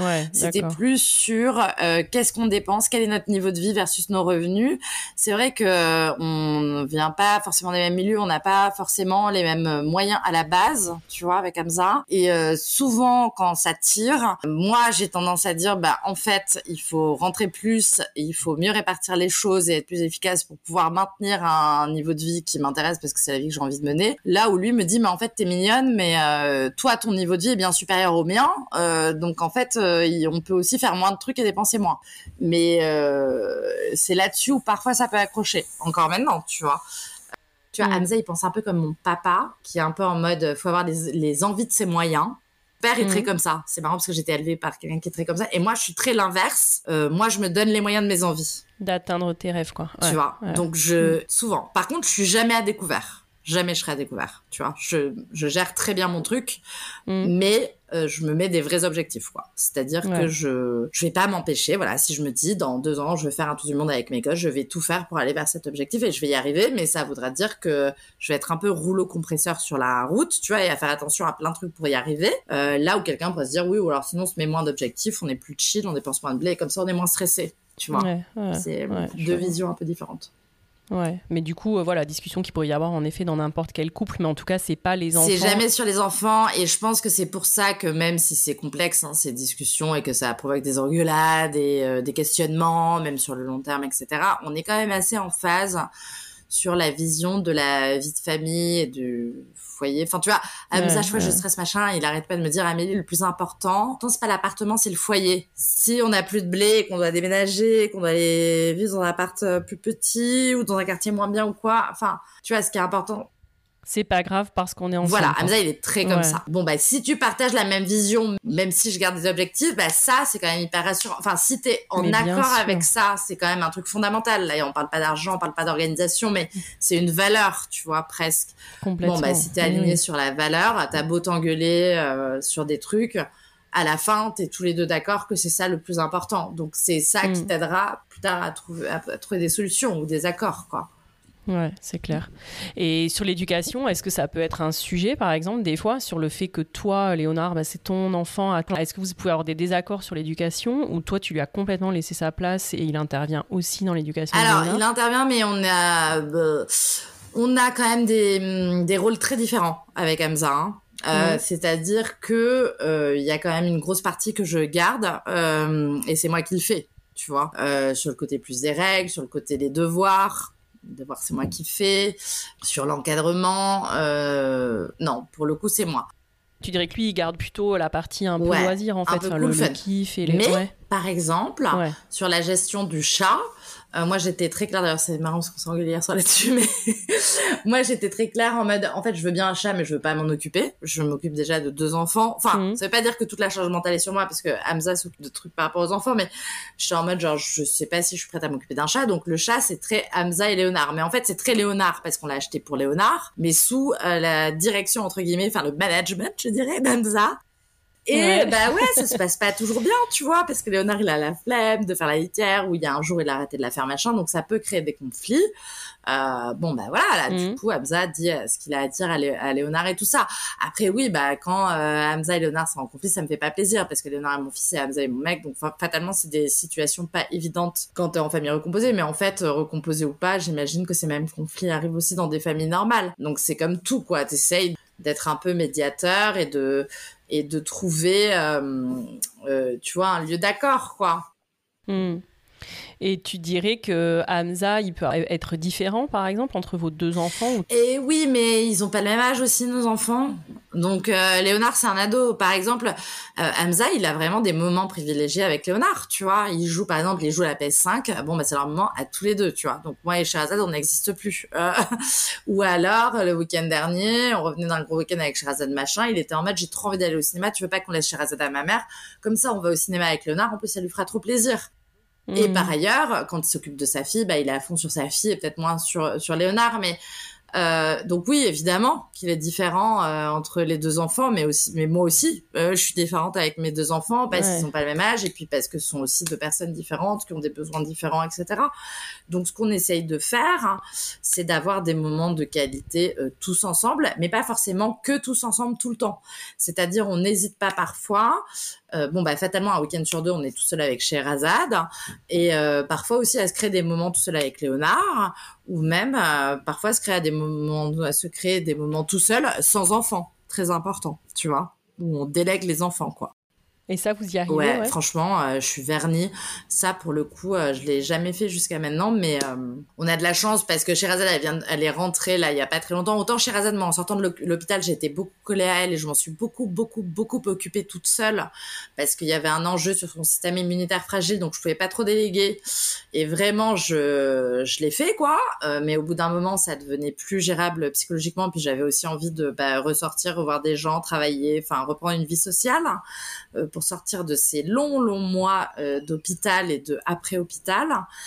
Ouais, C'était d'accord. plus sur euh, qu'est-ce qu'on dépense, quel est notre niveau de vie versus nos revenus. C'est vrai que euh, on vient pas forcément des mêmes milieux, on n'a pas forcément les mêmes moyens à la base, tu vois, avec Hamza. Et euh, souvent, quand ça tire, moi, j'ai tendance à dire, bah, en fait, il faut rentrer plus, il faut mieux répartir les choses et être plus efficace pour pouvoir maintenir un niveau de vie qui m'intéresse parce que c'est la vie que j'ai envie de mener. Là où lui me dit, mais en fait, t'es mignonne, mais euh, toi, ton niveau de vie est bien supérieur au mien, euh, donc en fait, euh, on peut aussi faire moins de trucs et dépenser moins. Mais euh, c'est là-dessus où parfois ça peut accrocher. Encore maintenant, tu vois. Tu vois, mmh. Hamza, il pense un peu comme mon papa, qui est un peu en mode, faut avoir les, les envies de ses moyens. Mon père est mmh. très comme ça. C'est marrant parce que j'ai été élevée par quelqu'un qui est très comme ça. Et moi, je suis très l'inverse. Euh, moi, je me donne les moyens de mes envies. D'atteindre tes rêves, quoi. Ouais. Tu vois. Ouais. Donc, je, mmh. souvent. Par contre, je suis jamais à découvert. Jamais je serai à découvert, tu vois. Je, je gère très bien mon truc, mmh. mais euh, je me mets des vrais objectifs, quoi. C'est-à-dire ouais. que je je vais pas m'empêcher, voilà. Si je me dis, dans deux ans, je vais faire un tour du monde avec mes gosses, je vais tout faire pour aller vers cet objectif et je vais y arriver, mais ça voudra dire que je vais être un peu rouleau compresseur sur la route, tu vois, et à faire attention à plein de trucs pour y arriver. Euh, là où quelqu'un pourrait se dire, oui, ou alors sinon on se met moins d'objectifs, on est plus chill, on dépense moins de blé, et comme ça on est moins stressé, tu vois. Ouais, ouais, C'est ouais, deux visions un peu différentes. Ouais, mais du coup, euh, voilà, discussion qu'il pourrait y avoir en effet dans n'importe quel couple, mais en tout cas, c'est pas les enfants. C'est jamais sur les enfants, et je pense que c'est pour ça que même si c'est complexe, hein, ces discussions, et que ça provoque des engueulades et euh, des questionnements, même sur le long terme, et cetera, on est quand même assez en phase sur la vision de la vie de famille et du foyer. Enfin, tu vois, Hamza, ouais, je vois, ouais. je stresse, machin, il arrête pas de me dire, Amélie, le plus important, c'est pas l'appartement, c'est le foyer. Si on n'a plus de blé et qu'on doit déménager, qu'on doit aller vivre dans un appart plus petit ou dans un quartier moins bien ou quoi, enfin, tu vois, ce qui est important... C'est pas grave parce qu'on est ensemble. Voilà, Hamza, il est très comme ouais. ça. Bon, bah, si tu partages la même vision, même si je garde des objectifs, bah, ça, c'est quand même hyper rassurant. Enfin, si t'es en mais accord avec ça, c'est quand même un truc fondamental. Là, on parle pas d'argent, on parle pas d'organisation, mais c'est une valeur, tu vois, presque. Complètement. Bon, bah, si t'es aligné oui. sur la valeur, t'as beau t'engueuler euh, sur des trucs, à la fin, t'es tous les deux d'accord que c'est ça le plus important. Donc, c'est ça mm. qui t'aidera plus tard à trouver, à, à trouver des solutions ou des accords, quoi. Ouais, c'est clair. Et sur l'éducation, est-ce que ça peut être un sujet, par exemple, des fois, sur le fait que toi, Léonard, bah, c'est ton enfant. Est-ce que vous pouvez avoir des désaccords sur l'éducation ou toi, tu lui as complètement laissé sa place et il intervient aussi dans l'éducation? Alors, il intervient, mais on a, euh, on a quand même des, des rôles très différents avec Hamza. Hein. Euh, mmh. C'est-à-dire que euh, y a quand même une grosse partie que je garde euh, et c'est moi qui le fais, tu vois. Euh, sur le côté plus des règles, sur le côté des devoirs. Devoir, c'est moi qui fais. Sur l'encadrement, euh, non, pour le coup, c'est moi. Tu dirais que lui, il garde plutôt la partie un peu ouais, loisir, en fait, peu enfin, cool le, fun. le kiff et les... Mais, ouais. par exemple, ouais. sur la gestion du chat, euh, moi, j'étais très claire, d'ailleurs, c'est marrant parce qu'on s'est engueulé hier soir là-dessus, mais moi, j'étais très claire en mode, en fait, je veux bien un chat, mais je veux pas m'en occuper. Je m'occupe déjà de deux enfants. Enfin, mmh. ça veut pas dire que toute la charge mentale est sur moi, parce que Hamza s'occupe de trucs par rapport aux enfants, mais je suis en mode, genre, je sais pas si je suis prête à m'occuper d'un chat. Donc, le chat, c'est très Hamza et Léonard. Mais en fait, c'est très Léonard, parce qu'on l'a acheté pour Léonard, mais sous euh, la direction, entre guillemets, enfin, le management, je dirais, d'Hamza. Et ouais. bah ouais, ça se passe pas toujours bien, tu vois, parce que Léonard, il a la flemme de faire la litière, ou il y a un jour, il a arrêté de la faire, machin, donc ça peut créer des conflits. Euh, bon, bah voilà, là, mmh. du coup, Hamza dit ce qu'il a à dire à, Lé- à Léonard et tout ça. Après, oui, bah quand euh, Hamza et Léonard sont en conflit, ça me fait pas plaisir, parce que Léonard est mon fils et Hamza est mon mec, donc fatalement, c'est des situations pas évidentes quand t'es en famille recomposée, mais en fait, recomposée ou pas, j'imagine que ces mêmes conflits arrivent aussi dans des familles normales. Donc c'est comme tout, quoi, t'essayes d'être un peu médiateur et de... et de trouver, euh, euh, tu vois, un lieu d'accord, quoi. Mmh. Et tu dirais que Hamza, il peut être différent, par exemple, entre vos deux enfants ou... Et oui, mais ils ont pas le même âge aussi, nos enfants. Donc, euh, Léonard, c'est un ado. Par exemple, euh, Hamza, il a vraiment des moments privilégiés avec Léonard, tu vois. Il joue, par exemple, il joue à la P S cinq. Bon, bah, c'est leur moment à tous les deux, tu vois. Donc, moi et Sherazade, on n'existe plus. Euh, ou alors, le week-end dernier, on revenait d'un gros week-end avec Sherazade, machin. Il était en mode, j'ai trop envie d'aller au cinéma. Tu veux pas qu'on laisse Sherazade à ma mère? Comme ça, on va au cinéma avec Léonard. En plus, ça lui fera trop plaisir. Mmh. Et par ailleurs, quand il s'occupe de sa fille, bah, il est à fond sur sa fille et peut-être moins sur, sur Léonard. Mais euh, donc oui, évidemment qu'il est différent euh, entre les deux enfants, mais aussi, mais moi aussi, euh, je suis différente avec mes deux enfants parce ouais. qu'ils n'ont pas le même âge et puis parce que ce sont aussi deux personnes différentes qui ont des besoins différents, et cetera. Donc ce qu'on essaye de faire, hein, c'est d'avoir des moments de qualité euh, tous ensemble, mais pas forcément que tous ensemble tout le temps. C'est-à-dire, on n'hésite pas parfois euh, bon, bah, fatalement, un week-end sur deux, on est tout seul avec Sherazade. Et euh, parfois aussi, elle se crée des moments tout seul avec Léonard. Ou même, euh, parfois, elle se crée des moments, elle se crée des moments tout seul, sans enfants. Très important, tu vois. Où on délègue les enfants, quoi. Et ça, vous y arrivez? Ouais, ouais. franchement, euh, je suis vernie. Ça, pour le coup, euh, je l'ai jamais fait jusqu'à maintenant, mais euh, on a de la chance parce que Sherazade, elle vient, elle est rentrée là il y a pas très longtemps. Autant Sherazade, moi, en sortant de l'hôpital, j'ai été beaucoup collée à elle et je m'en suis beaucoup, beaucoup, beaucoup occupée toute seule parce qu'il y avait un enjeu sur son système immunitaire fragile, donc je pouvais pas trop déléguer. Et vraiment, je, je l'ai fait, quoi. Euh, mais au bout d'un moment, ça devenait plus gérable psychologiquement. Puis j'avais aussi envie de bah, ressortir, revoir des gens, travailler, enfin reprendre une vie sociale. Euh, pour sortir de ces longs, longs mois euh, d'hôpital et de après-hôpital.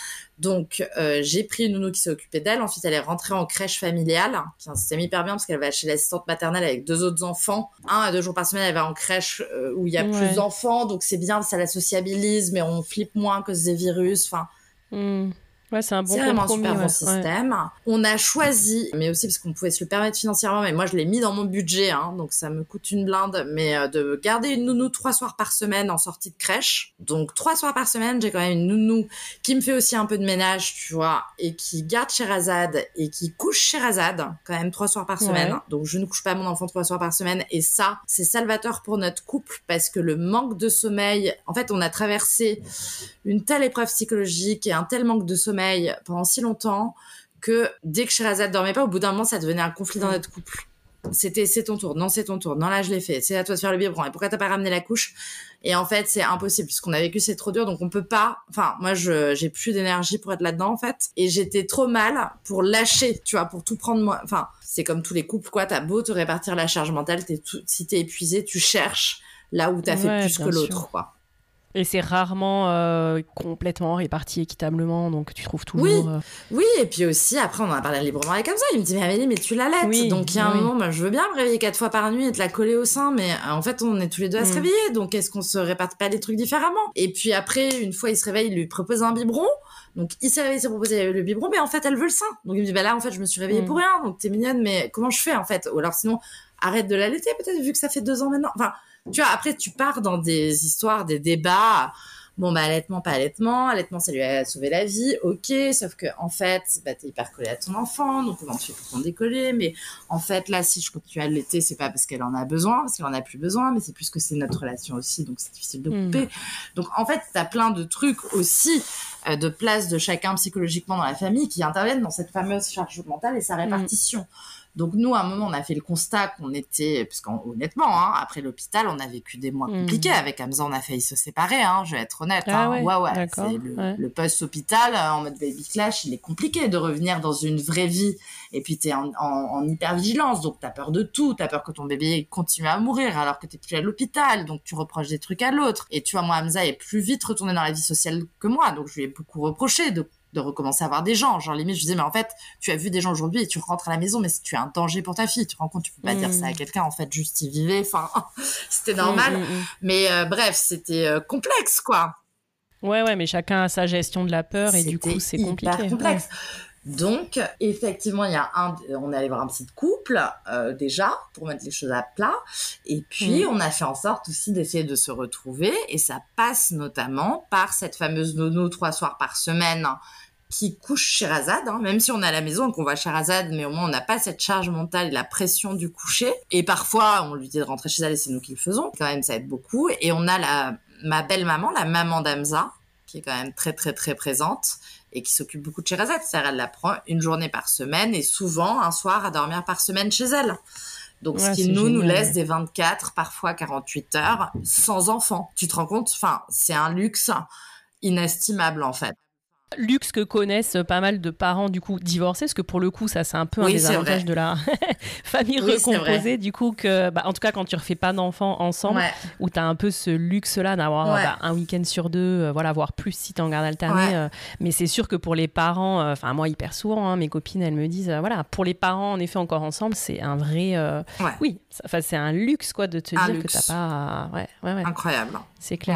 Donc, euh, j'ai pris une nounou qui s'est occupée d'elle. Ensuite, elle est rentrée en crèche familiale, qui est un système hyper bien parce qu'elle va chez l'assistante maternelle avec deux autres enfants. Un à deux jours par semaine, elle va en crèche euh, où il y a ouais. plus d'enfants. Donc, c'est bien, ça la sociabilise, mais on flippe moins que des virus. Enfin... Mmh. Ouais, c'est un bon c'est vraiment un super ouais. bon système. Ouais. On a choisi, mais aussi parce qu'on pouvait se le permettre financièrement, mais moi je l'ai mis dans mon budget, hein, donc ça me coûte une blinde, mais euh, de garder une nounou trois soirs par semaine en sortie de crèche. Donc trois soirs par semaine, j'ai quand même une nounou qui me fait aussi un peu de ménage, tu vois, et qui garde Sherazade et qui couche Sherazade quand même trois soirs par semaine. Ouais. Donc je ne couche pas mon enfant trois soirs par semaine et ça, c'est salvateur pour notre couple parce que le manque de sommeil, en fait, on a traversé une telle épreuve psychologique et un tel manque de sommeil pendant si longtemps que dès que Sherazade dormait pas, au bout d'un moment, ça devenait un conflit dans notre couple. C'était, c'est ton tour. Non, c'est ton tour. Non, là, je l'ai fait. C'est à toi de faire le biberon. Et pourquoi t'as pas ramené la couche? Et en fait, c'est impossible. Ce qu'on a vécu, c'est trop dur. Donc, on peut pas, enfin, moi, je, j'ai plus d'énergie pour être là-dedans, en fait. Et j'étais trop mal pour lâcher, tu vois, pour tout prendre moi. Enfin, c'est comme tous les couples, quoi. T'as beau te répartir la charge mentale. T'es tout... Si t'es épuisé, tu cherches là où t'as ouais, fait plus que l'autre, sûr. quoi. Et c'est rarement euh, complètement réparti équitablement, donc tu trouves toujours... Oui, euh... oui, et puis aussi, après, on en a parlé librement avec comme ça. Il me dit, mais Amélie, mais tu l'allaites. Oui, donc, il y a un oui. moment, moi, je veux bien me réveiller quatre fois par nuit et te la coller au sein, mais euh, en fait, on est tous les deux à mm. se réveiller, donc est-ce qu'on se répartit pas les trucs différemment? Et puis après, une fois, il se réveille, il lui propose un biberon. Donc, il s'est réveillé, il s'est proposé le biberon, mais en fait, elle veut le sein. Donc, il me dit, bah là, en fait, je me suis réveillée mm. pour rien, donc t'es mignonne, mais comment je fais, en fait? Ou alors, sinon, arrête de l'allaiter, peut-être, vu que ça fait deux ans maintenant. Enfin, tu vois, après, tu pars dans des histoires, des débats... Bon, bah, allaitement, pas allaitement. Allaitement, ça lui a sauvé la vie. Ok. Sauf que, en fait, bah, t'es hyper collée à ton enfant. Donc, comment tu fais pour t'en décoller? Mais, en fait, là, si je continue à allaiter, c'est pas parce qu'elle en a besoin, parce qu'elle en a plus besoin, mais c'est plus que c'est notre relation aussi. Donc, c'est difficile de couper. Mmh. Donc, en fait, t'as plein de trucs aussi, euh, de place de chacun psychologiquement dans la famille qui interviennent dans cette fameuse charge mentale et sa répartition. Mmh. Donc, nous, à un moment, on a fait le constat qu'on était... Parce qu'honnêtement, hein, après l'hôpital, on a vécu des mois mmh. compliqués. Avec Hamza, on a failli se séparer, hein, je vais être honnête. Ah hein. ouais, ouais, ouais. D'accord, c'est le, ouais. le post-hôpital, en mode baby clash, il est compliqué de revenir dans une vraie vie. Et puis, t'es en, en, en hyper-vigilance. Donc, t'as peur de tout. T'as peur que ton bébé continue à mourir alors que t'es plus à l'hôpital. Donc, tu reproches des trucs à l'autre. Et tu vois, moi, Hamza est plus vite retourné dans la vie sociale que moi. Donc, je lui ai beaucoup reproché de de recommencer à voir des gens. Genre, limite, je disais, mais en fait, tu as vu des gens aujourd'hui et tu rentres à la maison, mais tu es un danger pour ta fille. Tu te rends compte, tu peux pas mmh. dire ça à quelqu'un. En fait, juste y vivait. Enfin, c'était normal. Mmh, mmh. Mais euh, bref, c'était euh, complexe, quoi. Ouais, ouais, mais chacun a sa gestion de la peur et c'était du coup, c'est compliqué. Hyper complexe. Ouais. Donc, effectivement, il y a un, on est allé voir un petit couple, euh, déjà, pour mettre les choses à plat. Et puis, mmh. on a fait en sorte aussi d'essayer de se retrouver. Et ça passe notamment par cette fameuse nono trois soirs par semaine qui couche Sherazade, hein, même si on est à la maison et qu'on voit Sherazade, mais au moins on n'a pas cette charge mentale et la pression du coucher. Et parfois, on lui dit de rentrer chez elle et c'est nous qui le faisons. Quand même, ça aide beaucoup. Et on a la, ma belle-maman, la maman d'Hamza, qui est quand même très, très, très présente et qui s'occupe beaucoup de Sherazade. C'est-à-dire, elle la prend une journée par semaine et souvent un soir à dormir par semaine chez elle. Donc, ouais, ce qui nous, génial. nous laisse des vingt-quatre, parfois quarante-huit heures sans enfant. Tu te rends compte? Enfin, c'est un luxe inestimable, en fait. Luxe que connaissent pas mal de parents du coup divorcés, parce que pour le coup ça c'est un peu oui, un des avantages de la famille oui, recomposée, du coup que bah, en tout cas quand tu refais pas d'enfants ensemble, ouais. où t'as un peu ce luxe là d'avoir ouais. bah, un week-end sur deux, euh, voilà, voire plus si t'es en garde alternée, ouais. euh, mais c'est sûr que pour les parents, enfin euh, moi hyper souvent, hein, mes copines elles me disent, euh, voilà, pour les parents en effet encore ensemble c'est un vrai, euh, ouais. oui, enfin c'est un luxe quoi de te un dire luxe. que t'as pas, ouais, ouais, ouais. Incroyable. C'est clair. Ouais.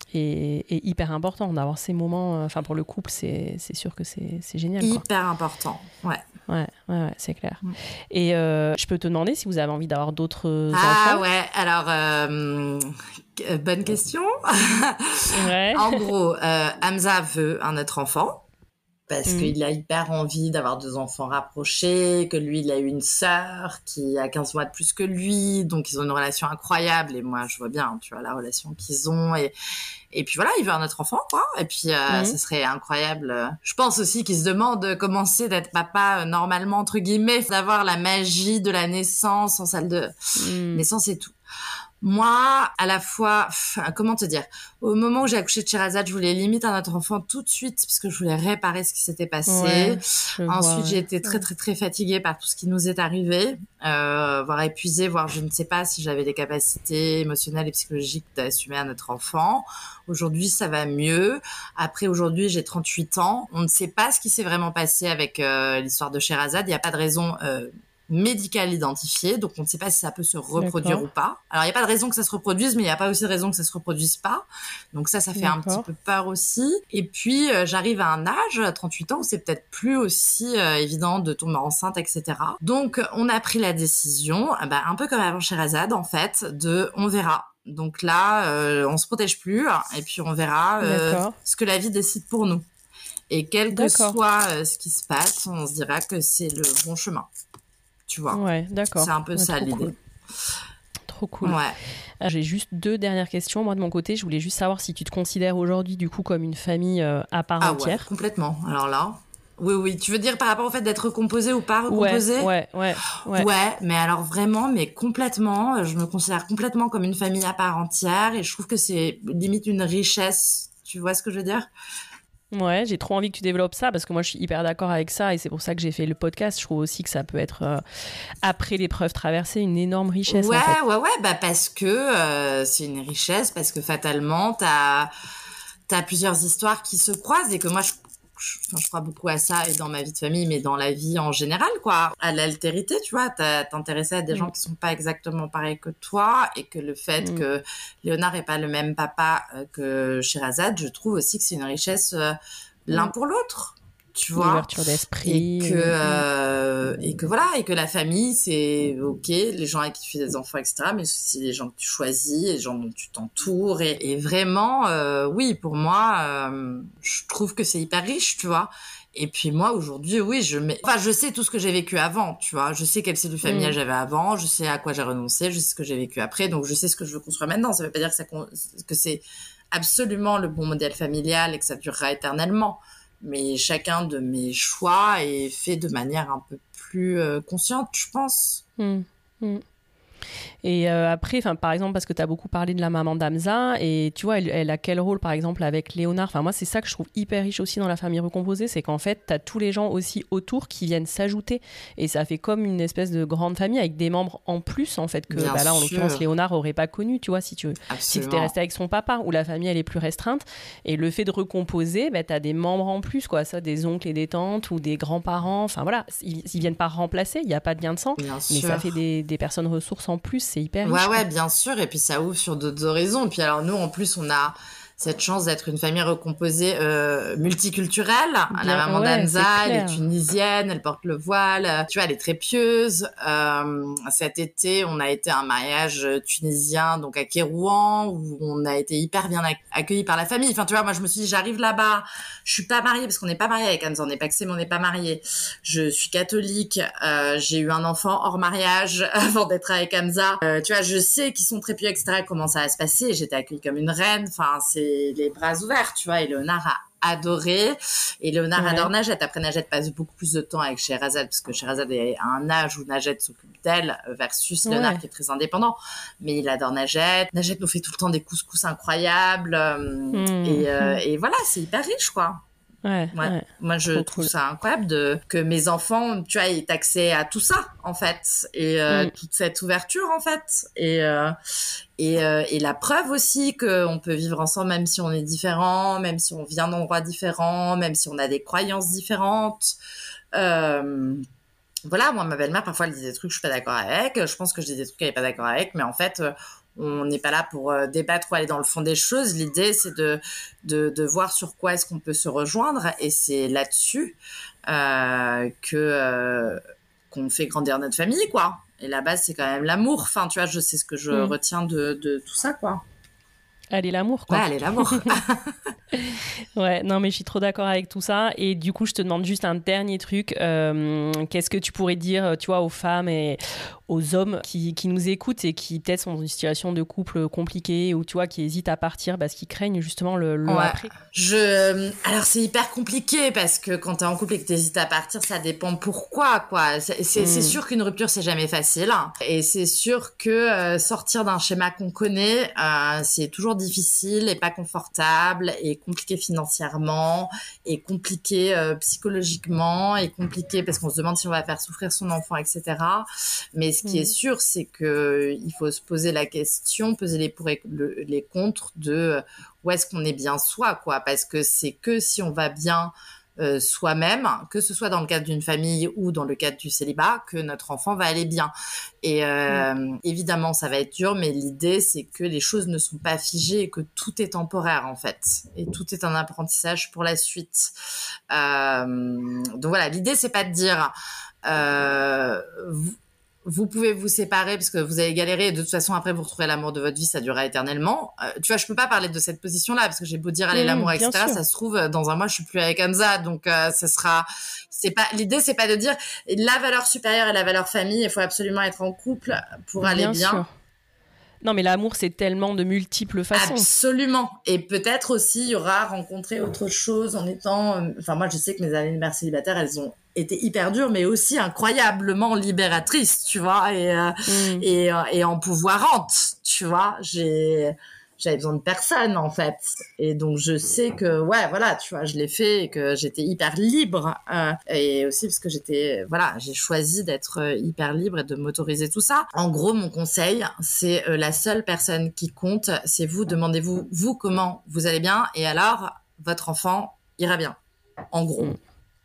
est, est hyper important. D'avoir ces moments, enfin, pour le couple, c'est, c'est sûr que c'est, c'est génial. Quoi. Hyper important, ouais. Ouais, ouais, ouais, c'est clair. Mm. Et euh, je peux te demander si vous avez envie d'avoir d'autres ah, enfants. Ah ouais, alors, euh, bonne question. Ouais. En gros, euh, Hamza veut un autre enfant. Parce mmh. qu'il a hyper envie d'avoir deux enfants rapprochés, que lui, il a eu une sœur qui a quinze mois de plus que lui, donc ils ont une relation incroyable, et moi, je vois bien, tu vois, la relation qu'ils ont, et, et puis voilà, il veut un autre enfant, quoi, et puis euh, mmh. ce serait incroyable. Je pense aussi qu'il se demande comment c'est d'être papa, euh, normalement, entre guillemets, d'avoir la magie de la naissance en salle de mmh. naissance et tout. Moi, à la fois, pff, comment te dire, au moment où j'ai accouché de Sherazade, je voulais limite un autre enfant tout de suite parce que je voulais réparer ce qui s'était passé. Ouais, Ensuite, vois, j'ai été très, très, très fatiguée par tout ce qui nous est arrivé, euh, voire épuisée, voire je ne sais pas si j'avais les capacités émotionnelles et psychologiques d'assumer un autre enfant. Aujourd'hui, ça va mieux. Après, aujourd'hui, j'ai trente-huit ans. On ne sait pas ce qui s'est vraiment passé avec euh, l'histoire de Sherazade. Il n'y a pas de raison... Euh, médical identifié, donc on ne sait pas si ça peut se reproduire D'accord. ou pas. Alors, il n'y a pas de raison que ça se reproduise, mais il n'y a pas aussi de raison que ça se reproduise pas. Donc ça, ça fait D'accord. un petit peu peur aussi. Et puis, euh, j'arrive à un âge, à trente-huit ans, où c'est peut-être plus aussi euh, évident de tomber enceinte, et cetera. Donc, on a pris la décision, bah, un peu comme avant Sherazade, en fait, de on verra. Donc là, euh, on se protège plus, et puis on verra euh, ce que la vie décide pour nous. Et quel que D'accord. soit euh, ce qui se passe, on se dira que c'est le bon chemin. Tu vois. Ouais, d'accord. C'est un peu ouais, ça l'idée. Cool. Trop cool. Ouais. Euh, j'ai juste deux dernières questions. Moi, de mon côté, je voulais juste savoir si tu te considères aujourd'hui, du coup, comme une famille euh, à part ah entière. Ouais, complètement. Alors là, oui, oui. Tu veux dire par rapport au fait d'être recomposée ou pas recomposée ? Ouais, ouais, ouais. Ouais, mais alors vraiment, mais complètement. Je me considère complètement comme une famille à part entière et je trouve que c'est limite une richesse. Tu vois ce que je veux dire ? Ouais, j'ai trop envie que tu développes ça parce que moi je suis hyper d'accord avec ça et c'est pour ça que j'ai fait le podcast. Je trouve aussi que ça peut être, euh, après l'épreuve traversée, une énorme richesse. Ouais, en fait. ouais, ouais, bah parce que euh, c'est une richesse, parce que fatalement, t'as, t'as plusieurs histoires qui se croisent et que moi je, je, enfin, je crois beaucoup à ça et dans ma vie de famille, mais dans la vie en général, quoi. À l'altérité, tu vois, t'as, t'intéressé à des mmh. gens qui sont pas exactement pareils que toi et que le fait mmh. que Léonard ait pas le même papa euh, que Sherazade, je trouve aussi que c'est une richesse euh, l'un mmh. pour l'autre. Tu vois, l'ouverture d'esprit et que euh, et que voilà et que la famille c'est ok, les gens avec qui tu fais des enfants, etc., mais aussi les gens que tu choisis, les gens dont tu t'entoures et, et vraiment euh, oui, pour moi euh, je trouve que c'est hyper riche, tu vois. Et puis moi aujourd'hui, oui, je mets... enfin je sais tout ce que j'ai vécu avant, tu vois, je sais quelle cellule familiale mmh. j'avais avant, je sais à quoi j'ai renoncé, je sais ce que j'ai vécu après, donc je sais ce que je veux construire maintenant. Ça veut pas dire que ça que c'est absolument le bon modèle familial et que ça durera éternellement. Mais chacun de mes choix est fait de manière un peu plus euh, consciente, je pense. Mmh. Mmh. Et euh, après, par exemple, parce que tu as beaucoup parlé de la maman d'Hamza, et tu vois, elle, elle a quel rôle, par exemple, avec Léonard ? Enfin, moi, c'est ça que je trouve hyper riche aussi dans la famille recomposée, c'est qu'en fait, tu as tous les gens aussi autour qui viennent s'ajouter, et ça fait comme une espèce de grande famille avec des membres en plus, en fait, que bah, là, en l'occurrence, Léonard aurait pas connu, tu vois, si tu si étais resté avec son papa, où la famille, elle est plus restreinte, et le fait de recomposer, bah, tu as des membres en plus, quoi, ça, des oncles et des tantes, ou des grands-parents, enfin voilà, ils, ils viennent pas remplacer, il n'y a pas de lien de sang, bien mais sûr. Ça fait des, des personnes ressources en plus, c'est hyper riche. Ouais, ouais, bien sûr. Et puis, ça ouvre sur d'autres horizons. Et puis, alors, nous, en plus, on a cette chance d'être une famille recomposée euh, multiculturelle. Bien, la maman ouais, d'Hamza, elle est tunisienne, elle porte le voile. Tu vois, elle est très pieuse. Euh, cet été, on a été à un mariage tunisien, donc à Kérouan, où on a été hyper bien accueillis par la famille. Enfin, tu vois, moi, je me suis dit, j'arrive là-bas, je suis pas mariée, parce qu'on n'est pas mariés avec Hamza, on n'est pas axé, mais on n'est pas mariés. Je suis catholique, euh, j'ai eu un enfant hors mariage avant d'être avec Hamza. Euh, tu vois, je sais qu'ils sont très pieux, et cetera, comment ça va se passer. J'étais accueillie comme une reine. Enfin, c'est les bras ouverts, tu vois. Et Léonard a adoré. Et Léonard ouais. adore Najette. Après, Najette passe beaucoup plus de temps avec Sherazade, parce que Sherazade est à un âge où Najette s'occupe d'elle, versus ouais. Léonard qui est très indépendant. Mais il adore Najette. Najette nous fait tout le temps des couscous incroyables. Mmh. Et, euh, et voilà, c'est hyper riche, quoi. Ouais, ouais. ouais. Moi, je Trop trouve cool. ça incroyable de, que mes enfants, tu vois, aient accès à tout ça, en fait. Et euh, mm. toute cette ouverture, en fait. Et, euh, et, euh, et la preuve aussi qu'on peut vivre ensemble, même si on est différents, même si on vient d'endroits différents, même si on a des croyances différentes. Euh, voilà, moi, ma belle-mère, parfois, elle dit des trucs que je suis pas d'accord avec. Je pense que je dis des trucs qu'elle est pas d'accord avec. Mais en fait... on n'est pas là pour euh, débattre ou aller dans le fond des choses. L'idée, c'est de, de, de voir sur quoi est-ce qu'on peut se rejoindre, et c'est là-dessus euh, que euh, qu'on fait grandir notre famille, quoi. Et la base, c'est quand même l'amour. Enfin, tu vois, je sais ce que je mmh. retiens de, de tout ça, quoi. Allez, l'amour, quoi. Ouais, allez, l'amour. Ouais, non, mais je suis trop d'accord avec tout ça. Et du coup, je te demande juste un dernier truc. Euh, qu'est-ce que tu pourrais dire, tu vois, aux femmes et aux hommes qui, qui nous écoutent et qui peut-être sont dans une situation de couple compliquée ou tu vois, qui hésitent à partir parce qu'ils craignent justement le, le ouais. après. Je... Alors, c'est hyper compliqué parce que quand t'es en couple et que t'hésites à partir, ça dépend pourquoi, quoi. C'est, c'est, mmh. c'est sûr qu'une rupture, c'est jamais facile. Et c'est sûr que euh, sortir d'un schéma qu'on connaît, euh, c'est toujours difficile et pas confortable et compliqué financièrement et compliqué euh, psychologiquement et compliqué parce qu'on se demande si on va faire souffrir son enfant, et cetera. Mais ce qui mmh. est sûr, c'est que il faut se poser la question, peser les pour et le, les contre de où est-ce qu'on est bien soi, quoi. Parce que c'est que si on va bien euh, soi-même, que ce soit dans le cadre d'une famille ou dans le cadre du célibat, que notre enfant va aller bien. Et euh, mmh. évidemment, ça va être dur, mais l'idée, c'est que les choses ne sont pas figées et que tout est temporaire, en fait. Et tout est un apprentissage pour la suite. Euh, donc voilà, l'idée, c'est pas de dire... Euh, vous, Vous pouvez vous séparer parce que vous avez galéré et de toute façon après vous retrouvez l'amour de votre vie, ça durera éternellement. Euh, tu vois, je peux pas parler de cette position-là parce que j'ai beau dire allez mmh, l'amour, et cetera. Sûr. Ça se trouve dans un mois je suis plus avec Hamza, donc euh, ça sera. C'est pas l'idée, c'est pas de dire la valeur supérieure et la valeur famille. Il faut absolument être en couple pour aller bien. bien. Sûr. Non, mais l'amour, c'est tellement de multiples façons. Absolument. Et peut-être aussi, il y aura rencontré autre chose en étant... Enfin, moi, je sais que mes années de mère célibataire, elles ont été hyper dures, mais aussi incroyablement libératrices, tu vois, et, euh, mmh. et, euh, et empouvoirantes, tu vois. J'ai... J'avais besoin de personne, en fait. Et donc, je sais que, ouais, voilà, tu vois, je l'ai fait et que j'étais hyper libre. Euh, et aussi parce que j'étais, voilà, j'ai choisi d'être hyper libre et de m'autoriser tout ça. En gros, mon conseil, c'est euh, la seule personne qui compte, c'est vous. Demandez-vous, vous, comment vous allez bien. Et alors, votre enfant ira bien. En gros. Mmh.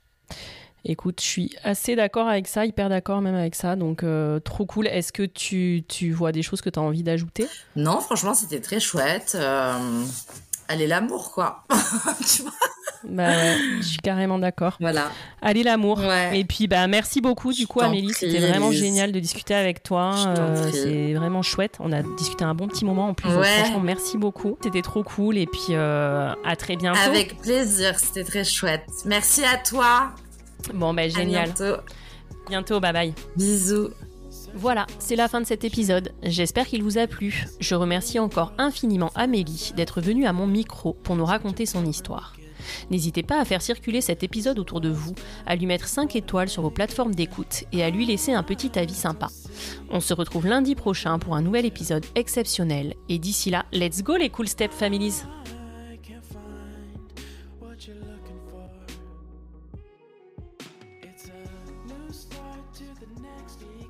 Écoute, je suis assez d'accord avec ça, hyper d'accord même avec ça, donc euh, trop cool. Est-ce que tu, tu vois des choses que tu as envie d'ajouter ? Non, franchement, c'était très chouette. Euh... Allez, l'amour, quoi. Tu vois ? Bah ouais, je suis carrément d'accord. Voilà. Allez, l'amour. Ouais. Et puis, bah, merci beaucoup, du coup, Amélie. Prie, C'était vraiment Elise. génial de discuter avec toi. Euh, c'est vraiment chouette. On a discuté un bon petit moment en plus. Ouais. Donc, franchement, merci beaucoup. C'était trop cool. Et puis, euh, à très bientôt. Avec plaisir. C'était très chouette. Merci à toi. Bon, ben bah, génial. À bientôt. Bientôt, bye bye. Bisous. Voilà, c'est la fin de cet épisode. J'espère qu'il vous a plu. Je remercie encore infiniment Amélie d'être venue à mon micro pour nous raconter son histoire. N'hésitez pas à faire circuler cet épisode autour de vous, à lui mettre cinq étoiles sur vos plateformes d'écoute et à lui laisser un petit avis sympa. On se retrouve lundi prochain pour un nouvel épisode exceptionnel. Et d'ici là, let's go les Cool Step Families! It's a new start to the next year.